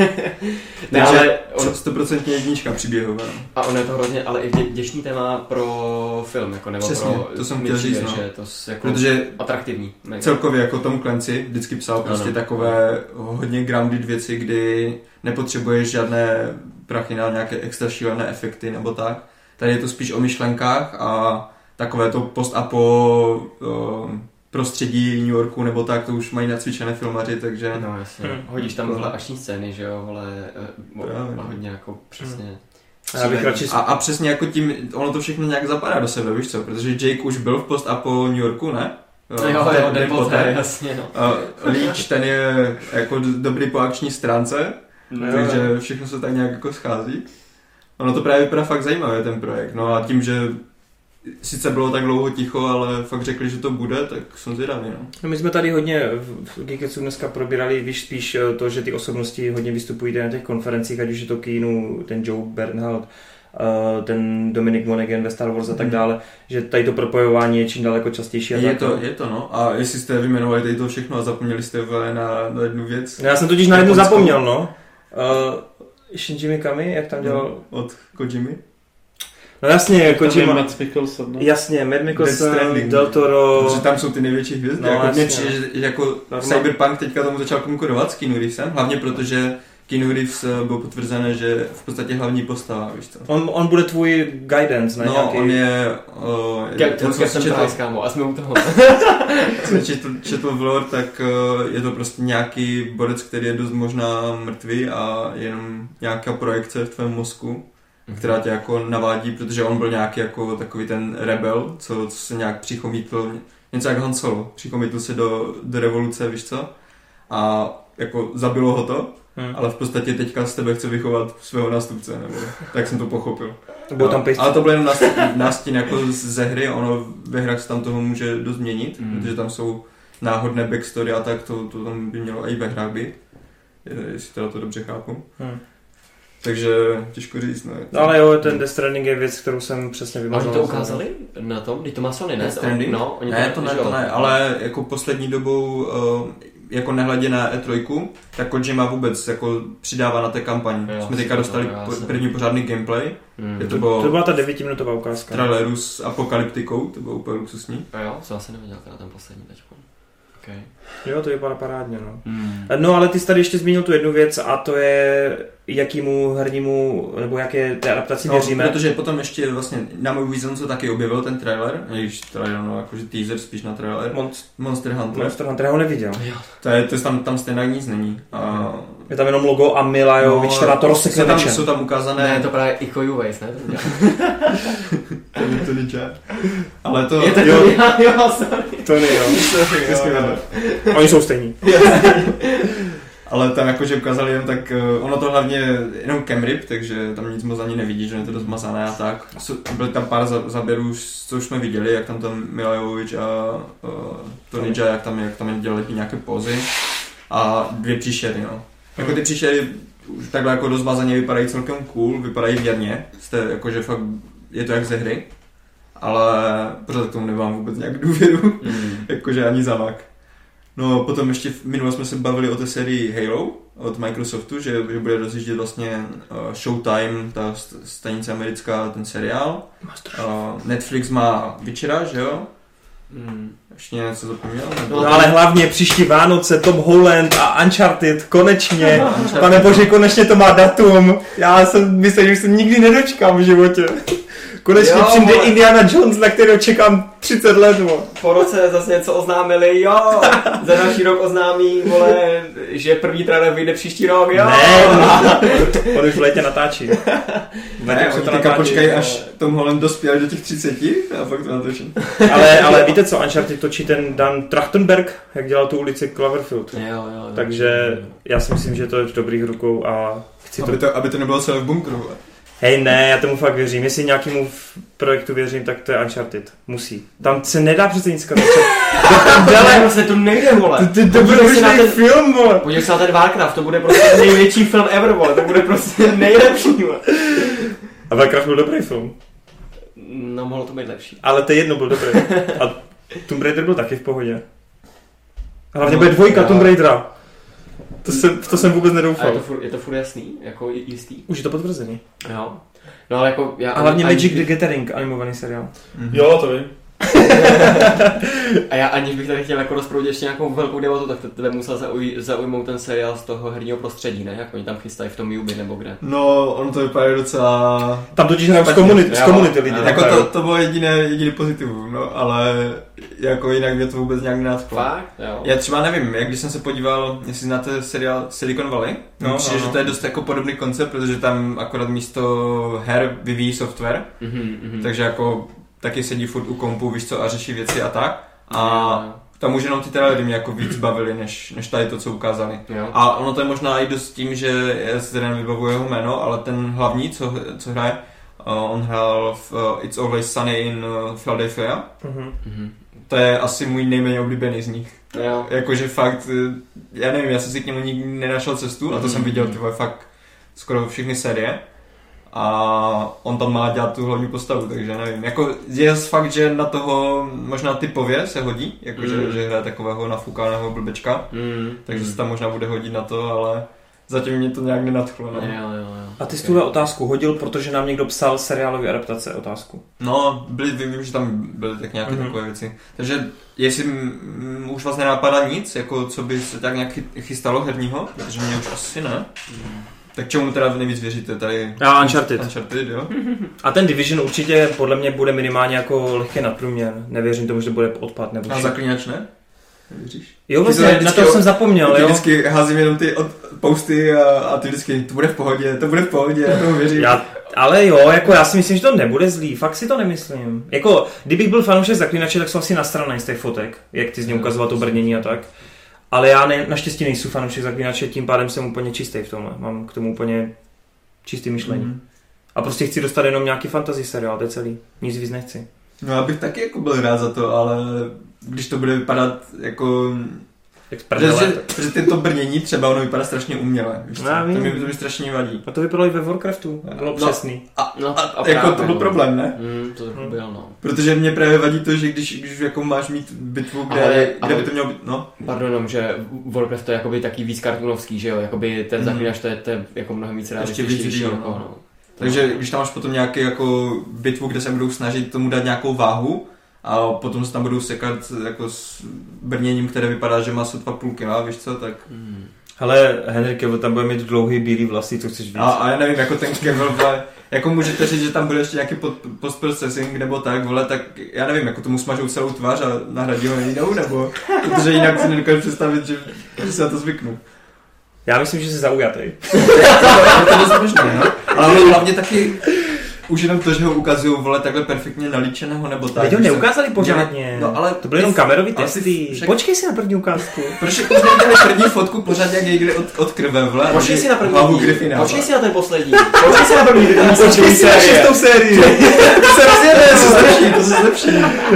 Takže 100% jednička příběhová. A ono je to hrozně, ale i vděčný téma pro film, jako nebo přesně, pro... to jsem chtěl říct, no. Že to jako protože atraktivní. Mega. Celkově jako Tom Clancy vždycky psal prostě takové hodně grounded věci, kdy nepotřebuješ žádné prachy na nějaké extra šílené efekty nebo tak. Tady je to spíš o myšlenkách a takové to post-apo prostředí New Yorku nebo tak, to už mají nacvičené filmaři, takže... No jasně, hodíš tam vhle akční scény, že jo, hodně jako přesně... A přesně jako tím, ono to všechno nějak zapadá do sebe, víš co, protože Jake už byl v post-apo New Yorku, ne? Jo, den poté, jasně, no. Leach, ten je jako dobrý po akční stránce, takže všechno se tak nějak jako schází. Ono to právě vypadá fakt zajímavě, ten projekt, no a tím, že sice bylo tak dlouho ticho, ale fakt řekli, že to bude, tak jsem zvědavý, no. My jsme tady hodně v Geeketsu dneska probírali, víš, spíš to, že ty osobnosti hodně vystupují na těch konferencích, ať už je to Keanu, ten Joe Bernhardt, ten Dominic Monaghan ve Star Wars a tak dále, že tady to propojování je čím daleko častější. A je to, no. A jestli jste vyjmenovali tady to všechno a zapomněli jste na jednu věc. Já jsem totiž na jednu zapomněl, no. Shinji Mikami, jak tam dělal? Od Kojimy? No jasně, Kojima. Matt Mikkelsen, no. Jasně, Matt Mikkelsen, Del Toro. Protože tam jsou ty největší hvězdy. No, jako mě přijde, že jako Cyberpunk teďka tomu začal konkurovat s Keanu Reevesem, hlavně protože Keanu Reeves byl potvrzené, že v podstatě hlavní postava, víš co? On bude tvůj guidance, ne? No, nějaký... on je... a jsme u toho. Jsem četl v lore, tak je to prostě nějaký borec, který je dost možná mrtvý a jenom nějaká projekce v tvém mozku. která tě jako navádí, protože on byl nějaký jako takový ten rebel, co se nějak přichomítl, něco jak Han Solo, přichomítl se do revoluce, víš co? A jako zabilo ho to, ale v podstatě teďka z tebe chce vychovat svého nástupce, nebo tak jsem to pochopil. Ale to bylo jenom nástin jako ze hry, ono ve hrách se tam toho může dost měnit, protože tam jsou náhodné backstory a tak, to tam by mělo i ve hrách být, jestli teda to dobře chápu. Takže těžko říct, ne. No ale jo, ten Death Stranding je věc, kterou jsem přesně vymazal. Oni to ukázali na tom? Když to má Sony, ne? Death Stranding? No, to ne, ale jako poslední dobou, jako nehledě na E3, tak Kojima vůbec jako přidává na té kampani. Jsme teďka dostali první pořádný gameplay. To byla ta 9minutová ukázka. Traileru s apokalyptikou, to bylo úplně luxusní. Jo, co asi neviděl na ten poslední teďko. Okay. Jo, to vypadá parádně, no. No, ale ty jsi tady ještě zmínil tu jednu věc a to je, jakýmu hernímu, nebo jaké té adaptaci věříme. Protože potom ještě vlastně na můj výzum se taky objevil ten trailer, když trailer, no, jakože teaser spíš na trailer. Monster Hunter, já ho neviděl. To je tam stejně nic není. Je tam jenom logo a Mila Jovovich, která to rozsekne mečem. Jsou tam ukázané... Ne, to právě Iko Uwais, ne? To ničá. Ale to... Je to jo, sorry. To jo. Oni jsou stejní. Ale tam jakože ukázali jen tak, ono to hlavně jenom camrip, takže tam nic moc ani nevidíš, že je to dost mazané a tak. Byly tam pár záběrů, co už jsme viděli, jak tam Mila Jovovich a Tony Jaa, jak tam dělali nějaké pózy a 2 příšery, no. Jako ty příšery už takhle jako dost mazaně vypadají celkem cool, vypadají věrně, jakože fakt je to jak ze hry, ale pořád k tomu nemám vůbec nějak důvěru, jakože ani zamák. No potom ještě minule jsme se bavili o té sérii Halo od Microsoftu, že bude rozjíždět vlastně Showtime, ta stanice americká, ten seriál. Netflix má Witchera, že jo? Ještě něco zapomněl? No ale hlavně příští Vánoce, Tom Holland a Uncharted, konečně. Pane bože, konečně to má datum. Já jsem myslel, že se nikdy nedočkám v životě. Konečně přijde Indiana Jones, na kterého čekám 30 let. Po roce zase něco oznámili, jo. Za další rok oznámí, vole, že první trailer vyjde příští rok, jo. Ne, on už v létě natáčí. Ne, oni teďka počkají, až Tom Holland dospěl do těch 30 a pak to natočí. Ale víte co, Uncharted točí ten Dan Trachtenberg, jak dělal tu ulici Cloverfield. Jo. Takže já si myslím, že to je v dobrých rukou a chci aby to nebylo celé v bunkru. Hej, ne, já tomu fakt věřím. Jestli nějakému projektu věřím, tak to je Uncharted. Musí. Tam se nedá přece nic skrát. Ale se to nejde, vole. To bude ten film, vole. Podívej se na ten Warcraft, to bude prostě největší film ever, vole. To bude prostě nejlepší, vole. A Warcraft byl dobrý film. No, mohlo to být lepší. Ale to jedno byl dobrý. A Tomb Raider byl taky v pohodě. Hlavně bude 2 Tomb Raidera. To jsem vůbec nedoufal. A je to furt jasný? Jako jistý? Už je to potvrzený. Jo. No ale jako... A hlavně Magic the Gathering, animovaný seriál. Jo, to vím. A já aniž bych tady chtěl jako rozproudit ještě nějakou velkou debatu, tak tebe musel zaujmout ten seriál z toho herního prostředí, ne? Jak oni tam chystají v tom Yubi nebo kde? No, on to vypadá docela... Tam totiž hrajou z komunity lidí. Jako to bylo jediný pozitivum, no, ale jako jinak mě to vůbec nějak nenadchlo. Fakt? Jo. Já třeba nevím, jak když jsem se podíval, jestli znáte seriál Silicon Valley, přijde, že to je dost jako podobný koncept, protože tam akorát místo her vyvíjí software, takže jako taky sedí furt u kompu, víš co, a řeší věci a tak. A tam už jenom ty trailery mě jako víc bavily, než tady to, co ukázali. Jo. A ono to je možná i dost tím, že já si teda nevybavuji jeho jméno, ale ten hlavní, co hraje, on hrál v It's Always Sunny in Philadelphia. To je asi můj nejméně oblíbený z nich. Jo. Jakože fakt, já nevím, já jsem si k němu nikdy nenašel cestu, a to jsem viděl ty fakt skoro všechny série. A on tam má dělat tu hlavní postavu, takže nevím. Jako je fakt, že na toho možná typově se hodí, jakože že hraje takového nafukaného blbečka, takže se tam možná bude hodit na to, ale zatím mě to nějak nenadchlo. No. Jo. A ty jsi tuhle otázku hodil, protože nám někdo psal seriálové adaptace otázku. No, vím, že tam byly tak nějaké takové věci. Takže jestli už vás nenapadá nic, jako co by se tak nějak chystalo herního, protože mě už asi ne. Tak čemu teda nejvíc věříte tady? Uncharted, jo? A ten Division určitě podle mě bude minimálně jako lehký nadprůměr. Nevěřím tomu, že bude odpad nebo a Zaklínač ne? Nevěříš? Jo, vlastně, na to jsem zapomněl, jo? Vždycky házím jenom ty posty a ty vždycky, to bude v pohodě, já tomu věřím. Ale jo, jako já si myslím, že to nebude zlý, fakt si to nemyslím. Jako, kdybych byl fanoušek Zaklínače, tak jsem asi nasranej z těch fotek, jak ty z něj ukazovat to brnění a tak. Ale já naštěstí nejsem fanoušek Zaklínače, tím pádem jsem úplně čistý v tomhle. Mám k tomu úplně čistý myšlení. A prostě chci dostat jenom nějaký fantasy seriál, to je celý. Nic víc nechci. No já bych taky jako byl rád za to, ale když to bude vypadat jako... Protože tento brnění třeba ono vypadá strašně uměle. Víš co? To mi strašně vadí. A to vypadalo i ve Warcraftu, bylo přesný. A jako to byl problém, ne? To byl, no. Protože mě právě vadí to, že když jako máš mít bitvu, kde by to mělo být, no. Pardon, že Warcraft to je jakoby taky víc kartunovský, že jo? Jakoby ten Zaklínač to je jako mnohem víc realističtější. No. Takže když tam máš potom nějaký jako bitvu, kde se budou snažit tomu dát nějakou váhu, a potom se tam budou sekat jako s brněním, které vypadá, že má sotva půl kila, víš co, tak... Hele, Henry Cavill tam bude mít dlouhý bílý vlasy, co chceš víc. A já nevím, jako ten Cavill, jako můžete říct, že tam bude ještě nějaký post-processing nebo tak, vole, tak já nevím, jako tomu smažou celou tvář a nahradí ho jinou, nebo... Protože jinak si nedokážu představit, že se na to zvyknu. Já myslím, že jsi zaujatý. To je možné, no? Ale hlavně taky... Už jenom to, že ho ukazují, vole, takhle perfektně nalíčeného nebo tak. Teď ho neukázali pořádně. No, ale to byly jenom kamerový testy. Počkej si na první ukázku. Proč už nedělali první fotku pořád jak někde od krve, vole? Počkej si na první. Počkej si na ten poslední. Počkej si na první. Počkej si na 6. sérii. To se rozjede, to se zlepší.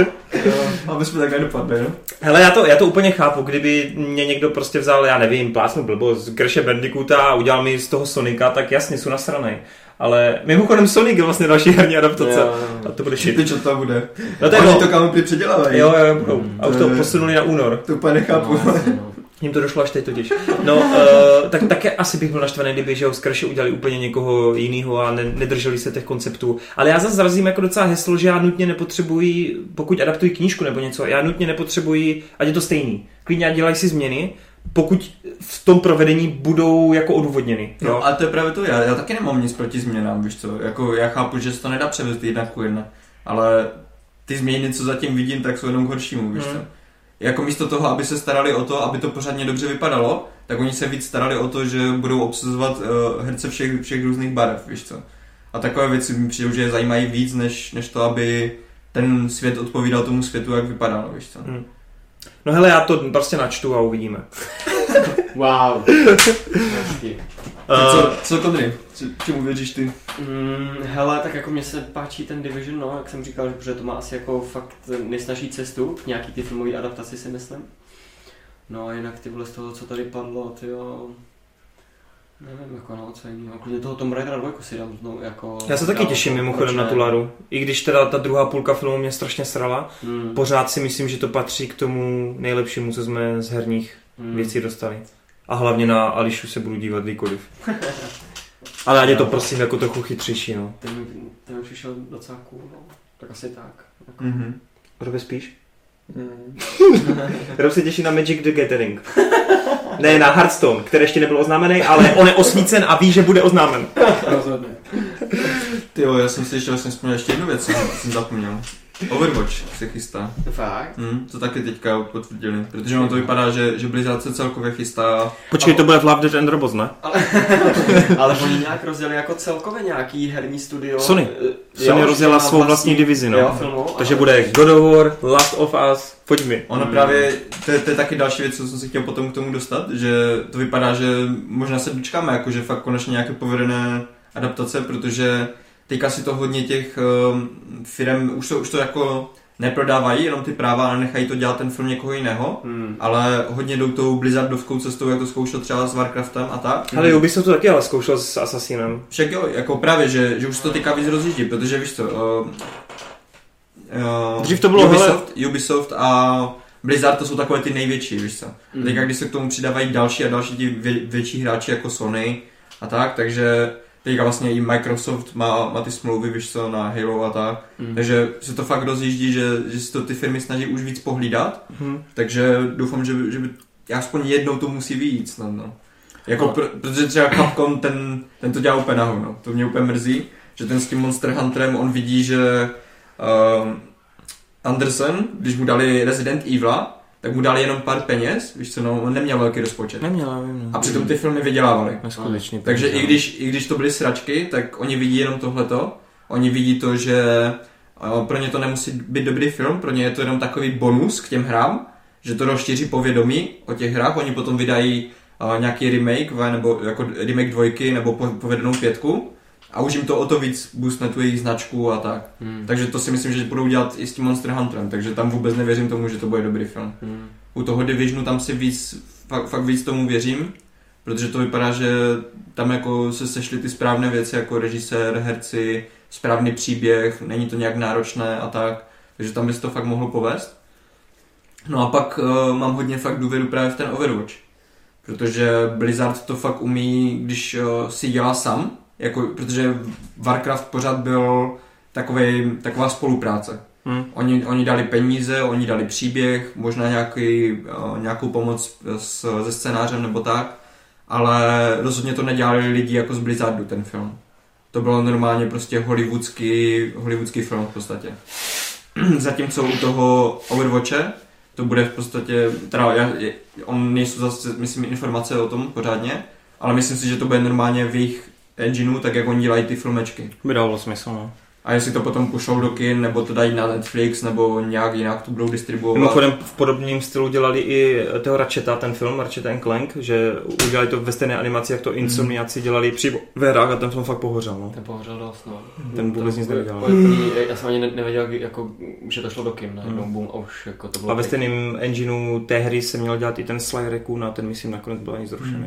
Aby jsme tak nedopadli, jo? Hele, já to úplně chápu, kdyby mě někdo prostě vzal, já nevím, plácnu blbost, Crashe Bandicoota a udělal mi z toho Sonika, tak jasně, jsou nasranej. Ale mimochodem Sonic je vlastně další herní adaptace. Jo. A to bude shit. Ty, co to bude? No to oni to kamu předělávají. Jo, budou. A už to posunuli na únor. To úplně nechápu. Jim to došlo až teď totiž. No, tak také asi bych byl naštvaný, kdyby že ho z Crashe udělali úplně někoho jiného a nedrželi se těch konceptů. Ale já zase zrazím jako docela heslo, že já nutně nepotřebuji, pokud adaptuji knížku nebo něco, já nutně nepotřebuji, ať je to stejný. Klidně dělají si změny, pokud v tom provedení budou jako odůvodněny. Jo? No a to je právě to, já taky nemám nic proti změnám, víš co, jako já chápu, že se to nedá převést 1:1, ale ty změny, co zatím vidím, tak jsou jenom k horšímu, víš co. Jako místo toho, aby se starali o to, aby to pořádně dobře vypadalo, tak oni se víc starali o to, že budou obsazovat herce všech různých barev, víš co. A takové věci mi přijde, že je zajímají víc, než to, aby ten svět odpovídal tomu světu, jak vypadalo, víš co. No hele, já to prostě načtu a uvidíme. Wow. Co Kodry? Čemu věříš ty? Hele, tak jako mně se páčí ten Division, no, jak jsem říkal, že to má asi jako fakt nejsnažší cestu, nějaký ty filmové adaptaci si myslím. No a jinak ty vole z toho, co tady padlo, tyjo... Nevím, jako no, co jiného. Klidně toho Tomb Raidera 2 si dám znovu, jako... Já se taky těším mimochodem na tu Laru. I když teda ta druhá půlka filmu mě strašně srala, pořád si myslím, že to patří k tomu nejlepšímu, co jsme z herních věcí dostali. A hlavně na Ališu se budu dívat kdykoliv. Ale ať je to prosím jako trochu chytřejší, no. Ten už šel docela cool, no. Tak asi tak. Jako. Robe spíš? Rob se těší na Magic the Gathering. Ne, na Hearthstone, který ještě nebyl oznámený, ale on je osvícen a ví, že bude oznámen. Rozhodně. Tyjo, já jsem si ještě vlastně vzpomněl ještě jednu věc, jsem zapomněl. Overwatch se chystá. Fakt? To taky teďka potvrdili, protože ono to vypadá, že Blizzard se celkově chystá. Počkej, to bude v Love, Death and Robots, ne? Ale oni nějak rozjeli jako celkově nějaký herní studio. Sony rozjela svou vlastní divizi, no. Jo, filmu, takže bude God of War, Last of Us, pojď mi. Ono právě, to je taky další věc, co jsem si chtěl potom k tomu dostat, že to vypadá, že možná se dočkáme, jakože fakt konečně nějaké povedené adaptace, protože teďka si to hodně těch firem, už to jako neprodávají jenom ty práva, ale nechají to dělat ten film někoho jiného, ale hodně jdou tou Blizzardovskou cestou, jak to zkoušel třeba s Warcraftem a tak. Ale Ubisoft to taky ale zkoušel s Assassinem. Však jo, jako právě, že už to teďka víc rozjíždí, protože víš co, dřív to bylo Ubisoft a Blizzard to jsou takové ty největší, víš co. Teďka když se k tomu přidávají další a další ti větší hráči jako Sony a tak, takže teďka vlastně i Microsoft má ty smlouvy, víš co, na Halo a tak. Takže se to fakt rozjíždí, že si to ty firmy snaží už víc pohlídat. Takže doufám, že by aspoň jednou to musí vyjít snad, no. Jako protože třeba Capcom ten to dělá úplně na hovno. To mě úplně mrzí, že ten s tím Monster Hunterem on vidí, že Anderson, když mu dali Resident Evila, tak mu dali jenom pár peněz, víš co, no, on neměl velký rozpočet. Neměl, vím, no. A přitom ty filmy vydělávaly. Neskutečný. Takže i když to byly sračky, tak oni vidí jenom tohleto. Oni vidí to, že pro ně to nemusí být dobrý film, pro ně je to jenom takový bonus k těm hrám, že to rozšíří povědomí o těch hrách. Oni potom vydají nějaký remake, nebo jako remake 2, nebo povedenou 5. A už jim to o to víc boostne tu jejich značku a tak. Takže to si myslím, že budou dělat i s tím Monster Hunterem, takže tam vůbec nevěřím tomu, že to bude dobrý film. U toho Divisionu tam si fakt víc tomu věřím, protože to vypadá, že tam jako se sešly ty správné věci, jako režisér, herci, správný příběh, není to nějak náročné a tak, takže tam by se to fakt mohlo povést. No a pak mám hodně fakt důvěru právě v ten Overwatch, protože Blizzard to fakt umí, když si dělá sám, jako, protože Warcraft pořád byl taková spolupráce. Oni dali peníze, oni dali příběh, možná nějakou pomoc se scénářem nebo tak, ale rozhodně to nedělali lidi jako z Blizzardu ten film. To bylo normálně prostě hollywoodský film v podstatě. Zatímco u toho Overwatche to bude v podstatě, on nejsou zase, myslím, informace o tom pořádně, ale myslím si, že to bude normálně v jejich engineu, tak jak oni dělají ty filmečky. By dalo smysl, no. A jestli to potom pušou do kin, nebo to dají na Netflix, nebo nějak jinak to budou distribuovat. Mimochodem v podobném stylu dělali i toho Ratcheta, ten film Ratchet & Clank, že udělali to ve stejné animaci, jak to Insomniaci dělali při hrách a ten film fakt pohořel, no. Ten pohořel dost, no. Ten vůbec nic nevěděl. Já jsem ani nevěděl, jako, že to šlo do kin, najednou boom, a už jako to bylo... A ve stejném engineu té hry se měl dělat i ten Sly Raccoon a ten myslím nakonec byl ani zrušený.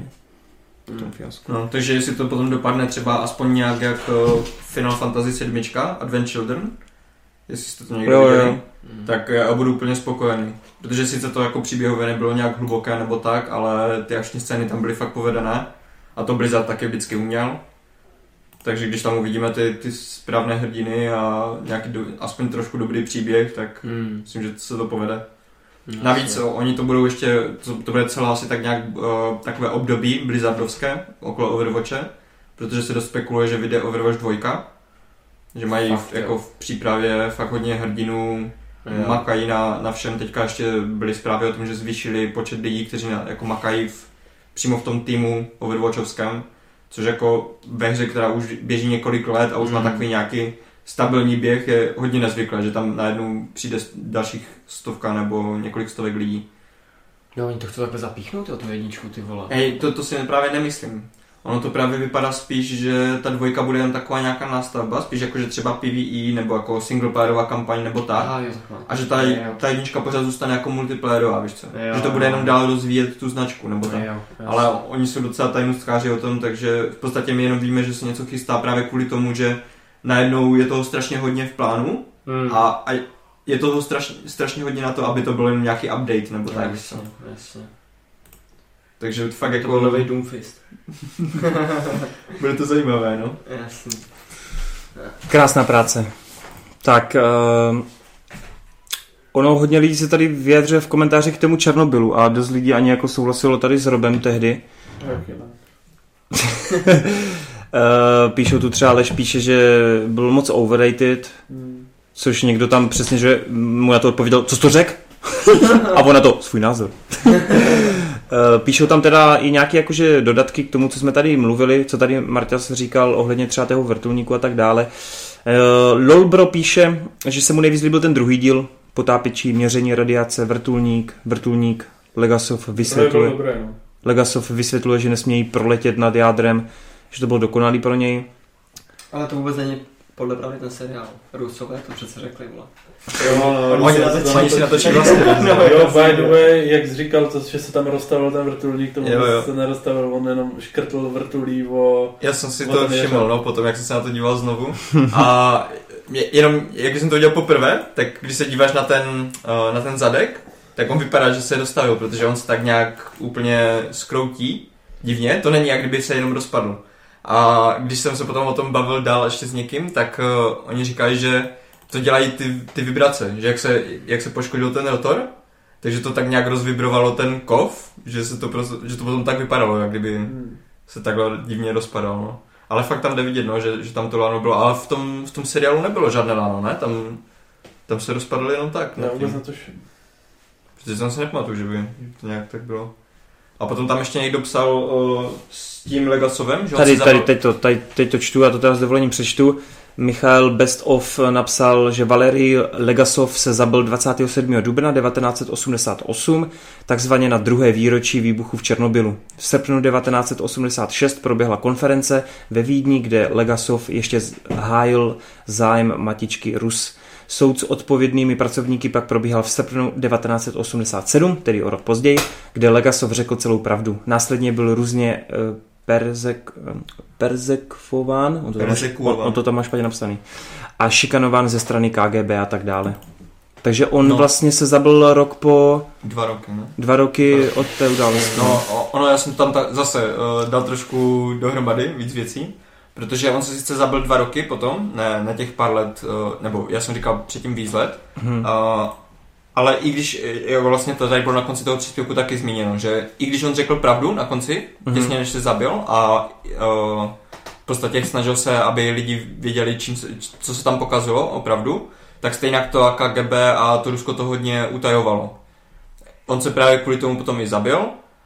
No, takže jestli to potom dopadne třeba aspoň nějak jak Final Fantasy 7 Advent Children, jestli jste to někdo viděli, tak já budu úplně spokojený. Protože sice to jako příběhově nebylo nějak hluboké nebo tak, ale ty akční scény tam byly fakt povedené a to Blizzard taky vždycky uměl. Takže když tam uvidíme ty správné hrdiny a nějaký aspoň trošku dobrý příběh, tak myslím, že se to povede. Navíc oni to budou ještě, to bude celé asi tak nějak takové období blizzardovské okolo Overwatche, protože se dost spekuluje, že vyjde Overwatch 2, že mají jako v přípravě fakt hodně hrdinů, makají na všem. Teďka ještě byly zprávy o tom, že zvýšili počet lidí, kteří jako makají přímo v tom týmu Overwatchovském, což jako ve hře, která už běží několik let a už má takový nějaký stabilní běh, je hodně nezvyklé, že tam najednou přijde dalších 100 nebo několik stovek lidí. No, oni to chcou takhle zapíchnout, tu jedničku, ty vole. To si právě nemyslím. Ono to právě vypadá spíš, že ta 2 bude jen taková nějaká nástavba, spíš jako, že třeba PvE nebo jako singleplayerová kampaň nebo tak. A že ta jednička pořád zůstane jako multiplayerová, víš co? Že to bude jenom dál rozvíjet tu značku nebo tak. Ale oni jsou docela tajnůstkáři o tom, takže v podstatě my jenom víme, že se něco chystá právě kvůli tomu, že najednou je toho strašně hodně v plánu a je toho strašně hodně na to, aby to byl jen nějaký update nebo tak. Jasně. Takže fakt jako... To byl nový Doomfist. Bude to zajímavé, no? Jasně. Krásná práce. Tak, ono hodně lidí se tady vyjadřuje v komentářích k tomu Černobylu a dost lidí ani jako souhlasilo tady s Robem tehdy. Píšou tu třeba, Aleš píše, že byl moc overrated, což někdo tam přesně, že mu na to odpověděl, co jsi to řekl? A on na to, svůj názor. Píšou tam teda i nějaké jakože dodatky k tomu, co jsme tady mluvili, co tady Marťas říkal ohledně třeba toho vrtulníku a tak dále. Lolbro píše, že se mu nejvíc líbil ten druhý díl, potápěčí, měření radiace, vrtulník, Legasov vysvětluje, že nesmějí proletět nad jádrem, že to bylo dokonalý pro něj. Ale to vůbec není podle pravdy ten seriál. Rusové to přece řekli, vole. Oni si natočí vlastně. Jo, by the way, jak jsi říkal, že se tam rozstavil ten vrtulník, tomu se nerozstavil, on jenom škrtl vrtulí o... Já jsem si to všiml, no, potom, jak jsem se na to díval znovu. A jenom, jak jsem to udělal poprvé, tak když se díváš na ten zadek, tak on vypadá, že se dostavil, protože on se tak nějak úplně skroutí divně, to není jak kdyby se jenom rozpadl. A když jsem se potom o tom bavil dál ještě s někým, tak oni říkají, že to dělají ty vibrace, že jak se poškodil ten rotor, takže to tak nějak rozvibrovalo ten kov, že to potom tak vypadalo, jak kdyby se takhle divně rozpadalo. No. Ale fakt tam jde vidět, no, že tam to láno bylo, ale v tom seriálu nebylo žádné láno, ne? Tam se rozpadlo jenom tak. Já vůbec na to všem. Protože jsem se nepamatuju, že by to nějak tak bylo. A potom tam ještě někdo psal s tím Legasovem, že teď to čtu a to teda s dovolením přečtu. Michal Best of napsal, že Valerij Legasov se zabil 27. dubna 1988, takzvaně na druhé výročí výbuchu v Černobylu. V srpnu 1986 proběhla konference ve Vídni, kde Legasov ještě hájil zájem matičky Rus. Soud s odpovědnými pracovníky pak probíhal v srpnu 1987, tedy o rok později, kde Legasov řekl celou pravdu. Následně byl různě perzekvován, on to tam má špatně napsaný, a šikanován ze strany KGB a tak dále. Takže on vlastně se zabil rok po... 2 roky, ne? 2 roky od té události. No, já jsem tam zase dal trošku dohromady víc věcí, protože on se sice zabil 2 roky potom, ne na těch pár let, nebo já jsem říkal předtím víc let, ale i když, vlastně to tady bylo na konci toho příspěvku taky zmíněno, že i když on řekl pravdu na konci, těsně než se zabil a v podstatě snažil se, aby lidi věděli, co se tam pokazilo opravdu, tak stejně to KGB a to Rusko to hodně utajovalo. On se právě kvůli tomu potom i zabil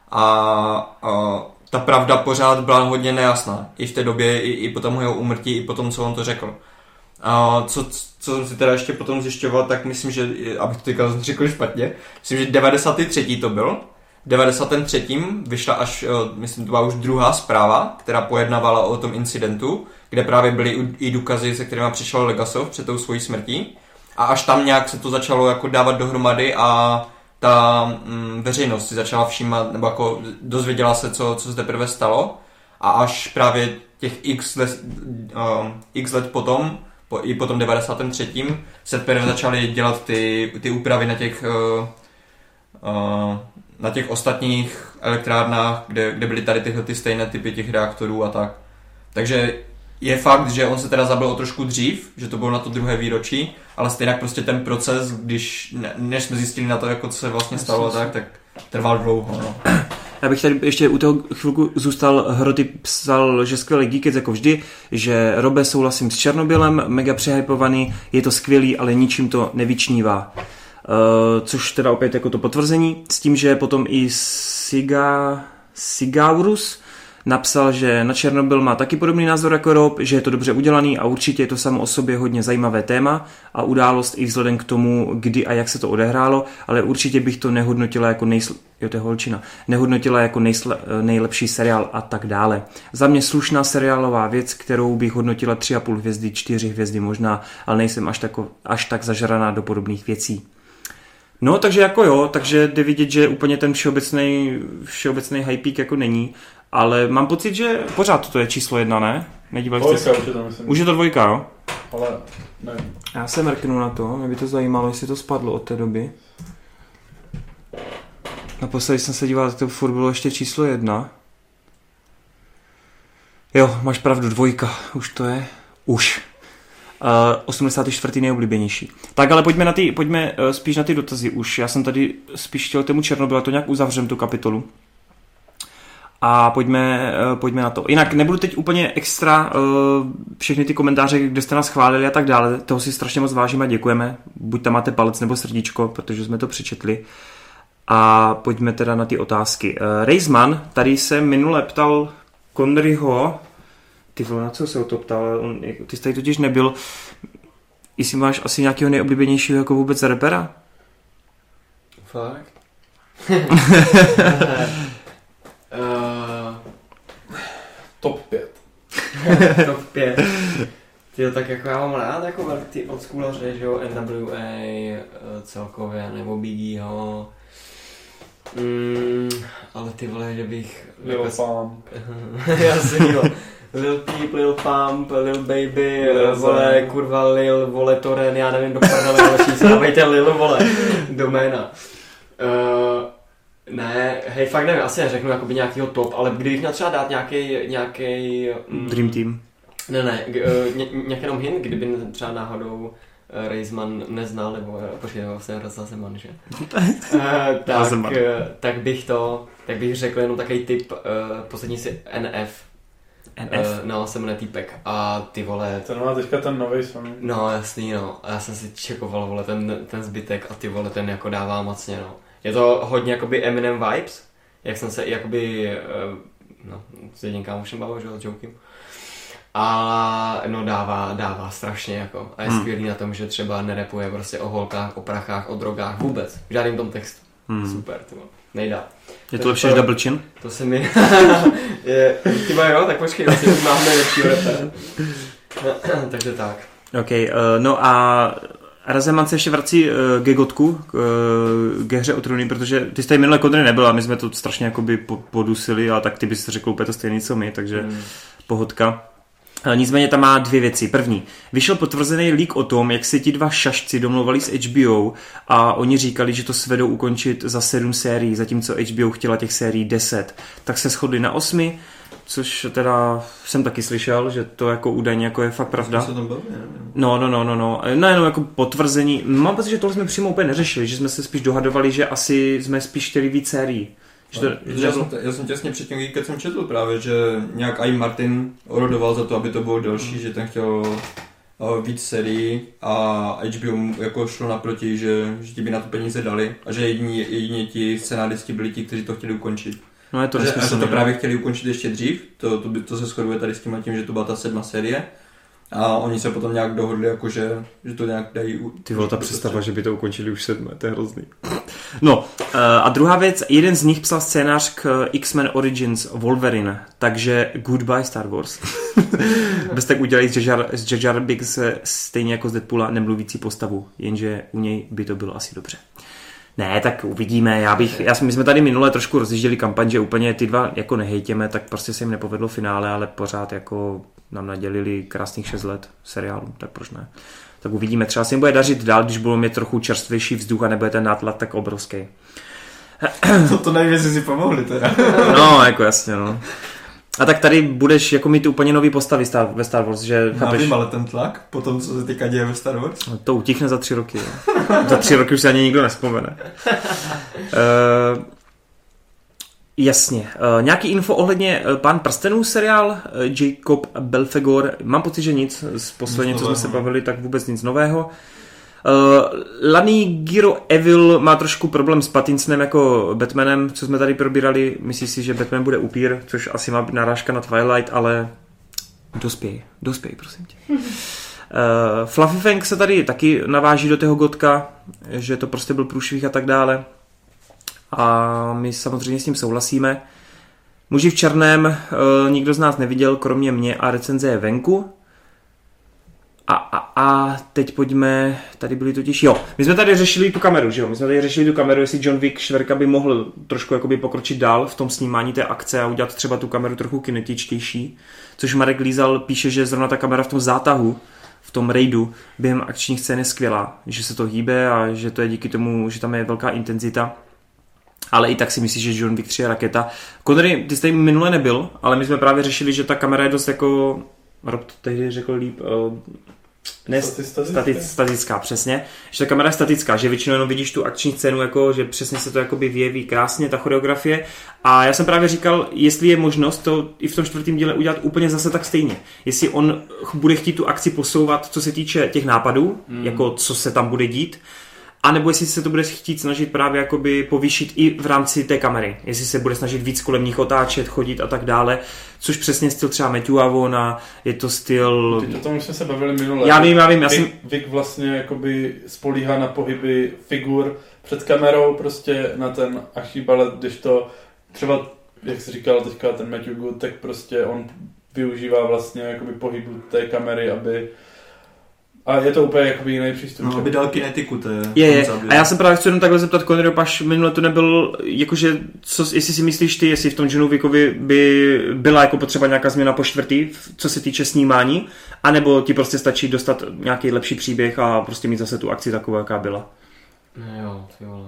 a ta pravda pořád byla hodně nejasná. I v té době, i po tom jeho úmrtí, i po tom, co on to řekl. A co jsem si teda ještě potom zjišťoval, tak myslím, že, abych to teďka řekl špatně, myslím, že 93. to byl. V 93. vyšla až, myslím, to byla už druhá zpráva, která pojednávala o tom incidentu, kde právě byly i důkazy, se kterými přišel Legasov před tou svojí smrtí. A až tam nějak se to začalo jako dávat dohromady a ta veřejnost si začala všímat, nebo jako dozvěděla se, co se teprve stalo. A až právě těch x let potom, i po tom 93. se teprve začaly dělat ty úpravy na těch ostatních elektrárnách, kde byly tady tyhle ty stejné typy těch reaktorů a tak. Takže je fakt, že on se teda zabil o trošku dřív, že to bylo na to druhé výročí, ale stejně prostě ten proces, než jsme zjistili na to, jako co se vlastně stalo, tak trval dlouho. No. Já bych tady ještě u toho chvilku zůstal. Hroty psal, že skvělý Geekec jako vždy, že Robe, souhlasím s Černobylem, mega přehypovaný, je to skvělý, ale ničím to nevyčnívá. Což teda opět jako to potvrzení, s tím, že potom i Sigaurus napsal, že na Černobyl má taky podobný názor jako Rob, že je to dobře udělaný a určitě je to samo o sobě hodně zajímavé téma a událost i vzhledem k tomu, kdy a jak se to odehrálo, ale určitě bych to nehodnotila jako nejlepší seriál a tak dále. Za mě slušná seriálová věc, kterou bych hodnotila 3,5 hvězdy, 4 hvězdy možná, ale nejsem až tak zažraná do podobných věcí. No, takže jako jo, takže jde vidět, že úplně ten všeobecný hypík jako není, ale mám pocit, že pořád to je číslo 1, ne? Nedívali jste se? Už je to 2, jo? Ale ne. Já se mrknu na to, mě by to zajímalo, jestli to spadlo od té doby. Naposledy jsem se díval, tak to furt bylo ještě číslo 1. Jo, máš pravdu, 2, už to je. 84. nejoblíbenější. Tak ale pojďme spíš na ty dotazy už. Já jsem tady spíš chtěl tému Černobylu, to nějak uzavřem tu kapitolu. A pojďme na to. Jinak nebudu teď úplně extra všechny ty komentáře, kde jste nás chválili a tak dále. Toho si strašně moc vážíme a děkujeme. Buď tam máte palec nebo srdíčko, protože jsme to přečetli. A pojďme teda na ty otázky. Reisman tady se minule ptal Conneryho. Ty vole, na co se o to ptal? Ty jsi tady totiž nebyl. Jestli máš asi nějakého nejoblíbenějšího jako vůbec rapera? Fakt? Top 5. Top 5. Tyjo, tak jako já mám rád jako ty oldschoolaře, že jo, NWA celkově, nebo Biggieho. Ale ty vole, že bych... Lil Pump. Jasný, jo. Lil Peep, Lil Pump, Lil Baby, vole, kurva Lil, vole Toren, já nevím, do prdele další, stávejte Lil, vole, doména. Ne, hej, fakt nevím, asi neřeknu jakoby nějakýho top, ale kdybych měl třeba dát nějaký Dream Team. Ne, nějaký jenom hint, kdyby třeba náhodou Reisman neznal, nebo počkej, vlastně Raza Zeman, že? Tak bych řekl jenom takový tip, poslední si NF. No, se jmenuje týpek a ty vole... Ten má teďka ten novej song. No, jasný, no. A já jsem si čekoval, vole, ten zbytek a ty vole, ten jako dává mocně, no. Je to hodně jakoby Eminem vibes, jak jsem se jakoby, s jedním kámošem bavil, že s Jokem. A no dává strašně jako. A je skvělý na tom, že třeba nerepuje prostě o holkách, o prachách, o drogách, vůbec. V žádným tom textu. Super, to nejdá. Je to lepší než Double Chin? To se mi... Tyba jo, tak počkej, vlastně máme lepšího repera. Takže tak. OK, no a Razeman se ještě vrací ke Gotku, ke hře o trůny, protože ty jsi tady minule Kodry nebyl a my jsme to strašně jakoby podusili, a tak ty bys řekl úplně to stejný co my, takže pohodka. Nicméně tam má 2 věci. První, vyšel potvrzený leak o tom, jak se ti 2 šašci domluvali s HBO a oni říkali, že to svedou ukončit za 7 sérií, zatímco HBO chtěla těch sérií 10. Tak se shodli na 8, což teda jsem taky slyšel, že to jako údajně jako je fakt pravda. Co tam bylo? No, jenom jako potvrzení. Mám pocit, že tohle jsme přímo úplně neřešili, že jsme se spíš dohadovali, že asi jsme spíš chtěli víc sérií. Já jsem těsně před tím, když jsem četl právě, že nějak i Martin orodoval za to, aby to bylo delší, že ten chtěl víc sérií a HBO jako šlo naproti, že ti by na to peníze dali a že jedině ti scenáristi byli ti, kteří to chtěli ukončit. No je to a že to právě chtěli ukončit ještě dřív, to se shoduje tady s tím, že to byla ta 7. série. A oni se potom nějak dohodli, jakože, že to nějak dají... Ty vole, ta představa, že by to ukončili už 7, to je hrozný. No, a druhá věc, jeden z nich psal scénář k X-Men Origins Wolverine, takže goodbye Star Wars. Bez tak udělají z Jar Jar Binks stejně jako z Deadpoola nemluvící postavu, jenže u něj by to bylo asi dobře. Ne, tak uvidíme, my jsme tady minule trošku rozjížděli kampaň, že úplně ty 2 jako nehejtěme, tak prostě se jim nepovedlo finále, ale pořád jako nám nadělili krásných 6 let seriálu, tak proč ne. Tak uvidíme, třeba se jim bude dařit dál, když budou mít trochu čerstvější vzduch a nebude ten nátlak tak obrovský. To nevím, jestli si pomohli teda. No, jako jasně, no. A tak tady budeš jako mít úplně nový postavy ve Star Wars, že chápeš? Nevím, ale ten tlak, potom co se teďka děje ve Star Wars? No, to utichne za 3 roky. Za 3 roky už se ani nikdo nevzpomene. Jasně. Nějaký info ohledně Pán prstenů seriál Jacob Belfegor. Mám pocit, že nic. Z posledně, co jsme se bavili, tak vůbec nic nového. Lani Giro Evil má trošku problém s Pattinsonem jako Batmanem, co jsme tady probírali. Myslí si, že Batman bude upír, což asi má být narážka na Twilight, ale dospěj, prosím tě. Fluffy Fang se tady taky naváží do toho Gotka, že to prostě byl průšvih a tak dále. A my samozřejmě s tím souhlasíme. Muži v černém nikdo z nás neviděl, kromě mě, a recenze je venku. A teď pojďme, tady byli totiž, my jsme tady řešili tu kameru, že jo? My jsme tady řešili tu kameru, jestli John Wick 4 by mohl trošku jakoby pokročit dál v tom snímání té akce a udělat třeba tu kameru trochu kinetičtější, což Marek Lízal píše, že zrovna ta kamera v tom zátahu, v tom raidu, během akční scény je skvělá, že se to hýbe a že to je díky tomu, že tam je velká intenzita. Ale i tak si myslíš, že John Wick 3 je raketa. Connery, ty jsi tady minule nebyl, ale my jsme právě řešili, že ta kamera je dost jako, Rob to tehdy řekl líp, statická, přesně. Že ta kamera je statická, že většinou jenom vidíš tu akční scénu, jako, že přesně se to jakoby vyjeví krásně, ta choreografie. A já jsem právě říkal, jestli je možnost to i v tom 4. díle udělat úplně zase tak stejně. Jestli on bude chtít tu akci posouvat, co se týče těch nápadů, jako co se tam bude dít, a nebo jestli se to bude chtít snažit právě jakoby povýšit i v rámci té kamery. Jestli se bude snažit víc kolem nich otáčet, chodit a tak dále. Což přesně styl třeba Matthew Avona, je to styl... Teď o tom jsme se bavili minule. Já vím. Vic vlastně jakoby spolíhá na pohyby figur před kamerou, prostě na ten Archibald, když to třeba, jak jsi říkal teďka ten Matthew Good, tak prostě on využívá vlastně jakoby pohybu té kamery, aby... A je to úplně jakoby jiný přístup. No, aby dal kinetiku, to je. A já jsem právě chci jenom takhle zeptat Connery, paš minule to nebyl, jakože, jestli si myslíš ty, jestli v tom Johnu Wickovi by byla jako potřeba nějaká změna po 4., co se týče snímání, anebo ti prostě stačí dostat nějaký lepší příběh a prostě mít zase tu akci takovou, jaká byla. Jo, ty vole.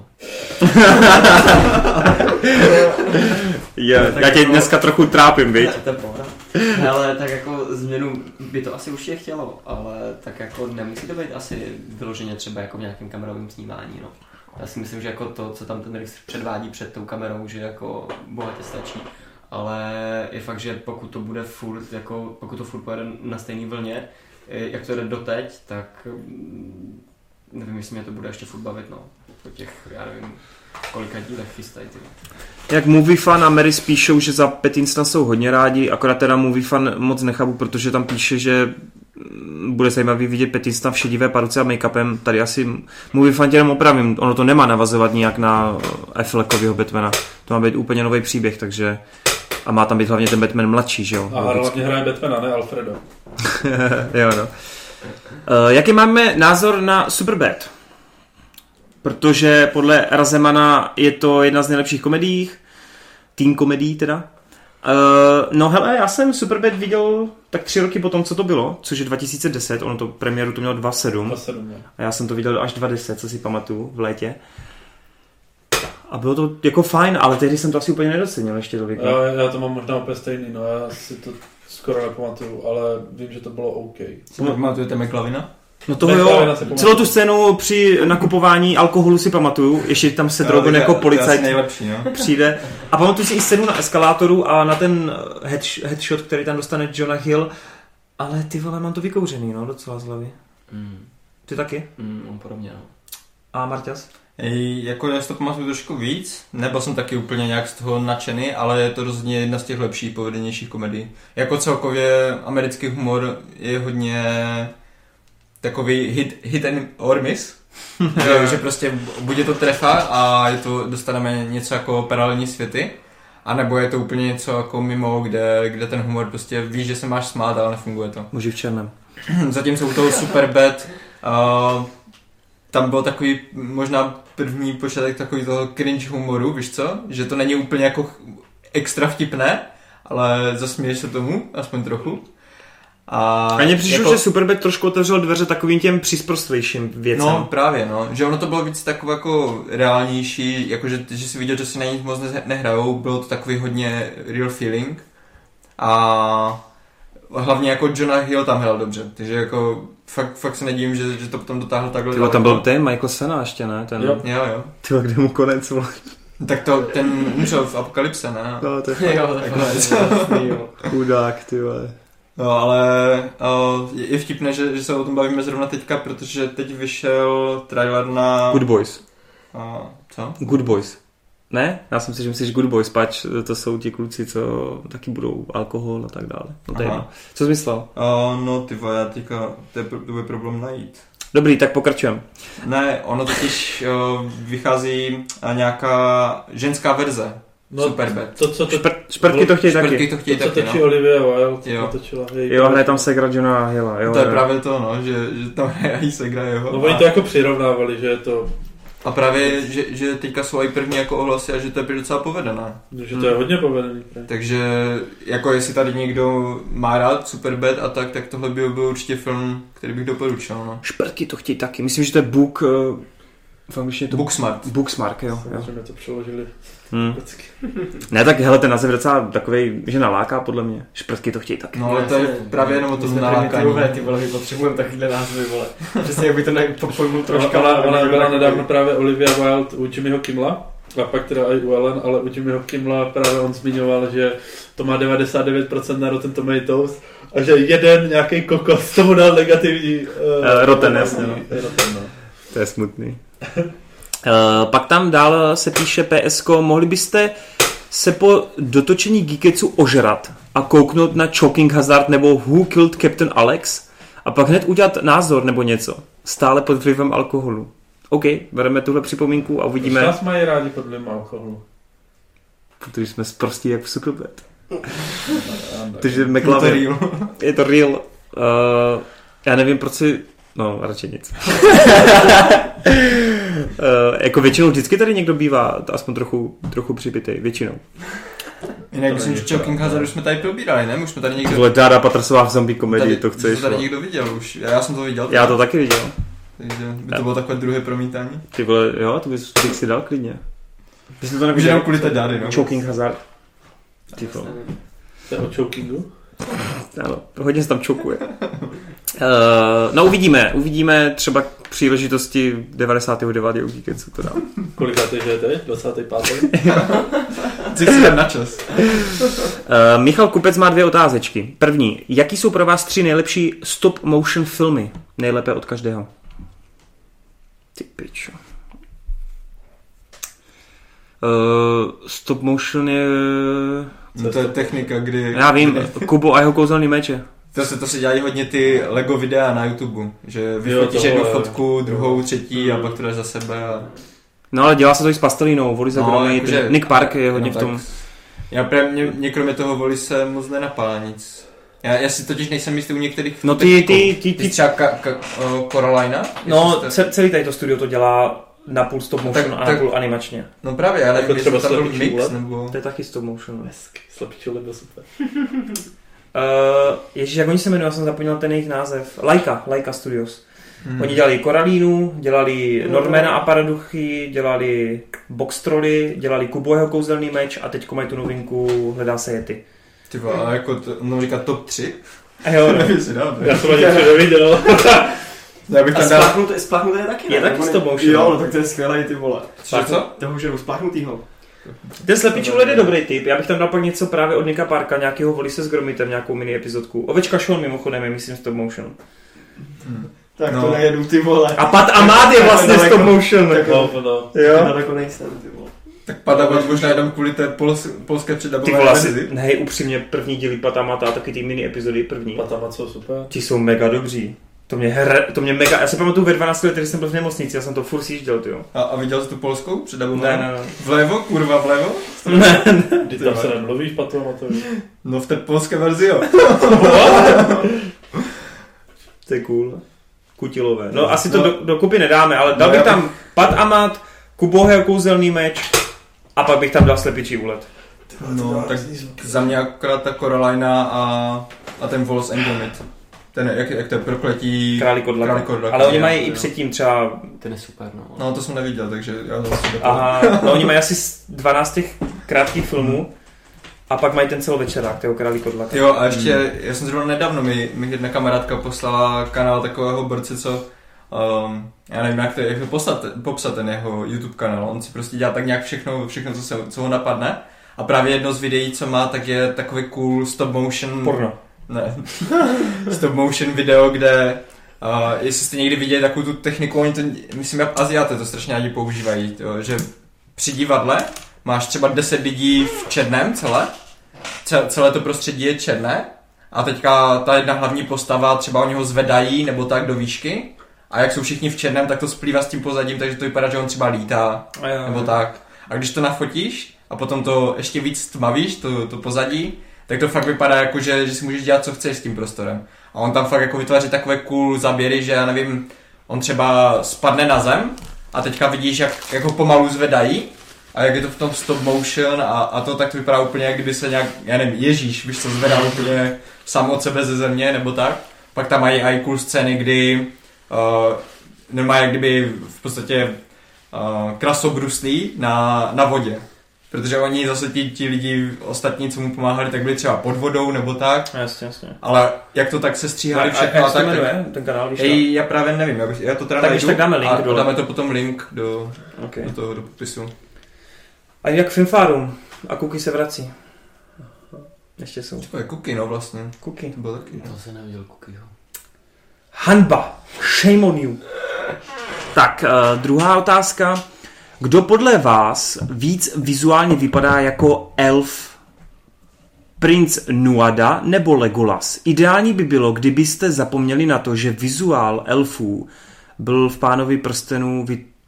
Já tě dneska trochu trápím, viď? To je pohoda. Ale tak jako změnu by to asi určitě chtělo, ale tak jako nemusí to být asi vyloženě třeba jako v nějakém kamerovém snímání, no. Já si myslím, že jako to, co tam ten Rix předvádí před tou kamerou, že jako bohatě stačí. Ale je fakt, že pokud to bude furt, jako pokud to furt pojede na stejný vlně, jak to jde doteď, tak nevím, jestli mě to bude ještě furt bavit, no. po těch, já nevím, kolika dílech chystají. Jak Movie Fan a Mary píšou, že za Pattinsona jsou hodně rádi, akorát teda Movie Fan moc nechápu, protože tam píše, že bude zajímavý vidět Pattinsona v šedivé paruce a make-upem. Tady asi Movie Fan tě jenom opravím, ono to nemá navazovat nijak na Affleckovýho Batmana. To má být úplně nový příběh, takže a má tam být hlavně ten Batman mladší, že jo? A hlavně hraje Batmana, ne Alfredo. Jo, no. Jaký máme názor na Superbad? Protože podle Razemana je to jedna z nejlepších komedií, teen komedií teda. No hele, já jsem Superbad viděl tak 3 roky potom, co to bylo, což je 2010, ono to premiéru to mělo 2007. A já jsem to viděl až 2010, co si pamatuju, v létě. A bylo to jako fajn, ale tehdy jsem to asi úplně nedocenil ještě tolik. Já to mám možná úplně stejný, no já si to skoro nepamatuju, ale vím, že to bylo OK. Si pamatujete McLovina? No toho jo, celou tu scénu při nakupování alkoholu si pamatuju, ještě tam se Drogon jako policajt přijde. A pamatuju si i scénu na eskalátoru a na ten headshot, který tam dostane Jonah Hill, ale ty vole, mám to vykouřený, no, docela z hlavy. Ty taky? Podobně, no. A Marťas? Jako já si to pamatuju trošku víc, nebyl jsem taky úplně nějak z toho nadšený, ale je to rozhodně jedna z těch lepších, povedenějších komedií. Jako celkově americký humor je hodně takový hit or miss, že prostě buď je to trefa a je to, dostaneme něco jako paralelní světy, anebo je to úplně něco jako mimo, kde ten humor prostě víš, že se máš smát, ale nefunguje to. Muži v černém. Zatímco u toho Superbad tam byl takový možná první počátek takový toho cringe humoru, víš co? Že to není úplně jako extra vtipné, ale zasměješ se tomu, aspoň trochu. A mně přišlo, jako, že Superbad trošku otevřel dveře takovým těm přísprostlejším věcem. No právě, no. Že ono to bylo víc takové jako reálnější, jako že si viděl, že si na nic moc nehrajou, bylo to takový hodně real feeling. A hlavně jako Jonah Hill tam hrál dobře, takže jako fakt se nedivím, že to potom dotáhl takhle. Tyhle, tam byl ten Michael Cera ještě, ne? Ten... Jo. Tyhle, kde mu konec, vole. Tak to, ten umřel v Apokalypse, ne? No, to je chudák, ty vole. No, ale je vtipné, že se o tom bavíme zrovna teďka, protože teď vyšel trailer na... Good Boys. Co? Good Boys. Ne? Já jsem si, že myslíš Good Boys, pač to jsou ti kluci, co taky budou alkohol a tak dále. No to je jedno. Co jsi myslel? No ty vole, teďka to je problém najít. Dobrý, tak pokračujeme. Ne, ono totiž vychází nějaká ženská verze. No, Superbad. Šperky to chtějí taky. Šperky to chtějí taky, točí Olivia Wilde. Jo, hraje tam Segra Johna Hilla. Jo, to je právě to, no, že tam hrají Segra jeho. No oni to jako přirovnávali, že je to... A právě, že teďka jsou i první jako ohlasy a že to je docela povedené. Že to je hodně povedený. Takže jako jestli tady někdo má rád Superbad a tak tohle by byl určitě film, který bych doporučil. No. Šperky to chtějí taky. Myslím, že to je Book... V angličtině to Booksmart, jo. Samozřejmě to přeložili. Ne, tak hele, ten název je docela takovej, že naláká podle mě. Šprtky to chtějí taky. No, ale to je právě jenom o tom nalákání. Ty vole, my potřebujeme takovýhle názvy, vole. Přesně, jak by to pojmul troška. Ona byla nedávno právě Olivia Wilde u Jimmyho Kimmela, a pak teda i u Ellen, ale u Jimmyho Kimmela právě on zmiňoval, že to má 99% na Rotten Tomatoes a že jeden nějaký kokos tomu dal negativní... Rotten, jasně. No. To je smutný. Pak tam dál se píše PSko, mohli byste se po dotočení Geeketsu ožrat a kouknout na Choking Hazard nebo Who Killed Captain Alex a pak hned udělat názor nebo něco. Stále pod vlivem alkoholu. OK, bereme tuhle připomínku a uvidíme. Nás mají rádi pod vlivem alkoholu. Protože jsme sprostí jak v Superbad. Takže McLovin. Je to real. Já nevím, proč si... No, radši nic. Jako většinou vždycky tady někdo bývá aspoň trochu připitej, většinou. Jinak myslím, že Choking Hazard už jsme tady probírali, ne? Už jsme tady někdo... Tohle Dára Patrasová v zombie komedii, to chceš. To tady někdo viděl už, já jsem to viděl. Já to taky viděl. Takže by to bylo takové druhé promítání. Ty vole, jo, to bych si dal klidně. Ty to neviděl kvůli té Dáry, no? Choking Hazard. Ty vole. To je o chokingu? Ano, hodně se tam čokuje. No uvidíme třeba k příležitosti 99. u Geeketsu to dám. Kolikátý je teď? 25. Chci dát na čas. Michal Kupec má 2 otázečky. První, jaký jsou pro vás 3 nejlepší stop motion filmy? Nejlépe od každého. Ty pičo. Stop motion je... No to je technika, kdy... Já vím, Kubo a jeho kouzelný meče. To se dělají hodně ty Lego videa na YouTube, že vyfotíš jednu fotku, druhou, třetí a pak to dáš za sebe a... No ale dělá se to i s pastelinou, Volise Gromit, jakože, Nick Park je hodně v tom. Mě kromě toho Volise moc nenapálá nic. Já si totiž nejsem jistý u některých... No ty třeba Coralina? No celý tady to studio to dělá na půl stop motion a na půl animačně. No právě, ale jako třeba tam byl mix, nebo... To je taky stop motion. Hezky, Slepčí úlet byl super. Ježíš, jak oni se jmenují, já jsem zapomněl ten jejich název. Laika Studios. Oni dělali Koralínu, dělali Normana a Paraduchy, dělali Box Trolly, dělali Kubojeho kouzelný meč a teďko mají tu novinku Hledá se Yeti. Ty a jako říkat top 3? Jo, no. Já jsem ani něco neviděl. Já bych tam dal... Spláchnuté je taky, ne? Je taky stop motion. Jo, no tak to je skvělý, ty vole. Co? Toho žeru, spláchnutýho. Ten Slepičí úlet je dobrý tip. Já bych tam dal pak něco právě od Nicka Parka, nějakého Volise s Gromitem, nějakou mini epizodku. Ovečka Sean mimochodem je, myslím, stop motion. Tak to nejedu, ty vole. A Pat a Matt je vlastně stop motion. Jo. Daleko nejsem, ty vole. Tak Pat a Matt možná jenom kvůli té polské předabové verzi. Ne, upřímně první díly Pat a Matt a taky ty mini epizody první. Pat a Matt jsou super. Ti jsou mega dobří. To mě mega, já se pamatuju ve 12 letech, když jsem byl v nemocnici, já jsem to furt sjížděl, tyjo. A viděl jsi tu polskou předabovanou? Ne. Vlevo, kurva, vlevo? Ne. Ty tam se nemluvíš, Patu a Matovi. No v té polské verzi, jo. To je cool. Kutilové. No asi to dokupy nedáme, ale dal bych tam Pat a Matt, Kubohého kouzelný meč a pak bych tam dal Slepičí úlet. No, tak za mě akorát ta Coralina a ten Wallace and Gromit. Ten, jak to je prokletí... Králi Kodlaka. Ale oni mají i předtím třeba... Ten je super, no. No, to jsem neviděl, takže já to vlastně Aha, no oni mají asi 12 těch krátkých filmů a pak mají ten celovečerák, toho Králi Kodlaka. Jo, a ještě, já jsem zrovna nedávno, mi jedna kamarádka poslala kanál takového borce, co... já nevím, jak to popsat ten jeho YouTube kanál. On si prostě dělá tak nějak všechno co ho napadne. A právě jedno z videí, co má, tak je takový cool stop motion... Porno. Ne. Stop motion video, kde jestli jste někdy viděli takovou tu techniku, oni to, myslím, Aziaté to strašně rádi používají, to, že při divadle máš třeba 10 lidí v černém celé to prostředí je černé a teďka ta jedna hlavní postava, třeba oni ho zvedají nebo tak do výšky a jak jsou všichni v černém, tak to splývá s tím pozadím, takže to vypadá, že on třeba lítá nebo tak. A když to nafotíš a potom to ještě víc tmavíš, to pozadí, tak to fakt vypadá jako, že si můžeš dělat, co chceš s tím prostorem. A on tam fakt jako vytváří takové cool záběry, že já nevím, on třeba spadne na zem a teďka vidíš, jak ho pomalu zvedají a jak je to v tom stop motion a to tak to vypadá úplně, jak kdyby se nějak, já nevím, Ježíš, víš co, zvedal úplně sám od sebe ze země nebo tak. Pak tam mají i cool scény, kdy nemá jak kdyby v podstatě krasobruslí na vodě. Protože oni zase ti lidi ostatní, co mu pomáhali, tak byli třeba pod vodou nebo tak. Jasně. Ale jak to tak se stříhali všechno a tak... jmenuje ten kanál, já právě nevím, já to teda tak najdu tak dáme link a dáme to potom link do popisu. A jak Filmfárum a Cookie se vrací. Ještě jsou. To je Cookie, no vlastně. Cookie. To bylo taky. To se neviděl Cookieho. Hanba. Shame on you. Tak, druhá otázka. Kdo podle vás víc vizuálně vypadá jako elf? Princ Nuada nebo Legolas? Ideální by bylo, kdybyste zapomněli na to, že vizuál elfů byl v Pánovi prstenů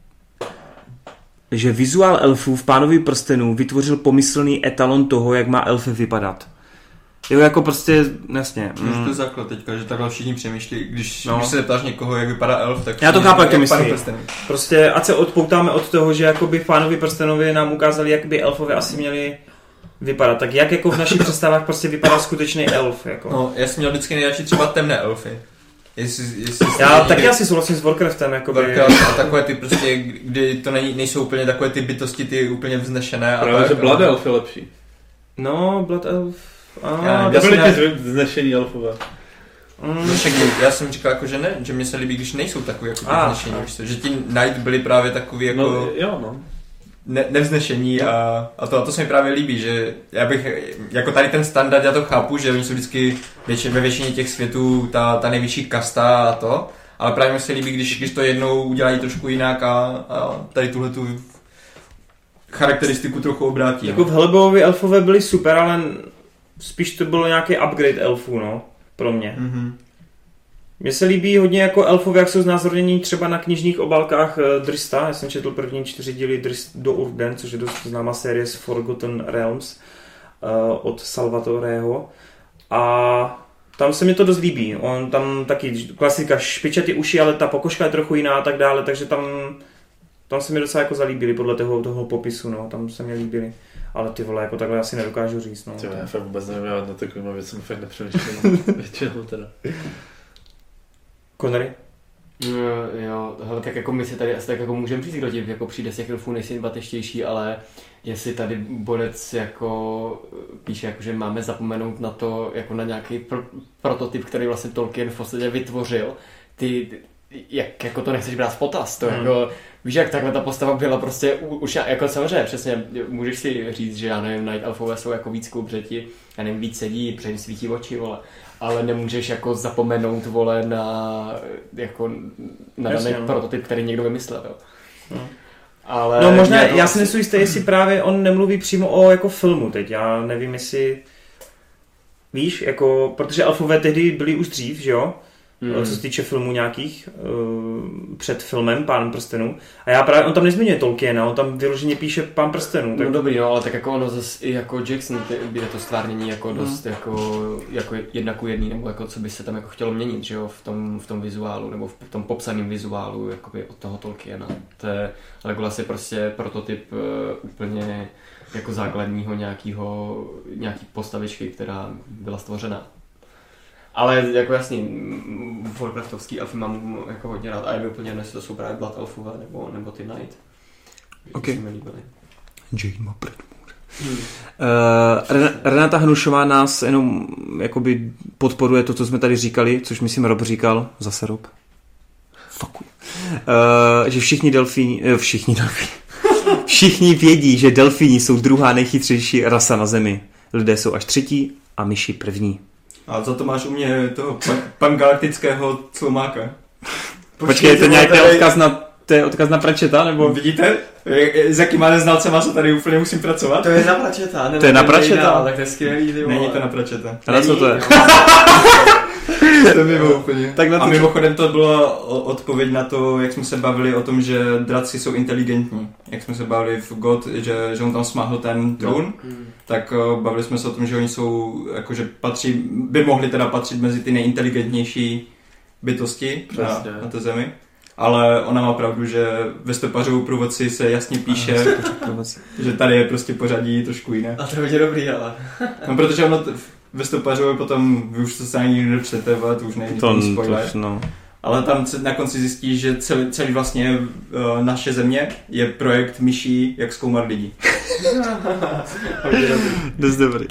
v Pánovi prstenů vytvořil pomyslný etalon toho, jak má elf vypadat. Jo, jako prostě, jasně. To je základ teďka, že takhle všichni přemýšlí, když se zeptáš někoho, jak vypadá elf, tak... Já to chápu, jak to myslí. Prostě, ať se odpoutáme od toho, že jakoby v Pánovi prstenovi nám ukázali, jak by elfové asi měli vypadat. Tak jak jako v našich představách prostě vypadá skutečný elf, jako. No, já jsem měl vždycky nejradši třeba temné elfy. Já taky asi souhlasím s Warcraftem, jakoby. Warcraft a takové ty prostě, kdy to nejsou úplně takové ty bytosti, ty úplně vznešené. Právě, že Blood Elf je lepší. No, Blood Elf... Nebyli ty vznešení elfové. Já jsem říkal jako, že ne, že mě se líbí, když nejsou takový jako vznešení, že ti Knight byli právě takový jako... No, jo, no. Nevznešení a to se mi právě líbí, že já bych, jako tady ten standard, já to chápu, že oni jsou vždycky ve většině těch světů ta nejvyšší kasta a to, ale právě mi se líbí, když to jednou udělají trošku jinak a tady tuhletu charakteristiku trochu obrátí. Jako v Hellboyovi elfové byli super, ale spíš to bylo nějaký upgrade elfů, no, pro mě. Mně se líbí hodně jako elfové, jak jsou znázornění třeba na knižních obálkách Drista. Já jsem četl první 4 díly Drist do Urden, což je dost známá série z Forgotten Realms od Salvatoreho. A tam se mi to dost líbí. On tam taky klasika špičatý uši, ale ta pokožka je trochu jiná a tak dále, takže tam se mi docela jako zalíbili podle toho popisu, no, tam se mi líbili. Ale ty vole, jako takhle asi nedokážu říct, no. Já fakt vůbec nevím, já na takovýma věcem fakt nepřemýšlím většinou teda. Connery? Jo, hele, tak jako my si tady asi tak jako můžeme říct, kdo ti jako přijde z těch elfů nejsympatičtější, ale jestli tady Borec jako píše, jako, že máme zapomenout na to, jako na nějaký prototyp, který vlastně Tolkien v podstatě vytvořil, ty jak jako to nechceš brát v potaz, to jako, víš, jak takhle ta postava byla prostě už jako samozřejmě, přesně, můžeš si říct, že já nevím, Night Elfové jsou jako víc klub, že ti, já nevím, víc sedí, protože jim svítí oči, vole, ale nemůžeš jako zapomenout, vole, na daný prototyp, který někdo vymyslel, jo. Ale no možná, já si nejsem jistý, jestli právě on nemluví přímo o jako filmu teď, já nevím, jestli víš, jako, protože elfové tehdy byli už dřív, že jo? Co se týče filmů nějakých před filmem Pán prstenů. A já právě, on tam nezmiňuje Tolkiena, on tam vyloženě píše Pán prstenů. Tak... No dobrý, no, ale tak jako ono zase i jako Jackson je to stvárnění jako dost jako 1:1, nebo jako co by se tam jako chtělo měnit, že jo, v tom vizuálu, nebo v tom popsaném vizuálu jakoby od toho Tolkiena. Legolas je prostě prototyp úplně jako základního nějaký postavičky, nebo byla stvořena. Ale jako jasný, Warcraftovský elfy mám jako hodně rád a je mi úplně jedno, jestli to jsou právě Blood Elfové nebo ty Night. Ok. Jane má Renata Hnušová nás jenom jakoby podporuje to, co jsme tady říkali, což myslím Rob říkal, zase Rob. Fuck. Že všichni vědí, že delfíni jsou druhá nejchytřejší rasa na zemi. Lidé jsou až třetí a myši první. A za to máš u mě toho pangalaktického clomáka. Počkej, to je odkaz na Pratchetta, nebo? Vidíte? S jakýma neznalcema se tady úplně musím pracovat? To je na Pratchetta, to je na Pratchetta? Tak to je skvělý. Není to na Pratchetta. A na co to je? To mimo úplně. A mimochodem to byla odpověď na to, jak jsme se bavili o tom, že draci jsou inteligentní. Jak jsme se bavili v God, že on tam smáhl ten trůn, tak bavili jsme se o tom, že oni jsou, jakože by mohli teda patřit mezi ty nejinteligentnější bytosti na té zemi. Ale ona má pravdu, že ve Stopařovu průvodci se jasně píše, že tady je prostě pořadí trošku jiné. A to je dobrý, ale... No, protože ono ve Stopařovu potom, vy už to se ani nedočtete, to už není spoiler. No. Ale tam na konci zjistí, že celý vlastně naše země je projekt myší, jak zkoumat lidi. Dost dobrý.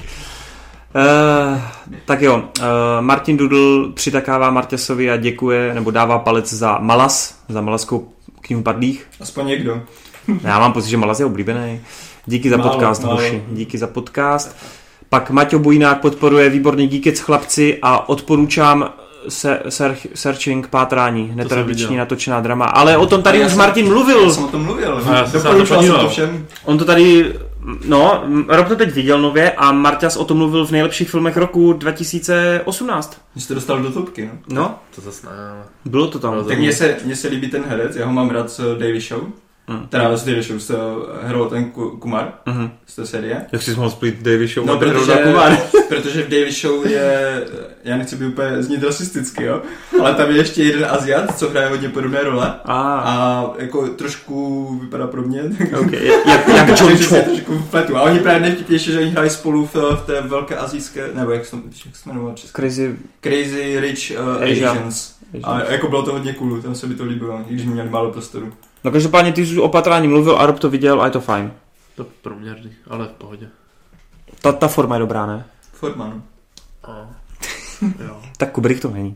Tak jo, Martin Dudl přitakává Marťasovi a děkuje, nebo dává palec za Malas, za Malaskou knihu padlých. Aspoň někdo. Já mám pocit, že Malas je oblíbený. Díky za podcast, hoši. Díky za podcast. Pak Maťo Bujnák podporuje výborný Geekec chlapci a odporučám Searching, pátrání, netradiční natočená drama. Ale o tom tady už Martin mluvil. Já jsem o tom mluvil. Doporučil jsem to všem. On to tady... No, Rob to teď viděl nově a Marťas o tom mluvil v nejlepších filmech roku 2018. Že jste dostal do topky, no? No. To zase ne. Bylo to tam. Tak mně se líbí ten herec, já ho mám rád z Daily Show. Teda z Daily Show, z hrál ten Kumar, z té série. Jak jsi mohl split Daily Show? No, protože v Daily Show je, já nechci být úplně znít rasisticky, jo, ale tam je ještě jeden Aziat, co hraje hodně podobné role a jako trošku vypadá podobně. Okay. Jak John Cho. Trošku vpletu. A oni právě nejvtipnější, že oni hrají spolu v té velké azijské, nebo jak se jmenuje české? Crazy Rich Asians. A jako bylo to hodně cool, tam se by to líbilo, i když měli málo prostoru. No každopádně ty jsi o pátrání mluvil a Rob to viděl a je to fajn. To průměrný, ale v pohodě. Ta forma je dobrá, ne? Forma, no. Jo. Tak Kubrick to není.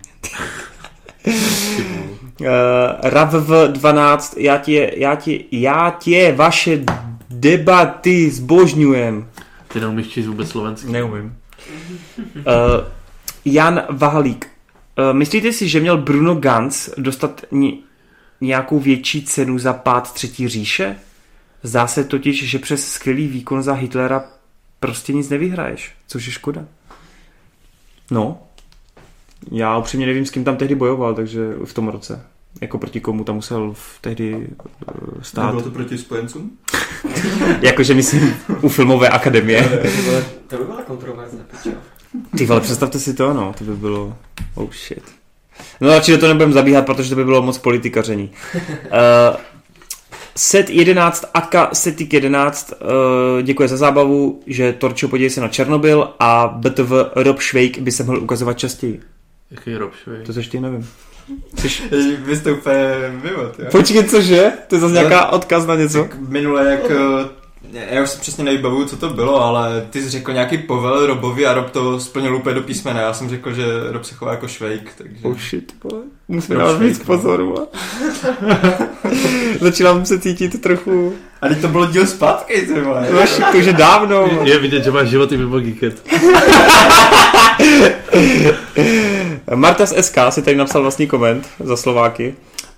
Rav 12, já tě vaše debaty zbožňujem. Ty neumíš číst vůbec slovensky? Neumím. Jan Vahalík. Myslíte si, že měl Bruno Ganz dostat nějakou větší cenu za pád Třetí říše? Zdá se totiž, že přes skvělý výkon za Hitlera prostě nic nevyhraješ, což je škoda. No, já upřímně nevím, s kým tam tehdy bojoval, takže v tom roce. Jako proti komu tam musel tehdy stát. Nebylo to proti spojencům? Jakože myslím u filmové akademie. To by byla kontroverze, pičo. Ty vole, představte si to, no, to by bylo... Oh shit. No radši do toho nebudem zabíhat, protože to by bylo moc politikaření. Set 11, Atka Setik 11, děkuji za zábavu, že Torčo, podívej se na Černobyl a BTV Rob Švejk by se mohl ukazovat častěji. Jaký je Rob Švejk? To seš ty, nevím. Vy jste úplně mimo, jo? Počkej, cože? To je zase nějaká odkaz na něco? Tak minule, jak... Já už si přesně nevybavuju, co to bylo, ale ty jsi řekl nějaký povel Robovi a Rob to splnil úplně do písmena. Já jsem řekl, že Rob se chová jako Švejk, takže... Oh shit, vole. Musím dávat víc pozoru. Začínám se cítit trochu... A teď to bylo díl zpátky, ty vole. To až jakože dávno. Je vidět, že máš život i mimo Geeket. Marta z SK si tady napsal vlastní koment za Slováky.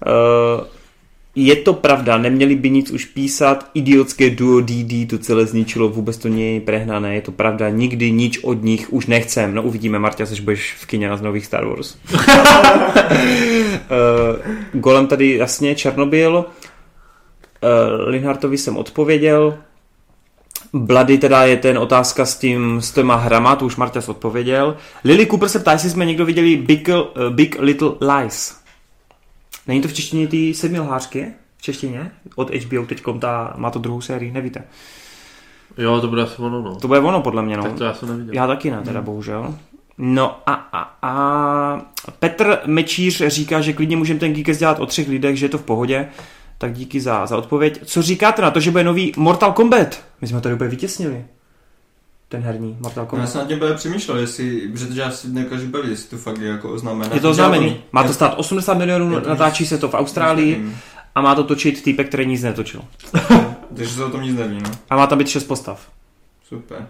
Je to pravda, neměli by nic už písat, idiotské duo DD to celé zničilo, vůbec to nie je prehnané, je to pravda, nikdy nič od nich už nechcem. No uvidíme, Marta, až budeš v kině na nových Star Wars. Golem tady jasně, Černobyl. Linhartovi jsem odpověděl. Bloody teda je ten otázka s těma hrama, to už Marťas odpověděl. Lily Cooper se ptá, jestli jsme někdo viděli Big Little Lies. Není to v češtině ty 7 lhářky? V češtině? Od HBO teďkom má to druhou sérii, nevíte? Jo, to bude asi ono, no. To bude ono podle mě, no. Tak to já jsem neviděl. Já taky ne, teda bohužel. No a Petr Mečíř říká, že klidně můžeme ten Geekest dělat o 3 lidech, že je to v pohodě. Tak díky za odpověď. Co říkáte na to, že bude nový Mortal Kombat? My jsme to úplně vytěsnili. Ten herní Mortal Kombat. Já jsem nad tím bude přemýšlel, protože já si nekážu bavit, jestli to fakt je jako oznámené. Je to oznámený. Má to stát 80 milionů, natáčí se to v Austrálii a má to točit týpek, který nic netočil. Takže se o tom nic neví, no. A má tam být 6 postav. Super.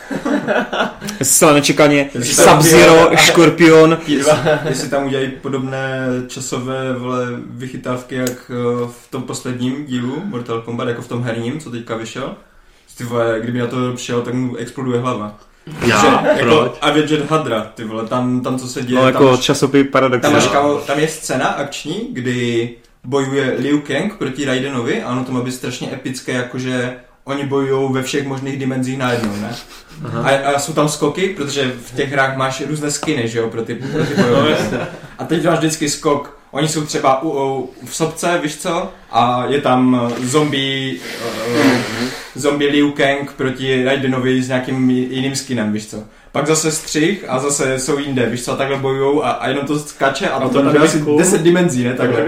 Zcela nečekaně Sub-Zero, Škorpion. Jestli tam udělají podobné časové vychytávky, jak v tom posledním dílu Mortal Kombat, jako v tom herním, co teďka vyšel. Ty vole, kdyby na to přišel, tak mu exploduje hlava. Jako Avenger Hadra, ty vole, tam co se děje. No jako časopí paradox. Tam je scéna akční, kdy bojuje Liu Kang proti Raidenovi a ono to má být strašně epické, jakože oni bojují ve všech možných dimenzích najednou, ne? A jsou tam skoky, protože v těch hrách máš různé skiny, že jo, pro ty bojovníky. A teď máš vždycky skok. Oni jsou třeba v sopce, víš co? A je tam zombie Liu Kang proti Raidenovi s nějakým jiným skinem, víš co? Pak zase střih a zase jsou jinde, víš co? A takhle bojujou a jenom to skače a to tam je asi 10 dimenzí, ne? Takhle.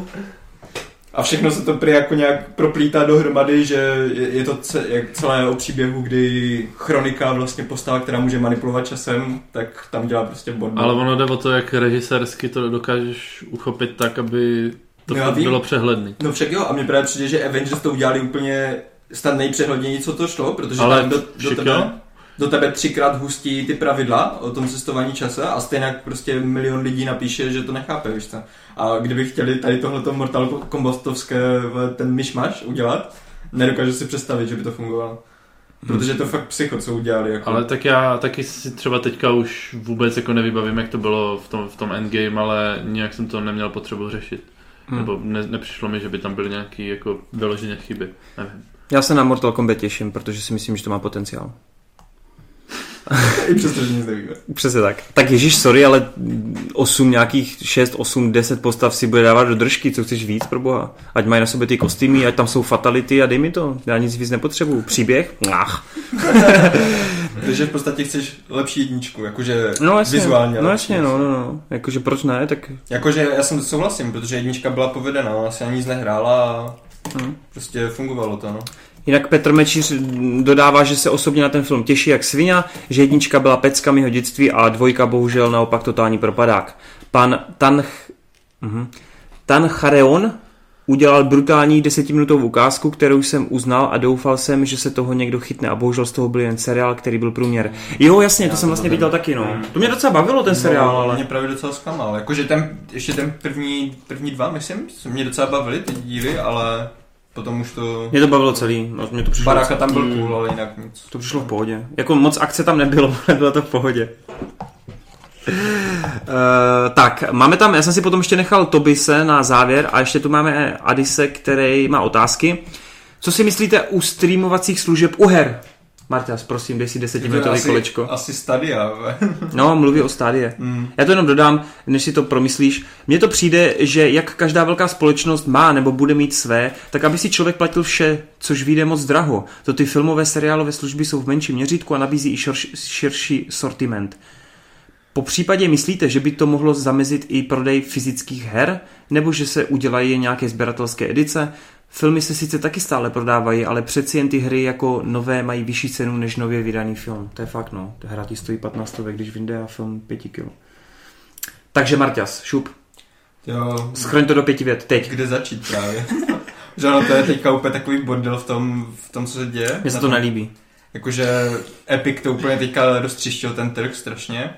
A všechno se to prý jako nějak proplítá dohromady, že je to celé o příběhu, kdy Chronika vlastně postava, která může manipulovat časem, tak tam dělá prostě bordel. Ale ono jde o to, jak režisérsky to dokážeš uchopit tak, aby to bylo přehledný. No však jo, a mně právě přijde, že Avengers to udělali úplně snad nejpřehledněji, co to šlo, protože ale tam do tebe 3krát hustí ty pravidla o tom cestování čase a stejně prostě 1 milion lidí napíše, že to nechápe, víš co. A kdyby chtěli tady tohleto Mortal Kombatovské ten myšmaš udělat, nedokážu si představit, že by to fungovalo. Protože to fakt psycho, co udělali. Jako. Ale tak já taky si třeba teďka už vůbec jako nevybavím, jak to bylo v tom endgame, ale nějak jsem to neměl potřebu řešit. Nebo nepřišlo mi, že by tam byly nějaký jako vyloženě chyby. Nevím. Já se na Mortal Kombat těším, protože si myslím, že to má potenciál. I přesto, že nic nevíme. Přesně tak. Tak ježiš, sorry, ale 6, 8, 10 postav si bude dávat do držky, co chceš víc, pro boha. Ať mají na sobě ty kostýmy, ať tam jsou fatality a dej mi to. Já nic víc nepotřebuju. Příběh? Takže v podstatě chceš lepší jedničku, jakože no, jasně, vizuálně. No jasně, no. Jakože proč ne, tak... Jakože já jsem souhlasím, protože jednička byla povedená, ona si ani nic nehrála a prostě fungovalo to, no. Jinak Petr Mečíř dodává, že se osobně na ten film těší jak svině, že jednička byla pecka mýho dětství a 2 bohužel naopak totální propadák. Pan Tanchareon udělal brutální 10minutovou ukázku, kterou jsem uznal a doufal jsem, že se toho někdo chytne a bohužel z toho byl jen seriál, který byl průměr. Jo, jasně, to jsem vlastně viděl taky, no. To mě docela bavilo, ten seriál, ale... Mě právě docela zklamal, jakože ještě ten první 2, myslím, mě docela bavili ty díly, ale potom už to... Mě to bavilo celý. Mě to přišlo Baraka tam byl cool, ale jinak nic. To přišlo v pohodě. Jako moc akce tam nebylo, ale bylo to v pohodě. Tak, máme tam, já jsem si potom ještě nechal Tobise na závěr a ještě tu máme Adise, který má otázky. Co si myslíte u streamovacích služeb u her? Marťas, prosím, dej si 10-minutový kolečko. Asi Stadia. No, mluví o Stadie. Já to jenom dodám, než si to promyslíš. Mně to přijde, že jak každá velká společnost má nebo bude mít své, tak aby si člověk platil vše, což vyjde moc draho. To ty filmové, seriálové služby jsou v menším měřítku a nabízí i širší sortiment. Po případě myslíte, že by to mohlo zamezit i prodej fyzických her, nebo že se udělají nějaké sběratelské edice? Filmy se sice taky stále prodávají, ale přeci jen ty hry jako nové mají vyšší cenu než nově vydaný film. To je fakt, no. Hra ti stojí 15, když vyjde a film 5 kg. Takže Marťas, šup. Jo. Schroň to do 5 vět, teď. Kde začít právě? Že ono to je teďka úplně takový bordel v tom, co se děje. Mně se to nelíbí. Jakože Epic to úplně teďka roztříštil ten trh strašně.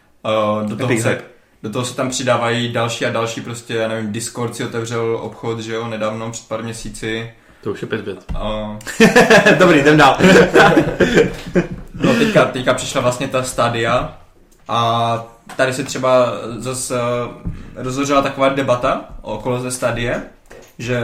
Do toho se tam přidávají další a další, prostě, já nevím, Discord si otevřel obchod, že jo, nedávno, před pár měsíci. To už je 5 vět. Dobrý, jdem dál. No teďka přišla vlastně ta Stadia a tady se třeba zase rozhořela taková debata okolo ze Stadie, že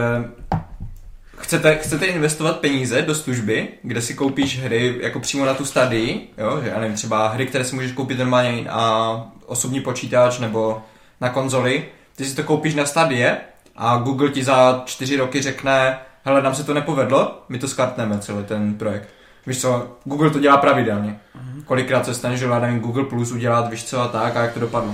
chcete investovat peníze do služby, kde si koupíš hry jako přímo na tu Stadii, jo, že já nevím, třeba hry, které si můžeš koupit normálně na osobní počítač nebo na konzoli, ty si to koupíš na Stadie a Google ti za 4 roky řekne, hele, nám se to nepovedlo, my to skartneme celý ten projekt. Víš co, Google to dělá pravidelně. Kolikrát se stane, že nevím, Google Plus udělat, víš co a tak, a jak to dopadlo.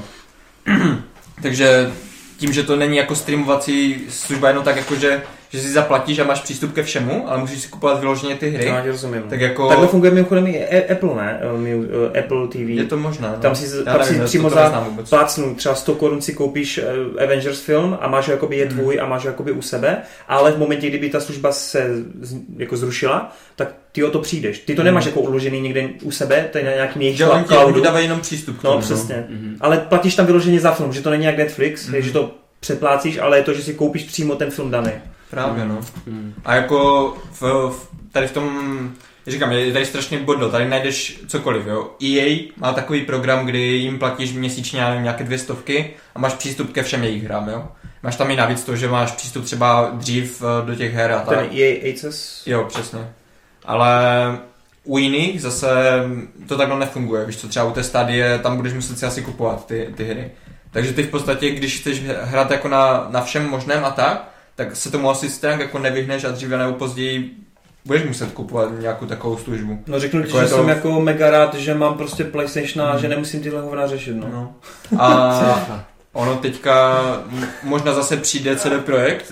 Takže tím, že to není jako streamovací služba, jenom tak jako, že si zaplatíš a máš přístup ke všemu, ale musíš si kupovat vyloženě ty hry. To rozumím. Tak jako... Takhle funguje mimochodem i Apple, ne? Apple TV. Je to možná. No. Tam si přímo za plácnu, třeba 100 korun si koupíš Avengers film a máš ho jakoby je tvůj a máš ho jakoby u sebe, ale v momentě, kdyby ta služba se jako zrušila, tak ty o to přijdeš. Ty to nemáš jako uložený někde u sebe, to je na nějakým jejich cloudu. Oni dávají jenom přístup k tomu. No, přesně. Ale platíš tam vyloženě za film, že to není jak Netflix, že to předplácíš, ale je to, že si koupíš přímo ten film daný. Právě, no. A jako tady v tom, říkám, je tady strašně bordel, tady najdeš cokoliv, jo. EA má takový program, kdy jim platíš měsíčně, nevím, nějaké 200 a máš přístup ke všem jejich hrám, jo. Máš tam i navíc to, že máš přístup třeba dřív do těch her a tak. Ten EA Access? Jo, přesně. Ale u jiných zase to takhle nefunguje, víš co, třeba u té Stadie, tam budeš muset si asi kupovat ty hry. Takže ty v podstatě, když chceš hrát jako na všem možném a tak se tomu asi stejně jako nevyhneš a dříve nebo později budeš muset kupovat nějakou takovou službu. No řeknu ti, že jsem jako mega rád, že mám prostě PlayStation a že nemusím tyhle hovna řešit, no. A ono teďka možná zase přijde CD Projekt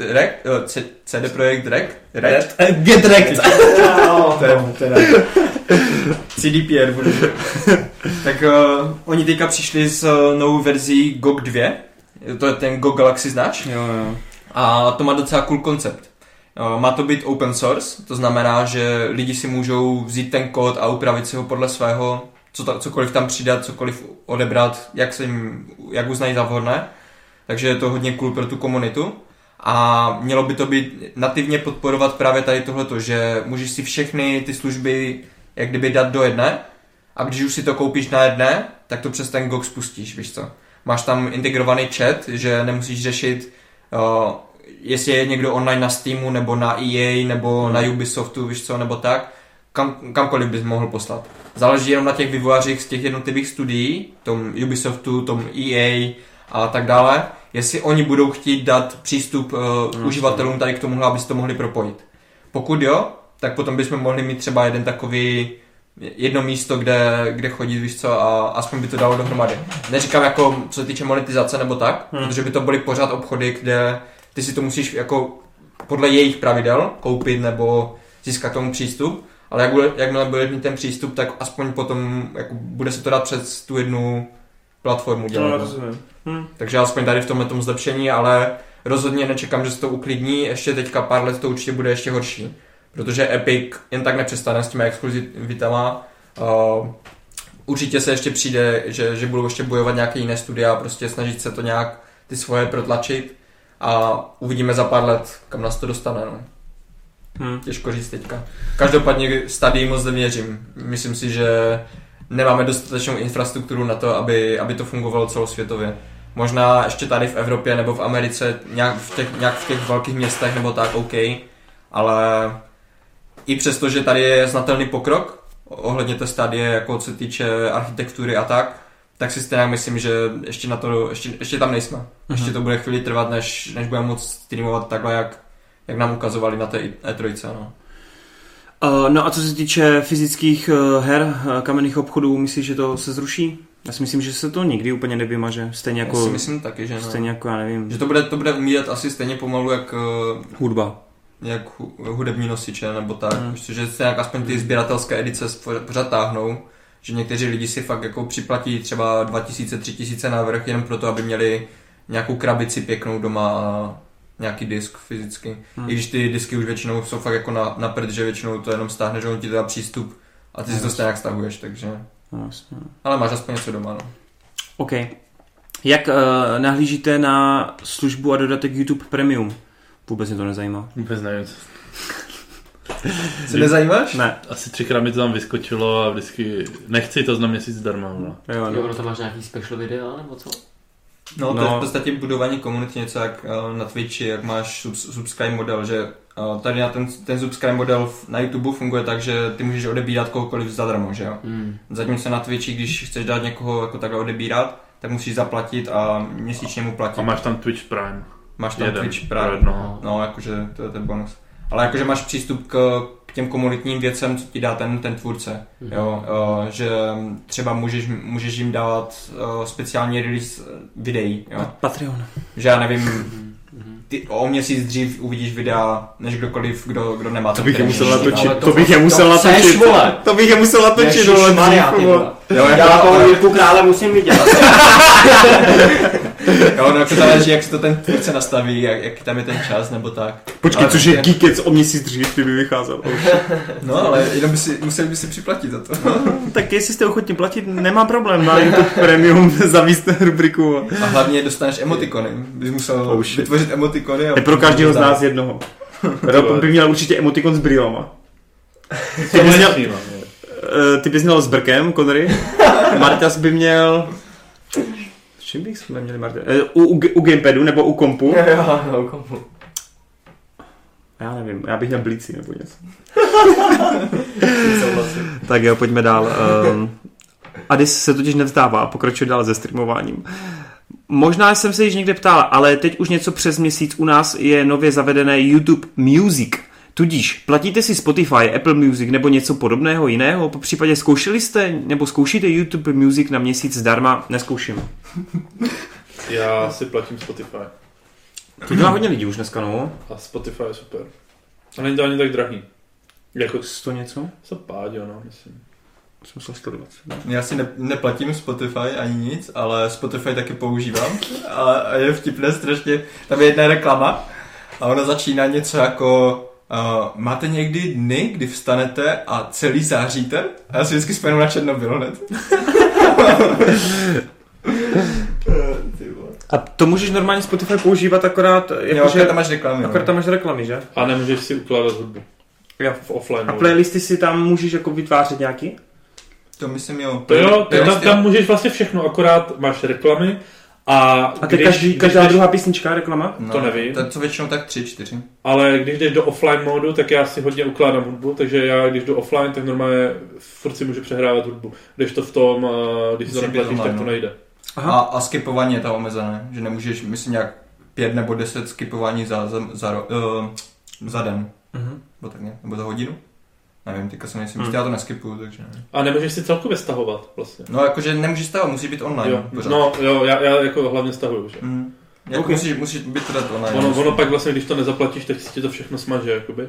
Red. Get Rekt. CDPR bude. Tak oni teďka přišli s novou verzí GOG 2. To je ten GOG Galaxy znač. Jo. A to má docela cool koncept. Má to být open source, to znamená, že lidi si můžou vzít ten kód a upravit si ho podle svého, cokoliv tam přidat, cokoliv odebrat, jak uznají za vhodné. Takže je to hodně cool pro tu komunitu. A mělo by to být nativně podporovat právě tady tohleto, že můžeš si všechny ty služby jak kdyby dát do jedné a když už si to koupíš na jedné, tak to přes ten GOG spustíš, víš co. Máš tam integrovaný chat, že nemusíš řešit jestli je někdo online na Steamu, nebo na EA, nebo na Ubisoftu, víš co, nebo tak, kamkoliv bys mohl poslat. Záleží jenom na těch vývojářích z těch jednotlivých studií, tom Ubisoftu, tom EA a tak dále, jestli oni budou chtít dát přístup uživatelům tady k tomuhle, aby si to mohli propojit. Pokud jo, tak potom bychom mohli mít třeba jedno místo, kde chodit, víš co, a aspoň by to dalo dohromady. Neříkám jako, co se týče monetizace nebo tak, protože by to byly pořád obchody, kde ty si to musíš jako podle jejich pravidel koupit nebo získat tomu přístup, ale jakmile budeš mít ten přístup, tak aspoň potom jako bude se to dát přes tu jednu platformu dělat. Takže aspoň tady v tomhle zlepšení, ale rozhodně nečekám, že se to uklidní, ještě teďka pár let to určitě bude ještě horší. Protože Epic jen tak nepřestane s těmi exkluzivitama. Určitě se ještě přijde, že budou ještě bojovat nějaké jiné studia a prostě snažit se to nějak ty svoje protlačit a uvidíme za pár let, kam nás to dostane. No. Těžko říct teďka. Každopádně Stadii moc nevěřím. Myslím si, že nemáme dostatečnou infrastrukturu na to, aby to fungovalo celosvětově. Možná ještě tady v Evropě nebo v Americe, nějak v těch velkých městech nebo tak, OK, ale i přesto, že tady je znatelný pokrok ohledně té Stadie, jako co se týče architektury a tak si stejně myslím, že ještě tam nejsme. Ještě to bude chvíli trvat, než budeme moct streamovat takhle, jak nám ukazovali na té E3. No. No a co se týče fyzických her, kamenných obchodů, myslíš, že to se zruší? Já si myslím, že se to nikdy úplně nevymaže. Stejně jako... Já si myslím taky, že ne. Stejně jako, já nevím. Že to bude umírat asi stejně pomalu, jak... hudba. Jak hudební nosiče, nebo tak. Protože se nějak aspoň ty sběratelské edice pořád táhnou. Že někteří lidi si fakt jako připlatí třeba 2000-3000 navrch jenom proto, aby měli nějakou krabici pěknou doma a nějaký disk fyzicky. I když ty disky už většinou jsou fakt jako na prd, že většinou to jenom stáhne, že on ti dá přístup a ty si to stejně stahuješ, takže... Jasně. Ale máš aspoň něco doma, no. OK. Jak nahlížíte na službu a dodatek YouTube Premium? Vůbec mě to nezajímá. Vůbec nevím. Se nezajímáš? Ne. Asi 3krát mi to tam vyskočilo a vždycky nechci to na měsíc zdarma. No. Jo, to máš nějaký special videa, nebo co? No, to je v podstatě budování komunity, něco jak na Twitchi, jak máš subscribe model, že tady na ten subscribe model na YouTube funguje tak, že ty můžeš odebírat kohokoliv zadarmo, že jo. Zatímco na Twitchi, když chceš dát někoho jako takhle odebírat, tak musíš zaplatit a měsíčně mu platit. A máš tam Twitch Prime. Máš tam Twitch Prime, no jakože to je ten bonus. Ale jakože máš přístup k těm komunitním věcem, co ti dá ten tvůrce. Jo, že třeba můžeš jim dávat speciální release videí. Jo. Patreon. Že já nevím, ty o měsíc dřív uvidíš videa, než kdokoliv, kdo nemá. To bych je musel natočit. To bych je musel natočit. Já toho Jirku Krále musím vidět. Jo, no jako záleží, jak si to ten tvůrce nastaví, jak tam je ten čas, nebo tak. Počkej, což je Geekec o měsíc dřív, kdyby vycházel. No, ale jenom museli by si připlatit za to. Tak jestli jste ochotni platit, nemám problém na YouTube Premium zavíst rubriku. A hlavně dostaneš emotikony. Bys musel vytvořit emotikony. Je pro každého z nás jednoho. Rob by měl určitě emotikon s brýlema. Ty bys měl s brkem, Connery. Martas by měl... S čím bych jsme měli Marta? U gamepadu nebo u kompu? Jo, u kompu. Já nevím, já bych měl blíci nebo něco. Tak jo, pojďme dál. Adis se totiž nevzdává a pokračuje dál se streamováním. Možná jsem se již někde ptal, ale teď už něco přes měsíc u nás je nově zavedené YouTube Music. Tudíž platíte si Spotify, Apple Music nebo něco podobného jiného? Po případě zkoušeli jste nebo zkoušíte YouTube Music na měsíc zdarma? Neskouším. Já si platím Spotify. To dělá hodně lidí už dneska, no. A Spotify je super. A není to ani tak drahý. Jako 100 něco? 150, jo, no, myslím. Jsem myslel 120. Já si neplatím Spotify ani nic, ale Spotify taky používám. A je vtipné strašně. Tam je jedna reklama a ona začíná něco jako máte někdy dny, kdy vstanete a celý záříte? A já si vždycky vzpomenu na Černobyl hned. A to můžeš normálně Spotify používat akorát... Akorát tam máš reklamy. Akorát tam máš reklamy, že? A nemůžeš si ukládat hudbu. V offline. A playlisty si tam můžeš jako vytvářet nějaký? To myslím, jo. To jo, tam můžeš vlastně všechno, akorát máš reklamy a to každá druhá písnička reklama? No, to nevím. To co většinou tak 3-4. Ale když jdeš do offline módu, tak já si hodně ukládám hudbu, takže já když jdu offline, tak normálně furt si můžu přehrávat hudbu. Když to v tom, když to neplatíš, tak to nejde. A skipování je tam omezené, že nemůžeš, myslím nějak 5 nebo 10 skipování za den. Nebo tak ne? Nebo za hodinu? Nevím, teďka jsem nejsem jistý, já to neskipuju, takže nevím. A nemůžeš si celkově stahovat vlastně. No jakože nemůžeš stahovat, musí být online. Jo. No jo, já jako hlavně stahuju, že? Jako okay. musíš být teda online. Ono pak vlastně, když to nezaplatíš, tak si ti to všechno smaže, jakoby.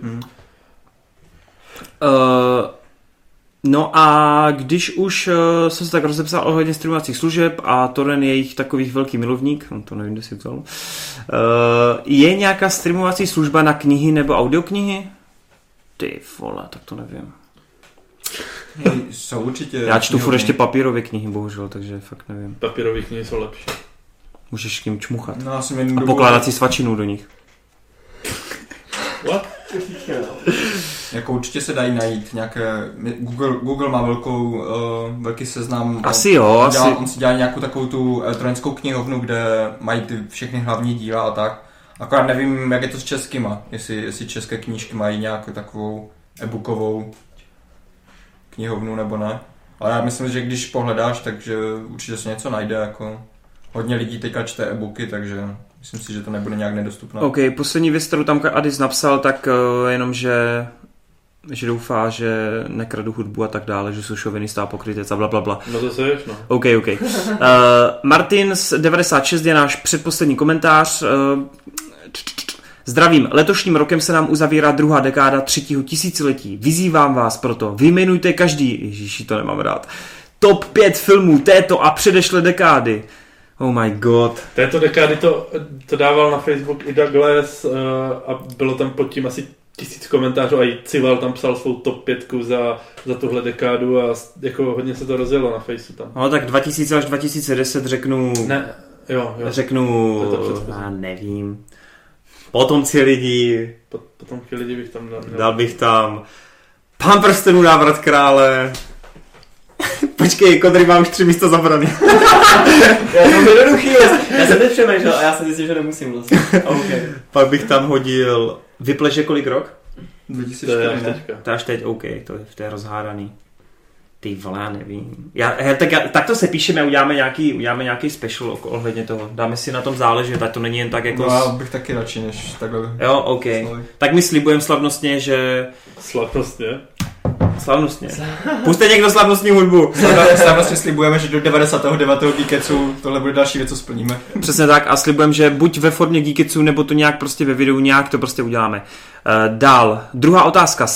No a když už jsem se tak rozepsal ohledně streamovacích služeb a Toren je jich takových velký milovník, to nevím, kde si vzal, je nějaká streamovací služba na knihy nebo audioknihy? Ty vole, tak to nevím. Jsou určitě... Já čtu furt ještě papírové knihy, bohužel, takže fakt nevím. Papírové knihy jsou lepší. Můžeš k ním čmuchat. No, a pokládat si svačinu do nich. What? Jako určitě se dají najít nějaké, Google má velký seznam. Asi jo, On si dělá nějakou takovou tu elektronickou knihovnu, kde mají ty všechny hlavní díla a tak. Akorát nevím, jak je to s českýma, jestli české knížky mají nějakou takovou e-bookovou knihovnu nebo ne. Ale já myslím, že když pohledáš, takže určitě se něco najde, jako hodně lidí teďka čte e-booky, takže myslím si, že to nebude nějak nedostupné. OK, poslední věc, kterou tam Adis napsal, tak jenom, že doufá, že nekradu hudbu a tak dále, že jsou šovinista a pokrytec a blablabla. No to seš, no. OK. Martin z 96 je náš předposlední komentář. Zdravím, letošním rokem se nám uzavírá druhá dekáda 3. tisíciletí. Vyzývám vás proto, vyjmenujte každý, ježíši, to nemám rád, top 5 filmů této a předešlé dekády. Oh my god. Této dekády to dával na Facebook i Douglas a bylo tam pod tím asi 1000 komentářů a i Cival tam psal svou top 5 za tuhle dekádu a jako hodně se to rozjelo na Faceu tam. No tak 2000 až 2010 řeknu... Ne, jo. Řeknu... Já nevím. Potomci lidí. Potomci lidí bych tam dal bych tam Pán prstenů, návrat krále. Počkej, Kodry má už 3 místa zabraný. Já jsem teď přemýšlel a já jsem zjistil, že nemusím vlastně. Okay. Pak bych tam hodil Vypleže kolik rok? 2004. To až teď, OK, to je rozhádaný. Ty vole, já nevím. Tak to se píšeme, uděláme nějaký special ohledně toho. Dáme si na tom záležet, ať to není jen tak jako... No já bych taky radši, než takhle... Jo, OK. Tak my slibujeme slavnostně, že... Slavnostně. Puste někdo slavnostní hudbu. Slavnostně slibujeme, že do 99. Geeketsu tohle bude další věc, co splníme. Přesně tak a slibujeme, že buď ve formě Geeketsu, nebo to nějak prostě ve videu, nějak to prostě uděláme. Dál. Druhá otázka.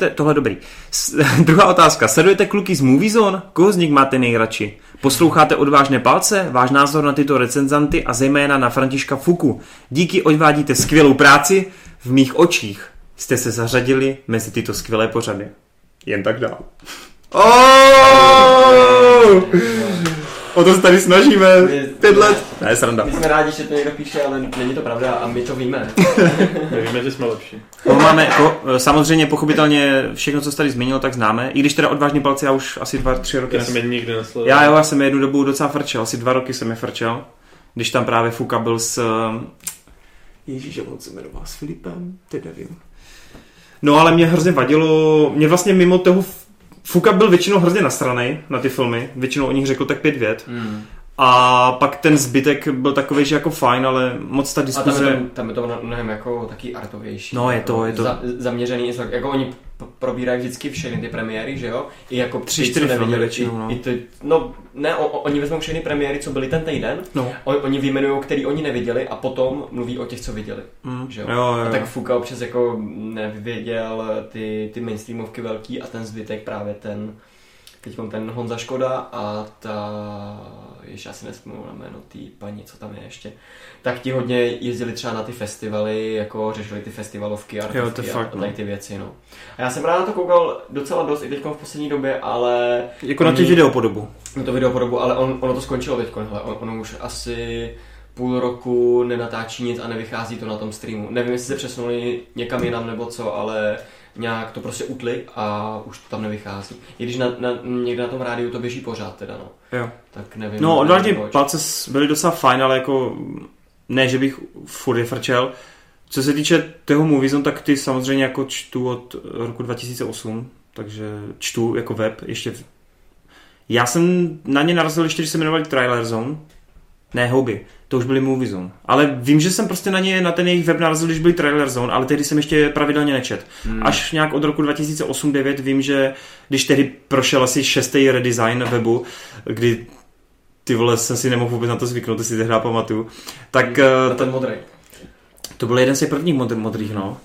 Druhá otázka. Sledujete kluky z Movie Zone? Koho z nich máte nejradši? Posloucháte Odvážné palce? Váš názor na tyto recenzanty a zejména na Františka Fuku. Díky, odvádíte skvělou práci. V mých očích jste se zařadili mezi tyto skvělé pořady. Jen tak dál. O to se tady snažíme 5 let. Ne, sranda. My jsme rádi, že to někdo píše, ale není to pravda a my to víme. My víme, že jsme lepší. Samozřejmě, pochopitelně, všechno, co jsi tady zmínil, tak známe. I když teda Odvážný palce, já už asi 2-3 roky... Já jsem je nikdy nesledoval. Já jsem jednu dobu docela frčel, asi 2 roky jsem je frčel. Když tam právě Fuka byl s... Ježíš, jak on se jmenoval, s Filipem? Teď nevím. No ale mě hrozně vadilo, mě vlastně mimo toho Fuka byl většinou hrozně nasranej na ty filmy, většinou o nich řekl tak 5 vět. A pak ten zbytek byl takový, že jako fajn, ale moc ta diskuze... A tam je to mnohem jako taky artovější. No je to... Zaměřený, jako oni probírají vždycky všechny ty premiéry, že jo? I jako 3-4 filmy většinou, no. Oni vezmou všechny premiéry, co byly ten týden, oni vyjmenujou, který oni neviděli a potom mluví o těch, co viděli, že jo? Jo. A tak Fuka občas jako nevěděl ty mainstreamovky velký a ten zbytek právě ten Honza Škoda a ještě asi nespomínám na jméno té paní, co tam je ještě, tak ti hodně jezdili třeba na ty festivaly, jako řešili ty festivalovky, artovky a tady ty věci, no. A já jsem rád na to koukal docela dost i teďko v poslední době, ale... Jako na tu videopodobu. Na to videopodobu, ale ono to skončilo teďko, ono už asi půl roku nenatáčí nic a nevychází to na tom streamu. Nevím, jestli se přesunuli někam jinam nebo co, ale... nějak to prostě utli a už to tam nevychází. I když někde na tom rádiu to běží pořád teda, no. Jo. Tak nevím. No, Odvážné palce byly docela fajn, ale jako ne, že bych furt je frčel. Co se týče toho Movie Zone, tak ty samozřejmě jako čtu od roku 2008, takže čtu jako web ještě. Já jsem na ně narazil ještě, když se jmenovali Trailer Zone. Ne, Hobby. To už byly Movie Zone. Ale vím, že jsem prostě na ten jejich web narazil, když byly Trailer Zone, ale tehdy jsem ještě pravidelně nečet. Až nějak od roku 2008-2009 vím, že když tehdy prošel asi 6. redesign webu, kdy ty vole jsem si nemohl vůbec na to zvyknout, to si tehdy pamatuju. Tak... Na ten modrý. To byl jeden z těch prvních modrých, no.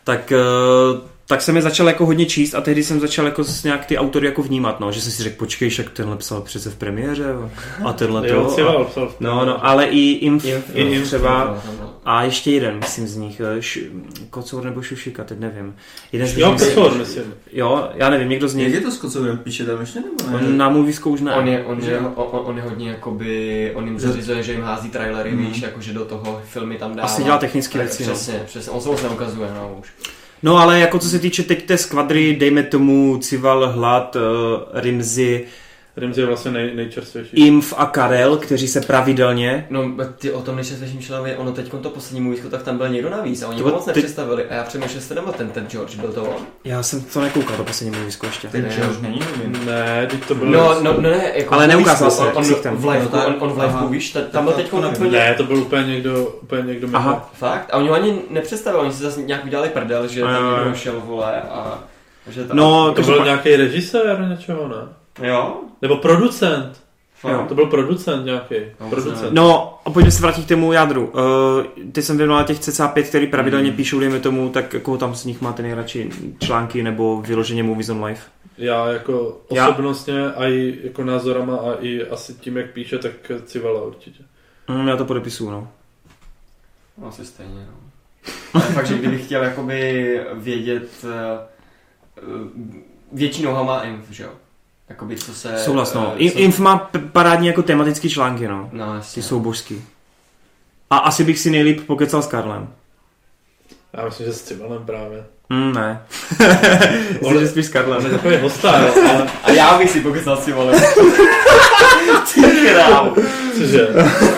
Tak jsem je začal jako hodně číst a tehdy jsem začal jako nějak ty autory jako vnímat, no, že jsem si řekl, počkej, však tenhle psal přece v premiéře a tenhle to. No, ale i Inf třeba a ještě jeden, myslím z nich, Kocour nebo Šušika, teď nevím. Jeden z nich, Kocour, myslím. Jo, já nevím, někdo z nich. Jak je to s Kocourem, píše tam ještě nebo ne? Na Moviesku už ne. On je hodně jakoby, on jim zařizuje, že jim hází trailery, víš, jakože do toho filmy tam dává. Asi dělá technické věci. Přesně, on se moc neukazuje, no už. No ale jako co se týče teď té skvadry, dejme tomu Cival, Hlad, Rimzi je vlastně nejčerstvější. Imf a Karel, kteří se pravidelně... No, ty o tom nejčerstvějším členovi, ono teď to poslední movisko, tak tam byl někdo navíc a oni To moc nepředstavili a já přemýšlel, jestli nebyl ten George, byl to on. Já jsem to nekoukal, to poslední movisko ještě. Ten George není nový. Ne, teď to bylo... No, ne, jako ale neukázal se on v liveu, víš, tam byl teď úplně... Ne, to byl úplně někdo mimo. Aha. Fakt? A oni ho ani nepředstavili, oni si zase nějak udělali prdel, že tam někdo šel, vole, a... Že tam... No, to byl nějaký režisér něčeho, ne? Jo? Nebo producent. Jo. To byl producent nějaký. No, a pojďme se vrátit k tomu jádru. Ty jsem věnoval těch cca 5, který pravidelně píšou, dejme tomu, tak koho tam z nich máte nejradši články nebo vyloženě Movies on Live? Já jako osobnostně a i jako názorama a i asi tím, jak píše, tak Civala určitě. Já to podepisuju, no. Asi stejně, no. Ale fakt, že kdybych chtěl jakoby vědět, většinou ho má Inf, že jo? Jakoby co se... Souhlas, no. Inf má parádní jako tematický články, no. No, jasně. Ty jsou božský. A asi bych si nejlíp pokecal s Karlem. Já myslím, že s Civalem právě. Ne. Myslím, že spíš s Karlem. On je takový hostár, ale... A já bych si pokecal s Civalem. Ty král. Cože?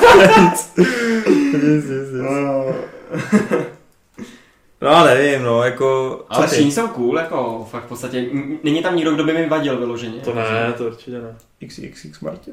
No nevím, no, jako... Ale všichni jsou cool, jako fakt v podstatě. Není tam nikdo, kdo by mi vadil vyloženě. To ne, to určitě ne. XXX Martin.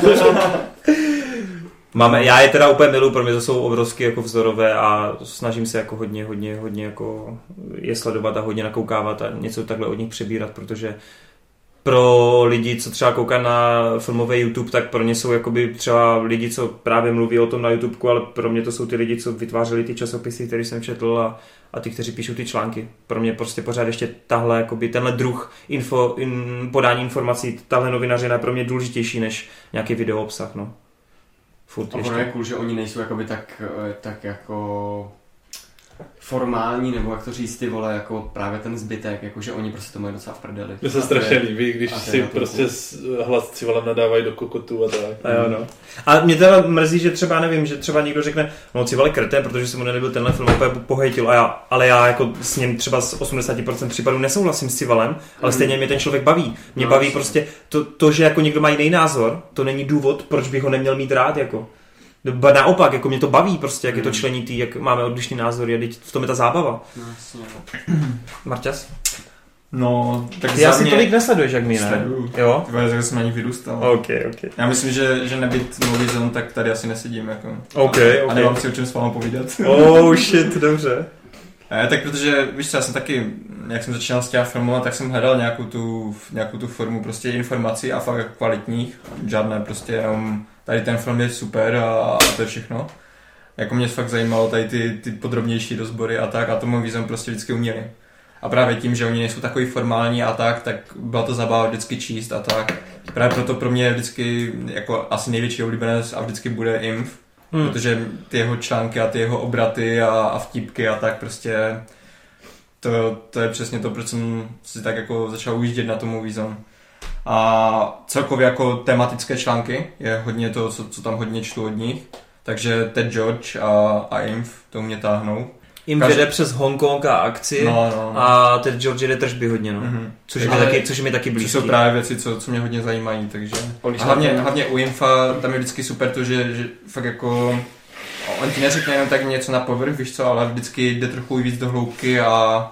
Já je teda úplně miluji, pro mě to jsou obrovsky jako vzorové a snažím se jako hodně jako je sledovat a hodně nakoukávat a něco takhle od nich přebírat, protože pro lidi, co třeba kouká na filmové YouTube, tak pro ně jsou jakoby třeba lidi, co právě mluví o tom na YouTubeku, ale pro mě to jsou ty lidi, co vytvářeli ty časopisy, které jsem četl a ty, kteří píšou ty články. Pro mě prostě pořád ještě tenhle druh podání informací, tahle novinařina je pro mě důležitější než nějaký video obsah, no. Furt a ono je cool, že oni nejsou jakoby tak jako formální, nebo jak to říct, ty vole, jako právě ten zbytek, jakože oni prostě to mají docela v prdeli. Mně se strašně líbí, když si prostě hlas Civalem nadávají do kokotu a tak. A jo, no. A mě teda mrzí, že třeba nevím, že třeba někdo řekne, no Cival je kreten, protože se mu nelíbil tenhle film, úplně pohejtil, ale já jako s ním třeba z 80% případů nesouhlasím s Civalem, ale stejně mě ten člověk baví. Mě baví prostě to, že jako někdo má jiný názor, to není důvod, proč bych ho neměl mít rád, jako. Naopak, jako mě to baví prostě, jak je to členitý, jak máme odlišný názory a teď v tom je ta zábava. Marťas? No, tak ty asi tolik nesleduješ, jak my, ne? Sleduju. Jo? Že jsem na ní vyrůstal. Okay. Já myslím, že nebýt Movie Zone, tak tady asi nesedím, jako. Okay. A nemám si o čem s vámi povídat. Oh shit, dobře. Tak protože, víš co, já jsem taky, jak jsem začínal s těma filmovat, tak jsem hledal nějakou tu formu prostě informací a fakt kvalitních. Žádné prostě jenom tady ten film je super a to je všechno. Jako mě fakt zajímalo tady ty podrobnější rozbory a tak a to Movie Zone prostě vždycky uměli. A právě tím, že oni nejsou takový formální a tak byla to zábava vždycky číst a tak. Právě proto pro mě je vždycky jako asi největší oblíbenec a vždycky bude Inf. Protože ty jeho články a ty jeho obraty a vtipky a tak prostě to je přesně to, proč jsem si tak jako začal ujíždět na tu Movie Zone. A celkově jako tematické články je hodně to, co tam hodně čtu od nich. Takže Ted George a Inf to mě táhnou. Jde přes Hongkong a akci a Ted George jde tržby hodně, no. Což mi taky blízký. To jsou právě věci, co mě hodně zajímají, takže. A hlavně u Infa tam je vždycky super to, že fakt jako on ti neřekne jenom tak něco na povrch, víš co, ale vždycky jde trochu víc do hloubky a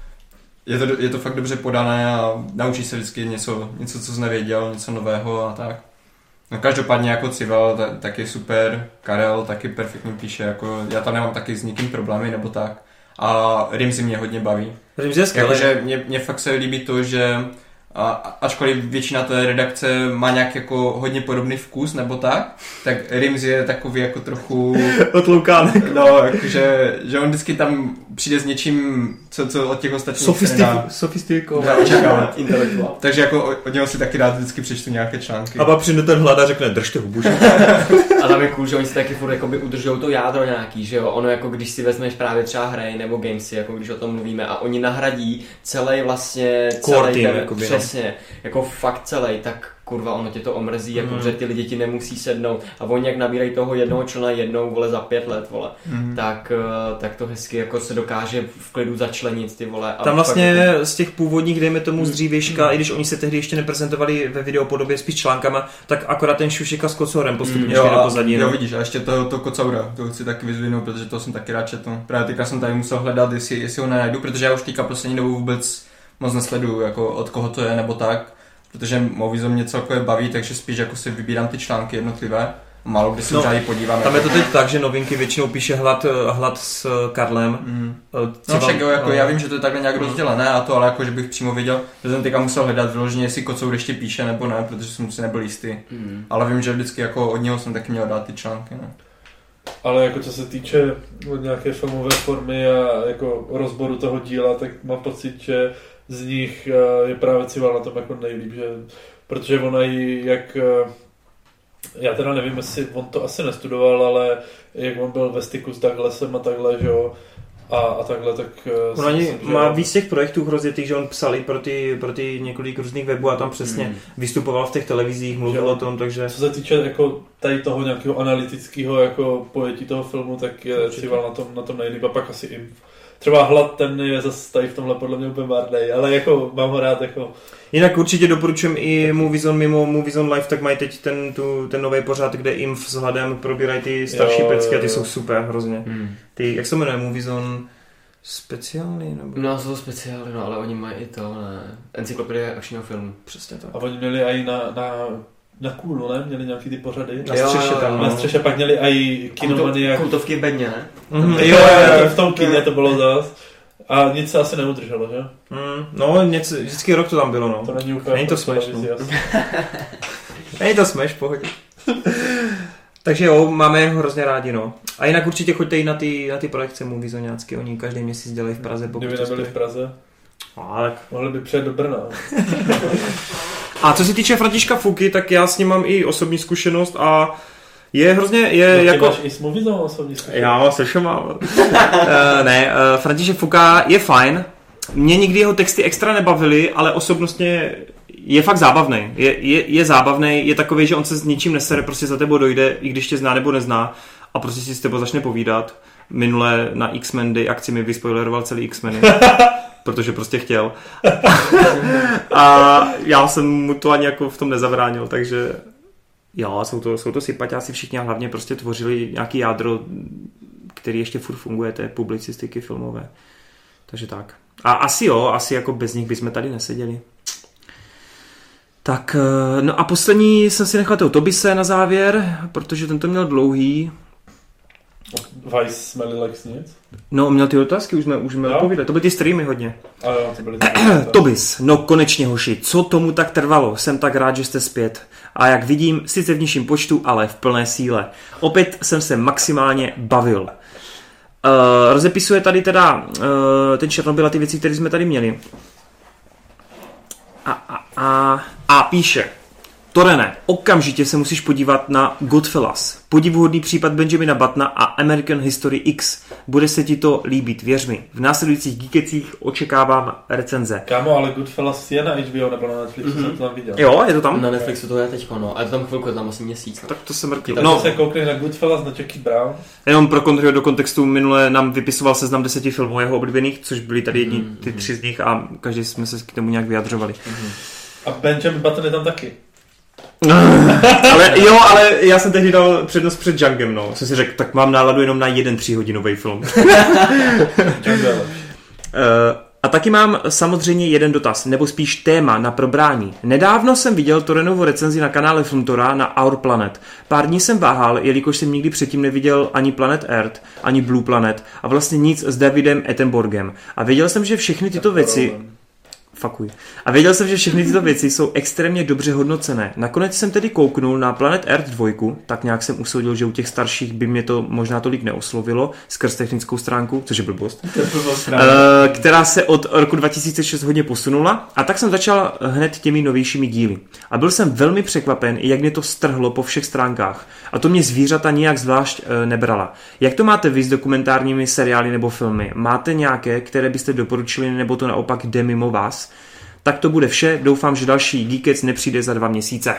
je to fakt dobře podané a naučí se vždycky něco, co jsi nevěděl, něco nového a tak. No každopádně jako Cival taky super, Karel taky perfektně píše, jako já tam nemám taky s nikým problémy nebo tak. A Rimzi mě hodně baví. Jakože mě fakt se líbí to, že ačkoliv většina té redakce má nějak jako hodně podobný vkus nebo tak Rimzi je takový jako trochu otloukánek. No, jakože že on vždycky tam přijde s něčím, co od těch ostatních sofistikovaný intelektuál. Takže jako od něho si taky rád vždycky přečtu nějaké články. A pak přijde ten Hlad a řekne, držte hubu. A tam je cool, že oni si taky furt jakoby udržou to jádro nějaký, že jo? Ono jako když si vezmeš právě třeba hry nebo gamesy, jako když o tom mluvíme a oni nahradí celý vlastně core team, přesně, jako fakt celý, tak kurva, ono tě to omrzí, jako, že ty lidi ti nemusí sednout a oni jak nabírají toho jednoho člena jednou, vole, za 5 let, vole, tak to hezky jako se dokáže v klidu začlenit, ty vole. Tam vlastně z těch původních, dejme tomu z dřívějška, i když oni se tehdy ještě neprezentovali ve videopodobě spíš článkama, tak akorát ten Šušika s Kocourem postupně šli do pozadí. Jo, vidíš, a ještě to Kocoura, to chci taky vyzvihnout, protože to jsem taky rád četl. Právě teďka jsem tady musel hledat, jestli ho nenajdu, protože já už teďka poslední dobu vůbec moc nesleduju, jako od koho to je nebo tak, protože Moviezone mě celkově baví, takže spíš jako si vybírám ty články jednotlivé. Málo kdy se už podívám. Tam je to teď tak, že novinky většinou píše Hlad s Karlem. No však jo, jako já vím, že to je takhle nějak rozdělené a to, ale jako, že bych přímo viděl, že jsem teďka musel hledat vyloženě, jestli Kocour ještě píše nebo ne, protože jsem si nebyl jistý. Ale vím, že vždycky jako od něho jsem taky měl dát ty články. Ne? Ale jako co se týče nějaké filmové formy a jako rozboru toho díla, tak mám pocit, že z nich je právě Cival na tom jako nejlíp, že, protože ona jí jak... Já teda nevím, jestli on to asi nestudoval, ale jak on byl ve styku s Douglasem a takhle, že jo, a takhle, tak... On ani má víc těch projektů rozjetých, že on psal i pro ty několik různých webů a tam přesně vystupoval v těch televizích, mluvil o tom, takže... Co se týče jako tady toho nějakého analytického jako pojetí toho filmu, tak je Cival na tom nejlíp a pak asi Inf. Třeba Hlad, ten je zase tady v tomhle podle mě úplně marnej, ale jako mám ho rád jako... Jinak určitě doporučujem i Moviezone, mimo Moviezone Live, tak mají teď ten nový pořad, kde Inf s Hladem probírají ty starší pecky a ty jsou super hrozně. Ty, jak se jmenuje, Moviezone speciální? Nebo... No, jsou speciální, no, ale oni mají i to, ne, encyklopedie akčního filmu. Přesně tak. A oni měli i na Kůlu, ne? Měli nějaký ty pořady. Na střeše tam. Na střeše pak měli i Kinomania. Kultovky v bedně, ne? Jo, v tom kině to bylo zas. A nic se asi neudrželo, že? No, vždycky rok to tam bylo, no. To není úplně... Není to Smash, no. Není to Smash, pohodě. Takže jo, máme ho hrozně rádi, no. A jinak určitě choďte i na ty projekce Moviezoňácky, oni každý měsíc dělají v Praze. Kdyby nebyli v Praze, tak. mohli by přijet do Brna. A co se týče Františka Fuky, tak já s ním mám i osobní zkušenost a je hrozně, jako... Máš i s Moviezone osobní zkušenost? Já se mám. František Fuka je fajn. Mě nikdy jeho texty extra nebavily, ale osobnostně je fakt zábavný. Je zábavný, je takový, že on se s ničím nesere, prostě za tebou dojde, i když tě zná nebo nezná a prostě si s tebou začne povídat. Minule na X-Men Day akci mi vyspoileroval celý X-Meny. Protože prostě chtěl. A já jsem mu to ani jako v tom nezabránil, takže jo, jsou to sympatiáci všichni a hlavně prostě tvořili nějaký jádro, který ještě furt funguje, té publicistiky filmové. Takže tak. A asi jako bez nich bychom tady neseděli. Tak, no a poslední jsem si nechal toho Tobise na závěr, protože ten to měl dlouhý. Vice smelly like nic? No, měl ty otázky, už jsme odpovídali. To byly ty streamy hodně. A jo, to byly Tobis, no konečně hoši, co tomu tak trvalo? Jsem tak rád, že jste zpět. A jak vidím, sice v nižším počtu, ale v plné síle. Opět jsem se maximálně bavil. Rozepisuje tady teda ten Černobyl a ty věci, které jsme tady měli. A píše: Torene, okamžitě se musíš podívat na Goodfellas. Podivuhodný případ Benjamina Buttona a American History X. Bude se ti to líbit, věř mi. V následujících Geekecích očekávám recenze. Kámo, ale Goodfellas je na HBO nebo na Netflixu, jsem to tam viděl. Jo, je to tam? Na Netflixu to je teďko, no. A je to tam chvilku, je tam asi měsíc. No. Tak to se mrknu. Takže se koukli na Goodfellas, na Jackie Brown. Jenom do kontextu, minule nám vypisoval seznam 10 filmů jeho oblíbených, což byly tady ty 3 z nich a každý jsme se k tomu nějak vyjadřovali. A Benjamin Button je tam taky. ale já jsem tehdy dal přednost před Djungem, no. Jsem si řekl, tak mám náladu jenom na jeden 3hodinový film. A taky mám samozřejmě jeden dotaz, nebo spíš téma na probrání. Nedávno jsem viděl Torenovu recenzi na kanále Filmtora na Our Planet. Pár dní jsem váhal, jelikož jsem nikdy předtím neviděl ani Planet Earth, ani Blue Planet a vlastně nic s Davidem Attenborgem. A věděl jsem, že všechny tyto věci... A věděl jsem, že všechny tyto věci jsou extrémně dobře hodnocené. Nakonec jsem tedy kouknul na Planet Earth 2, tak nějak jsem usoudil, že u těch starších by mě to možná tolik neoslovilo skrz technickou stránku, což je blbost, která se od roku 2006 hodně posunula, a tak jsem začal hned těmi novějšími díly. A byl jsem velmi překvapen, jak mě to strhlo po všech stránkách. A to mě zvířata nijak zvlášť nebrala. Jak to máte vy s dokumentárními seriály nebo filmy? Máte nějaké, které byste doporučili, nebo to naopak jde mimo vás? Tak to bude vše, doufám, že další Geekec nepřijde za 2 měsíce.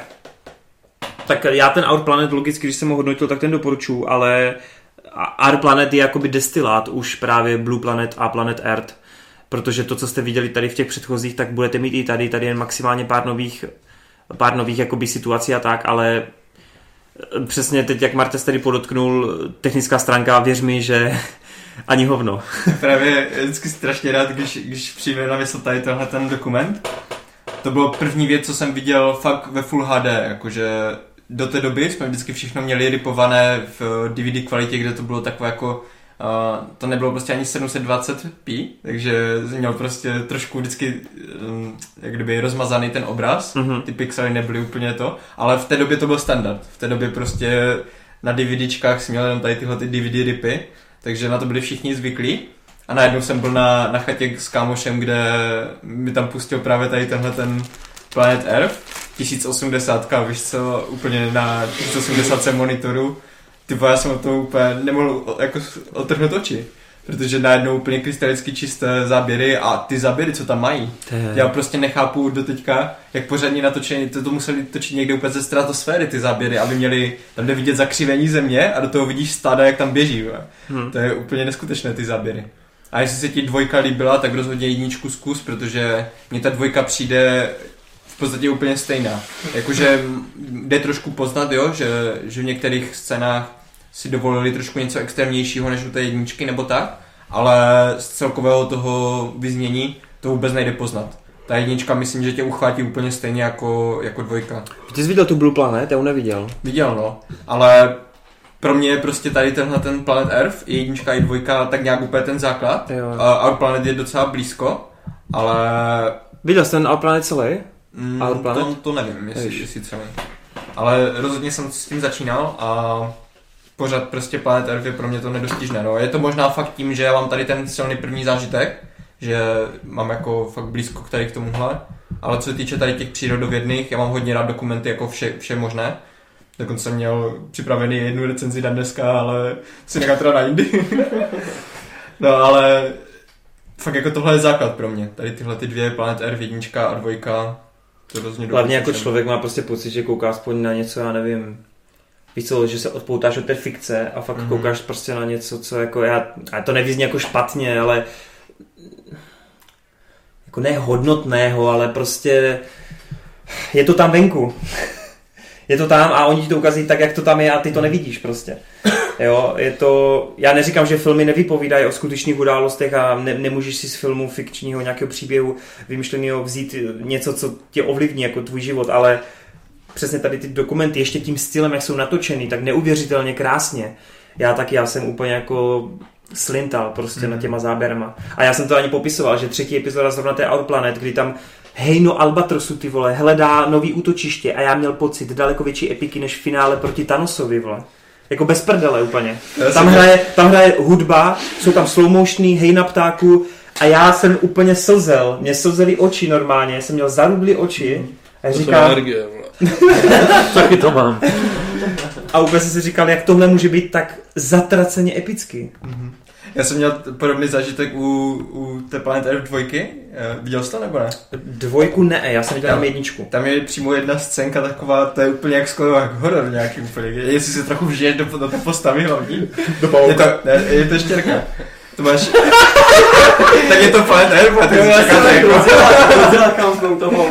Tak já ten Our Planet logicky, když jsem ho hodnotil, tak ten doporučuji, ale Our Planet je jakoby destilát už právě Blue Planet a Planet Earth, protože to, co jste viděli tady v těch předchozích, tak budete mít i tady je maximálně pár nových jakoby situací a tak, ale přesně teď, jak Martes tady podotknul, technická stránka, věř mi, že ani hovno. Právě vždycky strašně rád, když přijde na mysl tady tenhle ten dokument. To bylo první věc, co jsem viděl fakt ve Full HD, jakože do té doby jsme vždycky všechno měli ripované v DVD kvalitě, kde to bylo takové jako, to nebylo prostě ani 720p, takže měl prostě trošku vždycky jak kdyby rozmazaný ten obraz, ty pixely nebyly úplně to, ale v té době to byl standard, v té době prostě na DVDčkách jsem měl jenom tady tyhle ty DVD ripy, takže na to byli všichni zvyklí. A najednou jsem byl na chatě s kámošem, kde mi tam pustil právě tady tenhle ten Planet Earth 1080, víš co, úplně na 1080 monitoru. Typo, já jsem o to úplně nemohl jako otrhnout oči, protože najednou úplně krystalicky čisté záběry a ty záběry, co tam mají. Já prostě nechápu doteďka, jak pořádně natočení, to museli točit někde úplně ze stratosféry ty záběry, aby měli tam jde vidět zakřivení země a do toho vidíš stáda, jak tam běží. To je úplně neskutečné ty záběry. A jestli se ti 2 líbila, tak rozhodně 1 zkus, protože mně ta 2 přijde v podstatě úplně stejná. Jakože jde trošku poznat, jo, že v některých scénách si dovolili trošku něco extrémnějšího než u té 1 nebo tak, ale z celkového toho vyznění to vůbec nejde poznat. Ta 1 myslím, že tě uchvátí úplně stejně jako 2. Ty jsi viděl tu Blue Planet? Já ho neviděl. Viděl, no, ale pro mě je prostě tady tenhle ten Planet Earth, i 1 i 2 tak nějak úplně ten základ. A Our Planet je docela blízko, ale... Viděl jsi ten Our Planet celý? Our Planet? To nevím, jestli celý. Ale rozhodně jsem s tím začínal a pořád prostě Planet Earth je pro mě to nedostižné. No. Je to možná fakt tím, že já mám tady ten silný první zážitek, že mám jako fakt blízko k tomuhle, ale co se týče tady těch přírodovědných, já mám hodně rád dokumenty jako vše možné. Dokonce jsem měl připravený 1 recenzi na dneska, ale si nechám teda na jindy. No ale fakt jako tohle je základ pro mě. Tady tyhle ty 2, Planet Earth 1 a 2, to rozhodně hlavně jako člověk má prostě pocit, že kouká aspoň na něco, já nevím, víš co, že se odpoutáš od té fikce a fakt koukáš prostě na něco, co jako já to nevyzní jako špatně, ale jako ne hodnotného, ale prostě je to tam venku. Je to tam a oni ti to ukazují tak, jak to tam je a ty to nevidíš prostě. Jo, je to, já neříkám, že filmy nevypovídají o skutečných událostech a nemůžeš si z filmu fikčního nějakého příběhu vymyšleného vzít něco, co tě ovlivní jako tvůj život, ale přesně tady ty dokumenty ještě tím stylem, jak jsou natočený, tak neuvěřitelně krásně. Já jsem úplně jako slintal prostě na těma záběrama. A já jsem to ani popisoval, že 3. epizoda zrovna té Our Planet, kdy tam hejno Albatrosu, ty vole, hledá nový útočiště a já měl pocit daleko větší epiky než v finále proti Thanosovi, vole. Jako bez prdele úplně. Tam hraje hudba, jsou tam slowmotiony, hej na ptáku a já jsem úplně slzel. Mě slzely oči normálně, jsem měl zarudlý oči a já říkám... Taky to mám. A úplně jsem si říkal, jak tohle může být tak zatraceně epický. Já jsem měl podobný zážitek u té Planet Earth 2. Viděl jsi to nebo ne? 2 ne, já jsem viděl tam 1. Tam je přímo jedna scénka taková, to je úplně jak skoro jak horor nějaký úplně. Jestli se trochu vžiješ do té postavy hlavní. Je to štěrka. To máš... tak je to Planet Earth, tak si čekáte jako...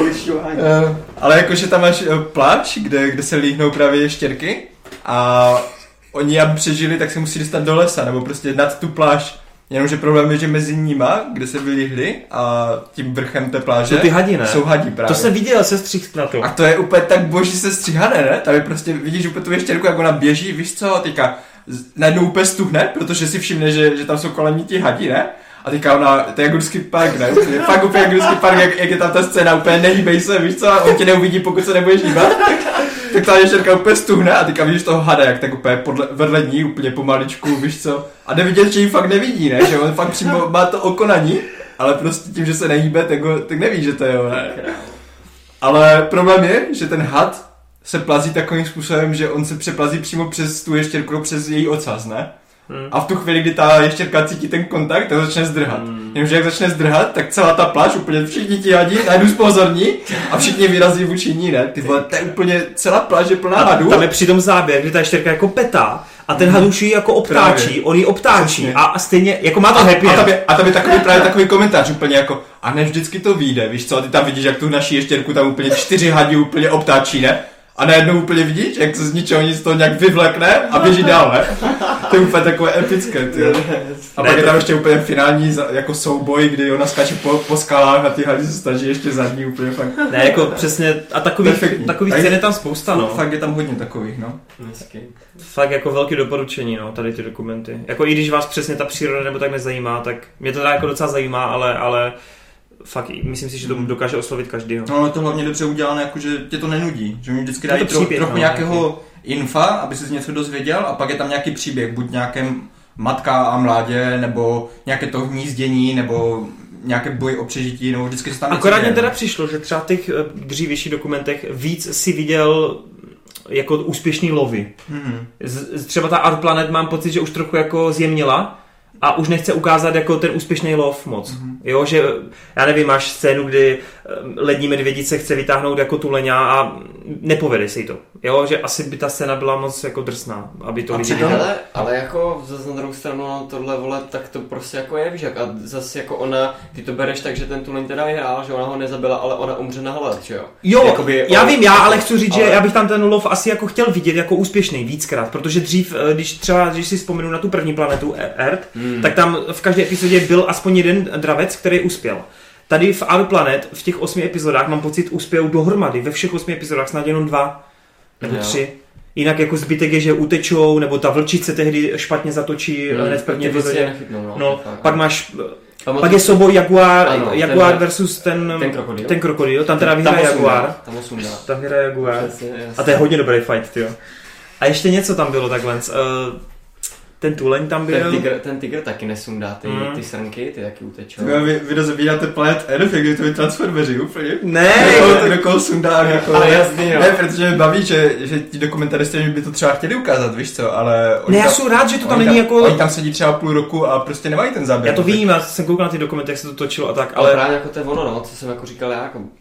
Ale jakože tam máš pláč, kde se líhnou právě štěrky a oni aby přežili, tak se musí dostat do lesa, nebo prostě nad tu pláž. Jenomže problém je, že mezi nima, kde se vylíhli a tím vrchem té pláže ty hadi, ne? Jsou hadi právě. To jsem viděl sestřih na to. A to je úplně tak boží sestříhané, ne? Tady prostě vidíš úplně tu ještěrku, jak ona běží, víš co, a teďka najednou úplně stuhne, protože si všimne, že tam jsou kolem ní ti hadi, ne? A teďka ona, to je jak Ruský park, ne? Fakt úplně jak Ruský park, jak je tam ta scéna, úplně nehýbej se, víš co, on tě neuvidí, pokud se nebudeš hýbat. Tak ta ještěrka úplně stuhne a teďka vidíš toho hada, jak tak úplně vedle ní, úplně pomaličku, víš co. A nevidět, že ji fakt nevidí, ne? Že on fakt přímo má to oko na ní, ale prostě tím, že se nehýbe, tak neví, že to je on. Ale problém je, že ten had se plazí takovým způsobem, že on se přeplazí přímo přes tu ještěrku, přes její ocas, ne? a v tu chvíli, kdy ta ještěrka cítí ten kontakt, tak začne zdrhat. Jenomže jak začne zdrhat, tak celá ta pláž, úplně všichni ti hadí najednou zpozorní a všichni vyrazí vůči ní, ne? Ty vole, to je úplně celá pláž je plná hadů. Tam je přitom záběr, kdy ta ještěrka jako petá a ten had už ji jako obtáčí, on ji obtáčí a stejně, jako má to happy. A tam je takový komentář úplně jako, a ne vždycky to vyjde, víš co, ty tam vidíš, jak tu naši ještěrku tam úplně 4 hadi úplně obtáčí, ne? A najednou úplně vidíš, jak se z ničeho nic toho nějak vyvlekne a běží dál, ne? To je úplně takové epické, ty. A pak je tam ještě úplně finální jako souboj, kdy ona skáče po skalách a ty hadi se snaží ještě za ní úplně fakt. Ne, jako přesně, a takových scén je tam spousta, no. Fakt je tam hodně takových, no. Fakt jako velké doporučení, no, tady ty dokumenty. Jako i když vás přesně ta příroda nebo tak nezajímá, tak mě to teda jako docela zajímá, ale fakt, myslím si, že to dokáže oslovit každýho. No, ale to hlavně dobře udělané, jako, že tě to nenudí. Že mi vždycky dají trochu nějakého infa, aby si něco dozvěděl a pak je tam nějaký příběh, buď nějakém matka a mládě, nebo nějaké to hnízdění, nebo nějaké boj o přežití, nebo vždycky se tam... Akorát mě teda přišlo, že třeba v těch dřívějších dokumentech víc si viděl jako úspěšný lovy. Třeba ta Our Planet mám pocit, že už trochu jako zjemnila, a už nechce ukázat jako ten úspěšný lov moc. Jo, že já nevím, máš scénu, kdy lední medvědice chce vytáhnout jako tuleňa a nepovede si to. Jo, že asi by ta scéna byla moc jako drsná, aby to lidi... Ale jako zase na druhou stranu no, tohle vole, tak to prostě jako je, víš jak. A zase jako ona, ty to bereš tak, že ten tuleň teda vyhrál, že ona ho nezabila, ale ona umře na hlad, že jo? Jo, jakoby, já vím, ale chci říct, že já bych tam ten lov asi jako chtěl vidět jako úspěšný víckrát, protože dřív, když si vzpomenu na tu první planetu Earth, tak tam v každé epizodě byl aspoň jeden dravec, který uspěl. Tady v Our Planet v těch 8 epizodách mám pocit uspěl dohromady, ve všech 8 epizodách snad jenom 2 nebo 3. Jinak jako zbytek je, že utečou, nebo ta vlčice tehdy špatně zatočí hned v první epizodě. Pak máš... Pak je souboj Jaguar versus ten krokodýl. Tam teda vyhraje Jaguar. Tam vyhraje Jaguar. A to je hodně dobrý fight, tyjo. A ještě něco tam bylo takhle. Ten tuleň tam byl. Ten tygr taky nesundá ty srnky, ty taky utečou. Vy rozebíráte Planet Earth, jak to je Transformeři úplně. Ne! Do koho sundá jako... Ale jasný, jo. Ne, protože mě baví, že ti dokumentaristi by to třeba chtěli ukázat, víš co, ale... Ne, já jsem rád, že to tam není jako... Oni tam sedí třeba půl roku a prostě nemají ten záběr. Já to vím, já jsem koukal na ty dokumenty, jak se to točilo a tak, ale právě jako to je ono, no, co jsem jako říkal já, jako...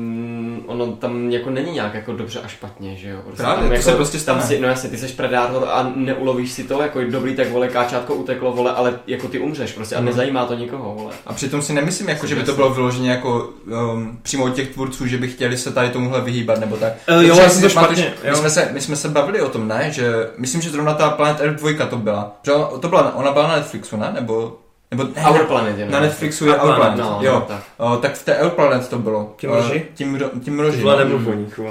ono tam jako není nějak jako dobře a špatně, že jo. Prostě právě, to jako, se prostě stane. No jasně, ty seš predátor a neulovíš si to, jako dobrý, tak vole, káčátko uteklo, vole, ale jako ty umřeš prostě a nezajímá to nikoho, vole. A přitom si nemyslím, jako, že by to bylo vyloženě jako přímo od těch tvůrců, že by chtěli se tady tomuhle vyhýbat, nebo tak. Jo, já si to špatně. My jsme se bavili o tom, ne? Že myslím, že zrovna ta Planet Earth 2 to byla. Že ona byla na Netflixu, ne? Nebo Our Planet, je na Netflixu je Our Planet, jo. Tak v té Our Planet to bylo. Tím roží. Tohle nemluv o nich,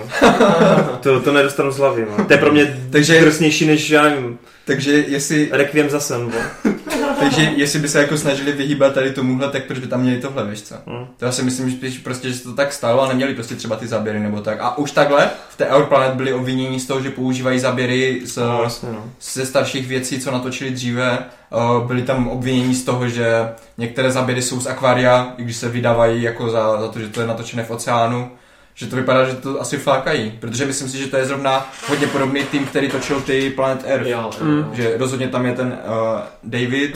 to nedostanu z hlavy, no. To je pro mě drsnější než, já nevím, takže jestli... Requiem za sen, Takže jestli by se jako snažili vyhýbat tady tomuhle, tak proč by tam měli tohle, víš co? To já si myslím, že prostě, že se to tak stalo a neměli prostě třeba ty záběry nebo tak. A už takhle v té Our Planet byli obviněni z toho, že používají záběry ze starších věcí, co natočili dříve. Byli tam obviněni z toho, že některé záběry jsou z akvária, i když se vydávají jako za to, že to je natočené v oceánu. Že to vypadá, že to asi flákají, protože myslím si, že to je zrovna hodně podobný tým, který točil ty Planet Earth. Že rozhodně tam je ten David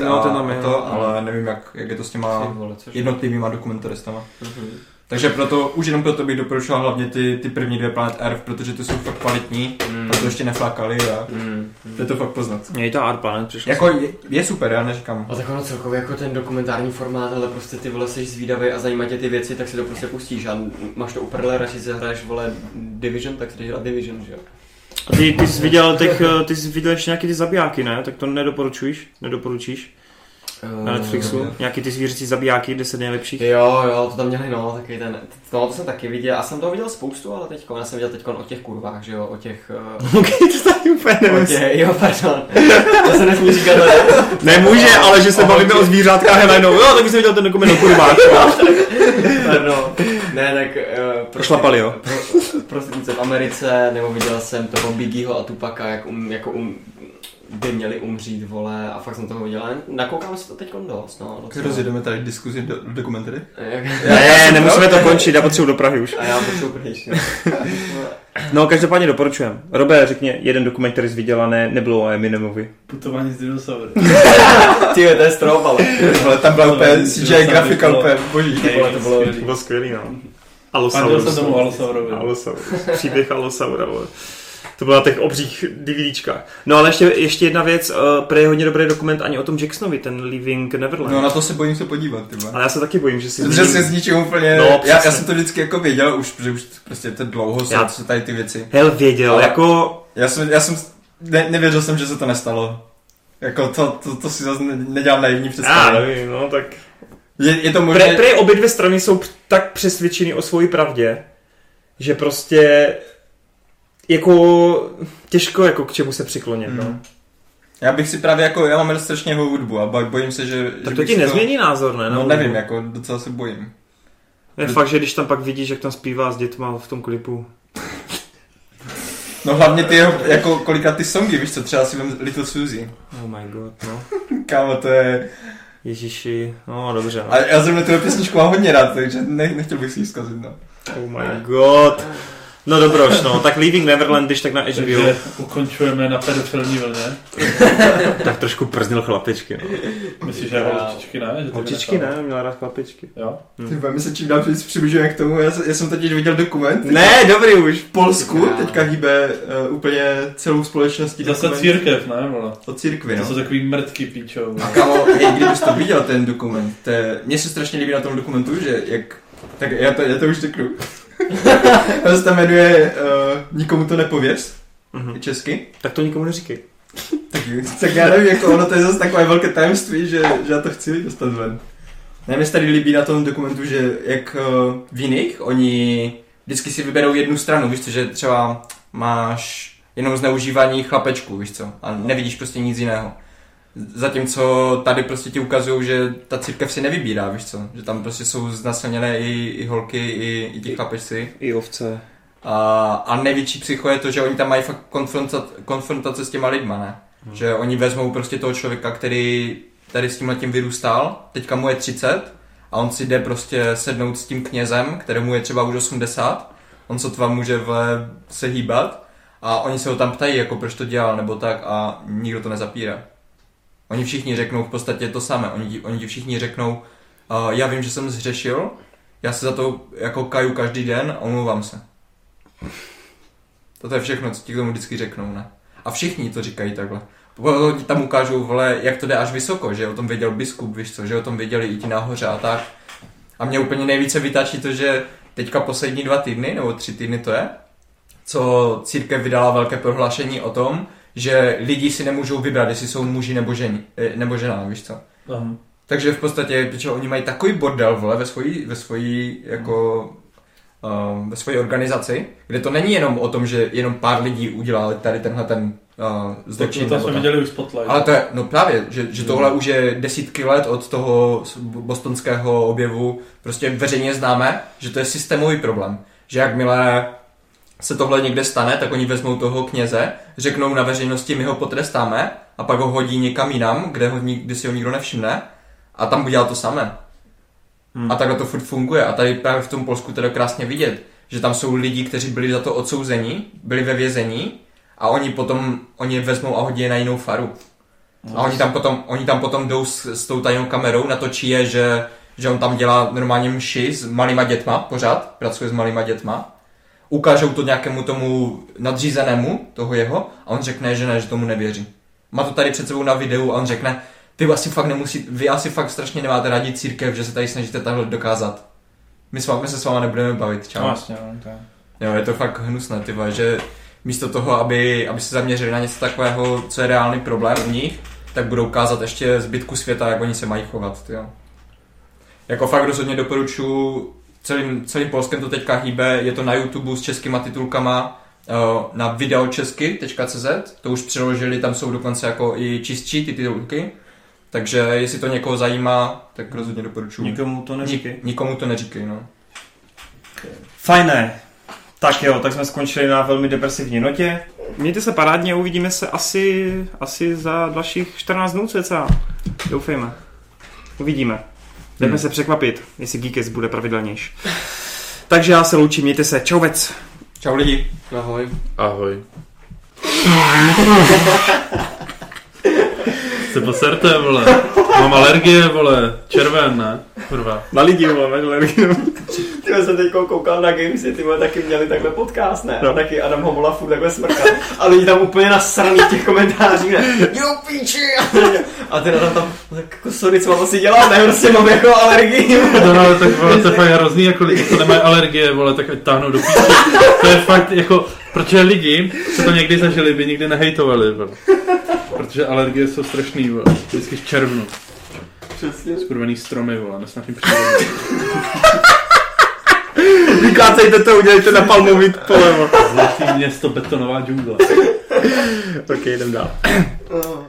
ale nevím, jak je to s těma jednotlivýma dokumentaristama. Takže už jenom proto bych doporučoval hlavně ty první 2 Planet Earth, protože ty jsou fakt kvalitní, proto ještě neflákali a je to fakt poznat. Je to Our Planet přišlo. Jako je super, já neříkám. A tak ono celkově jako ten dokumentární formát, ale prostě ty vole seš zvídavý a zajímá tě ty věci, tak si to prostě pustíš a máš to uprle, radši si zahraješ vole Division, tak si jdeš hrát Division, že jo. A ty jsi viděl ještě nějaký ty zabijáky, ne? Tak to nedoporučíš? Na Netflixu, nějaký ty zvířecí zabijáky, 10 nejlepších. Jo, to tam měli, no, takový ten, to jsem taky viděl, a jsem toho viděl spoustu, ale já jsem viděl teďkon o těch kurvách, že jo, o těch... Ok, to taky úplně nevím. Jo, pardon, to se nesmí říkat. Nemůže, ale že se bavíme o zvířátkách, najednou, jo, tak jsem viděl ten dokument o kurvách. Pardon, ne, tak... Šlapali, jo. Prostituce v Americe, nebo viděl jsem toho Biggieho a Tupaka, by měli umřít, vole, a fakt jsem toho viděl. Nakoukám si to teď dost, no. Rozjedeme tady diskuzi do dokumentary? Ne, nemusíme to končit, já potřebuji do Prahy už. A já potřebuji pryč, No, každopádně doporučujem. Robe, řekně jeden dokument, který jsi viděl a nebylo o Eminemovi. Putování s dinosaury. Ty, to je strop, ale tam byla úplně CGI grafika, úplně boží. To bylo skvělý, no. Fandil jsem tomu Alosaurovi. Příběh Alosaura, vole. To bylo na těch obřích DVDčkách. No ale ještě jedna věc, je hodně dobrý dokument ani o tom Jacksonovi, ten Leaving Neverland. No na to se bojím se podívat, tyba. Ale já se taky bojím, že si... Protože se zničím úplně... No, já jsem to vždycky jako věděl, už prostě to dlouho jsou tady ty věci. Hel, věděl, ale jako... Já jsem nevěděl jsem, že se to nestalo. Jako to si zase nedělám naivní představu. No tak... Je to možné... Prej obě dvě strany jsou tak přesvědčený o svojí pravdě, že prostě... Jako těžko jako k čemu se přiklonit, no. Já bych si právě jako, já mám strašně hudbu a bojím se, že... Tak to ti nezmění názor, ne? No nevím, jako docela se bojím. Je fakt, že když tam pak vidíš, jak tam zpívá s dětma v tom klipu. No hlavně ty jeho, jako kolikrát ty songy, víš co, třeba si vem Little Suzy. Oh my god, no. Kámo, to je... Ježiši, no dobře, no. A já zrovna tuhle písničku mám hodně rád, takže nechtěl bych si ji zkazit, no. Oh my god. No dobroš, no, tak Leaving Neverland, když tak na HBO. Takže ukončujeme na pedofilní vlně. Tak trošku prznil chlapičky, no. Myslíš, že holčičky ne? Holčičky ne, měla rád chlapičky. Jo? My se čím dál přibližujeme k tomu, já jsem totiž viděl dokument. Ne, dobrý už. V Polsku teďka hýbe úplně celou společností. Zase církev, ne? Vole. O církvi, no. To jsou takový mrtky píčou. A kámo, kdybys to viděl ten dokument, mně se strašně líbí na tom dokumentu, že jak... Tak já to už řeknu. To se tam jmenuje Nikomu to nepověz, česky. Tak to nikomu neříkej. Tak já nevím, jako ono to je zase takové velké tajemství, že já to chci dostat ven. Mně se tady líbí na tom dokumentu, že jak v jiných, oni vždycky si vyberou jednu stranu, víš co, že třeba máš jenom zneužívání chlapečků, víš co, a nevidíš prostě nic jiného. Zatímco tady prostě ti ukazují, že ta církev si nevybírá, víš co, že tam prostě jsou znasilněné i holky, i ti chlapečci. I ovce. A největší psycho je to, že oni tam mají fakt konfrontace s těma lidma, ne? Že oni vezmou prostě toho člověka, který tady s tímhletím vyrůstal, teďka mu je 30 a on si jde prostě sednout s tím knězem, kterému je třeba už 80, on sotva může se hýbat a oni se ho tam ptají, jako proč to dělal nebo tak a nikdo to nezapírá. Oni všichni řeknou v podstatě to samé, oni ti všichni řeknou, já vím, že jsem zhřešil, já se za to jako kaju každý den a omlouvám se. To je všechno, co ti k tomu vždycky řeknou, ne? A všichni to říkají takhle. Potom ti tam ukážou, vole, jak to jde až vysoko, že o tom věděl biskup, víš co, že o tom věděli i ti nahoře a tak. A mě úplně nejvíce vytáčí to, že teďka poslední 2 týdny, nebo 3 týdny to je, co církev vydala velké prohlášení o tom, že lidi si nemůžou vybrat, jestli jsou muži nebo žena, víš co. Aha. Takže v podstatě, protože oni mají takový bordel, vole, ve svojí organizaci, kde to není jenom o tom, že jenom pár lidí udělali tady tenhle ten zločin. To jsme viděli už Spotlight. Ale to je, no právě, že tohle už je desítky let od toho bostonského objevu, prostě veřejně známe, že to je systémový problém. Že jakmile se tohle někde stane, tak oni vezmou toho kněze, řeknou na veřejnosti, my ho potrestáme a pak ho hodí někam jinam, kde si ho nikdo nevšimne a tam bude dělat to samé. A takhle to furt funguje. A tady právě v tom Polsku to je krásně vidět, že tam jsou lidi, kteří byli za to odsouzeni, byli ve vězení a oni je vezmou a hodí je na jinou faru. A oni tam potom jdou s tou tajnou kamerou, natočí je, že on tam dělá normálně mši s malýma dětma, pořád pracuje s malýma dětma. Ukážou to nějakému tomu nadřízenému, toho jeho, a on řekne, že ne, že tomu nevěří. Má to tady před sebou na videu a on řekne, vy asi fakt strašně nemáte rádi církev, že se tady snažíte takhle dokázat. My se s váma nebudeme bavit, čau. Vlastně, Jo, je to fakt hnusné, tyva, že místo toho, aby se zaměřili na něco takového, co je reálný problém u nich, tak budou ukázat ještě zbytku světa, jak oni se mají chovat, tyjo. Jako fakt rozhodně doporučuji, celým Polskem to teďka hýbe, je to na YouTube s českýma titulkama, na videočesky.cz, to už přeložili, tam jsou dokonce jako i čistší ty titulky, takže jestli to někoho zajímá, tak rozhodně doporučuji. Nikomu to neříkej. Nikomu to neříkej, no. Fajné. Tak jo, tak jsme skončili na velmi depresivní notě. Mějte se parádně, uvidíme se asi za dalších 14 dnů cca. Doufejme. Uvidíme. Jdeme se překvapit, jestli Geekest bude pravidelnější. Takže já se loučím, mějte se. Čau vec. Čau lidi. Ahoj. Ahoj. Se poserte, vole. Mám alergie, vole. Červen, ne? Kurva. Na lidi, vole, máš alergii. Tyhle jsem teď koukal na Gamesy, ty vole taky měli takhle podcast, ne? No. A taky Adam Homola furt takhle smrkal. A lidi tam úplně nasraný v těch komentářích, ne? Jo, píči! A ten Adam tam, tak jako sorry, co mám asi dělat, ne? Prostě mám jako alergii. No, ale tak vole, to je fakt hrozný, jako lidi, co nemají alergie, vole, tak ať táhnou do píči. To je fakt, jako, protože lidi, co to někdy zažili, by nikdy nehejtovali, vole. Protože alergie jsou strašný, vole. Vždycky v červnu. Přesně. Skurvený stromy, vole, nesnadný přírodě. Vykácejte to, udělejte na palmový pole. Zlatý město, betonová džungle. Ok, jdem dál.